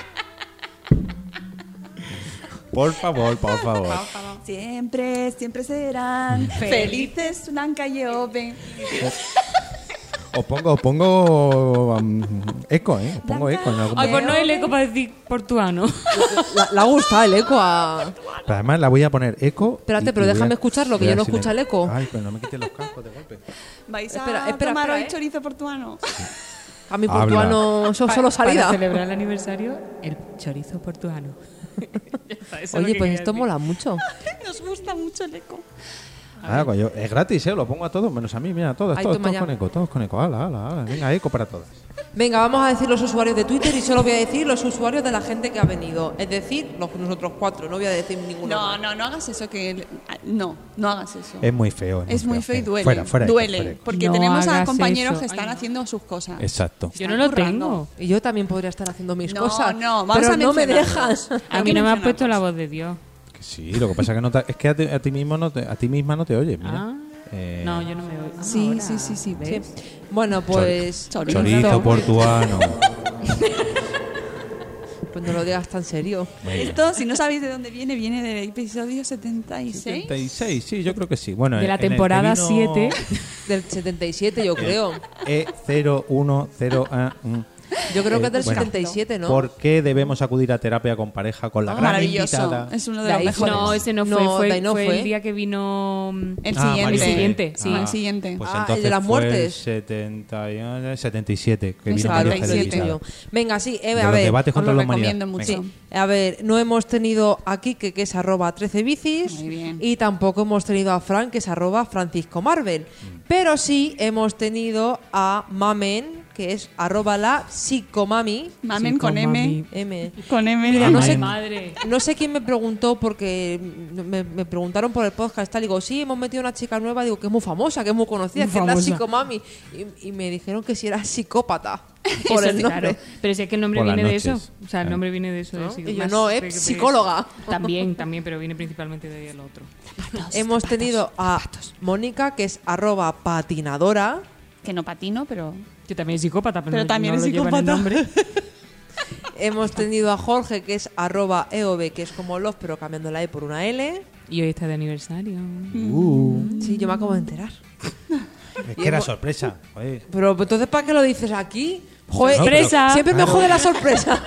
Por favor. Siempre serán felices Blanca y Ove. O pongo eco, Pongo eco en algún Ay, momento. pues no hay eco para decir portuano. La gusta el eco a... Pero además la voy a poner eco. Espérate, pero voy déjame a- escucharlo, que voy yo a no silen- escucho el eco. Ay, pero no me quites los cascos de golpe. ¿Vais Espera, a tomar espera, hoy ¿eh? chorizo portuano? A mi Habla. portuano son solo Para salida. celebrar el aniversario, el chorizo portuano. Ya está, eso es lo Oye, que pues quería esto decir. mola mucho. Nos gusta mucho el eco. Ah, coño, es gratis, lo pongo a todos, menos a mí, mira, todos Ahí, todos toma ya. con eco, todos con eco. Ala, venga, eco para todas. Venga, vamos a decir los usuarios de Twitter y solo voy a decir los usuarios de la gente que ha venido. Es decir, nosotros 4, no voy a decir ninguno más. No hagas eso que... No hagas eso. Es muy feo. Es muy feo y duele. Fuera, eco, duele. fuera eco. Porque No tenemos a hagas compañeros eso. que están Ay, no. haciendo sus cosas. Exacto. Yo no lo currando. tengo. Y yo también podría estar haciendo mis No, cosas. no, vamos pero a no me mencionarlo. dejas. A mí no me has puesto la voz de Dios. Que sí, lo que pasa es que, es que a ti mismo a ti misma no te oyes, mira. Ah. No, yo no me oigo. Sí, Ahora. sí, ¿ves? Sí. Bueno, pues... Chorizo portuano. Pues no lo digas tan serio. Esto, si no sabéis de dónde viene, viene del episodio 76. 76, sí, yo creo que sí. Bueno, De la en el que temporada vino 7. Del 77, yo creo. E010A. Yo creo que es del Bueno, 77, ¿no? ¿Por qué debemos acudir a terapia con pareja con la gran Maravilloso. invitada? Es uno de De los ahí mejores. No, ese no No, fue. de ahí no Fue fue. el día que vino. El Ah, siguiente. María El siguiente, José. sí. El siguiente. Pues Ah, el entonces de las fue muertes. el 77, que vino Claro, María lo José he de dicho invitada. yo. Venga, sí, De a los ver. debates os contra lo la humanidad. recomiendo mucho. Venga. A ver, no hemos tenido a Kike, que es @13bicis, Muy bien. y tampoco hemos tenido a Frank, que es @Francisco Marvel. Pero sí hemos tenido a Mamen, que es @la psicomami. Mamen con M. M. Con M. Mira, de no Ay, sé, madre. no sé quién me preguntó, porque me preguntaron por el podcast, tal, digo, sí, hemos metido una chica nueva, digo, que es muy famosa, que es muy conocida, Muy que es la famosa. psicomami. Y me dijeron que si era psicópata, por Eso el sí, nombre. claro. Pero si es que el nombre Por las viene de noches. eso. O sea, el nombre viene de eso. ¿No? de Y yo más no, de- de psicóloga. eso. También, pero viene principalmente de el otro. Hemos tenido a Mónica, que es @patinadora. Que no patino, pero... Que también es psicópata, pero, Pero no, también no es lo lleva en el psicópata. nombre. Hemos tenido a Jorge, que es @eov, que es como Love, pero cambiando la E por una L. Y hoy está de aniversario. Sí, yo me acabo de enterar. Es que era sorpresa. Joder. Pero entonces, ¿para qué lo dices aquí? Joder, No, pero- ¡Sorpresa! siempre me jode la sorpresa.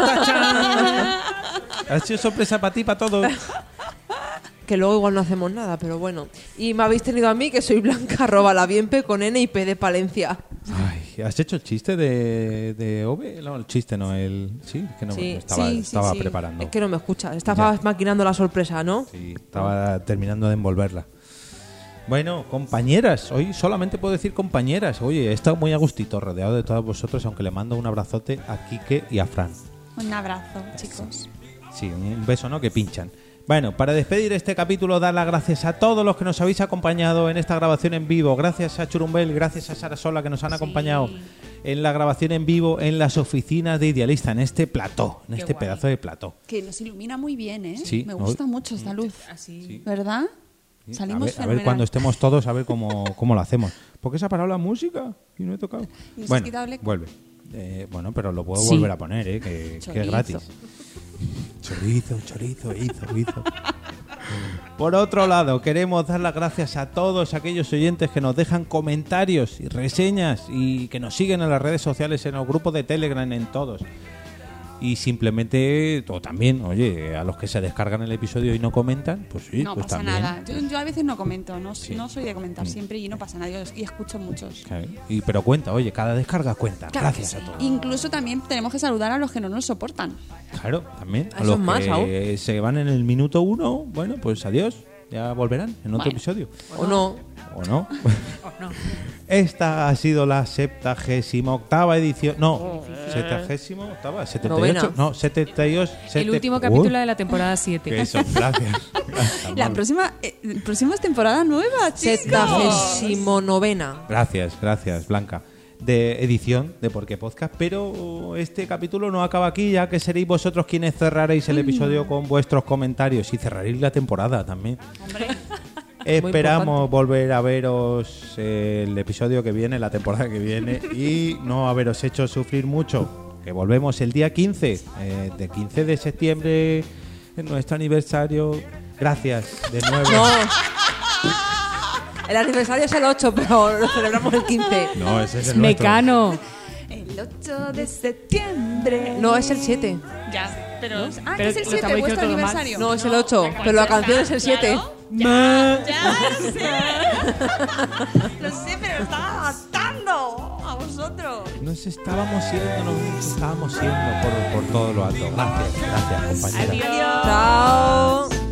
Ha sido sorpresa para ti, para todos. Que luego igual no hacemos nada, pero bueno. Y me habéis tenido a mí, que soy Blanca, @la bienpe, con N y P de Palencia. Ay, ¿has hecho el chiste de Ove? No, el chiste no, el... Sí, es que no, Sí, me estaba, sí, estaba sí. preparando. Es que no me escuchas. Estabas maquinando la sorpresa, ¿no? Sí, estaba terminando de envolverla. Bueno, compañeras, hoy solamente puedo decir compañeras. Oye, he estado muy a gustito, rodeado de todos vosotros, aunque le mando un abrazote a Quique y a Fran. Un abrazo, chicos. Sí, un beso, ¿no? Que pinchan. Bueno, para despedir este capítulo, dar las gracias a todos los que nos habéis acompañado en esta grabación en vivo. Gracias a Churumbel, gracias a Sarasola, que nos han acompañado en la grabación en vivo en las oficinas de Idealista, en este plató, en este pedazo de plató. Que nos ilumina muy bien, ¿eh? Sí, Me ¿no? gusta mucho esta luz. Así. ¿Verdad? Sí, Salimos a ver fenomenal. cuando estemos todos, a ver cómo lo hacemos. ¿Por qué se ha parado la música? Y no he tocado. ¿Nos has Bueno, quitado el eco? vuelve. Bueno, pero lo puedo Sí. volver a poner, que es Chorizo. gratis. Chorizo. Por otro lado, queremos dar las gracias a todos aquellos oyentes que nos dejan comentarios y reseñas y que nos siguen en las redes sociales, en los grupos de Telegram, en todos. Y simplemente, o también, oye, a los que se descargan el episodio y no comentan, pues sí, No pues pasa también. nada. Yo a veces no comento, no Sí. soy de comentar siempre y no pasa nada. Yo y escucho muchos. Claro. Pero cuenta, oye, cada descarga cuenta. Claro Gracias que a sí. todos. Incluso también tenemos que saludar a los que no nos soportan. Claro, también. Ah, A eso los es más que aún. se van en el minuto 1, bueno, pues adiós. Ya volverán en otro Bueno. episodio. ¿O no? ¿o no? No. Esta ha sido la 78ª edición. No, 78ª, 78. Novena. No, 78. El último capítulo de la temporada 7. Que eso, gracias. La próxima es temporada nueva, chicos. 79ª. Gracias, Blanca. De edición de Por qué Podcast, pero este capítulo no acaba aquí, ya que seréis vosotros quienes cerraréis el episodio con vuestros comentarios y cerraréis la temporada también. Esperamos volver a veros el episodio que viene, la temporada que viene, y no haberos hecho sufrir mucho. Que volvemos el día 15, de 15 de septiembre, en nuestro aniversario. Gracias de nuevo. No. El aniversario es el 8, pero lo celebramos el 15. No, ese es el Mecano. El 8 de septiembre. No, es el 7. Ya, pero... Pero que es el lo 7, estamos vuestro diciendo todo mal. aniversario. No, es el 8, pero la canción es el 7. Ya lo sé. Lo sé, pero lo estaba adaptando a vosotros. Nos estábamos yendo por todo lo alto. Gracias, compañera. Adiós. Chao.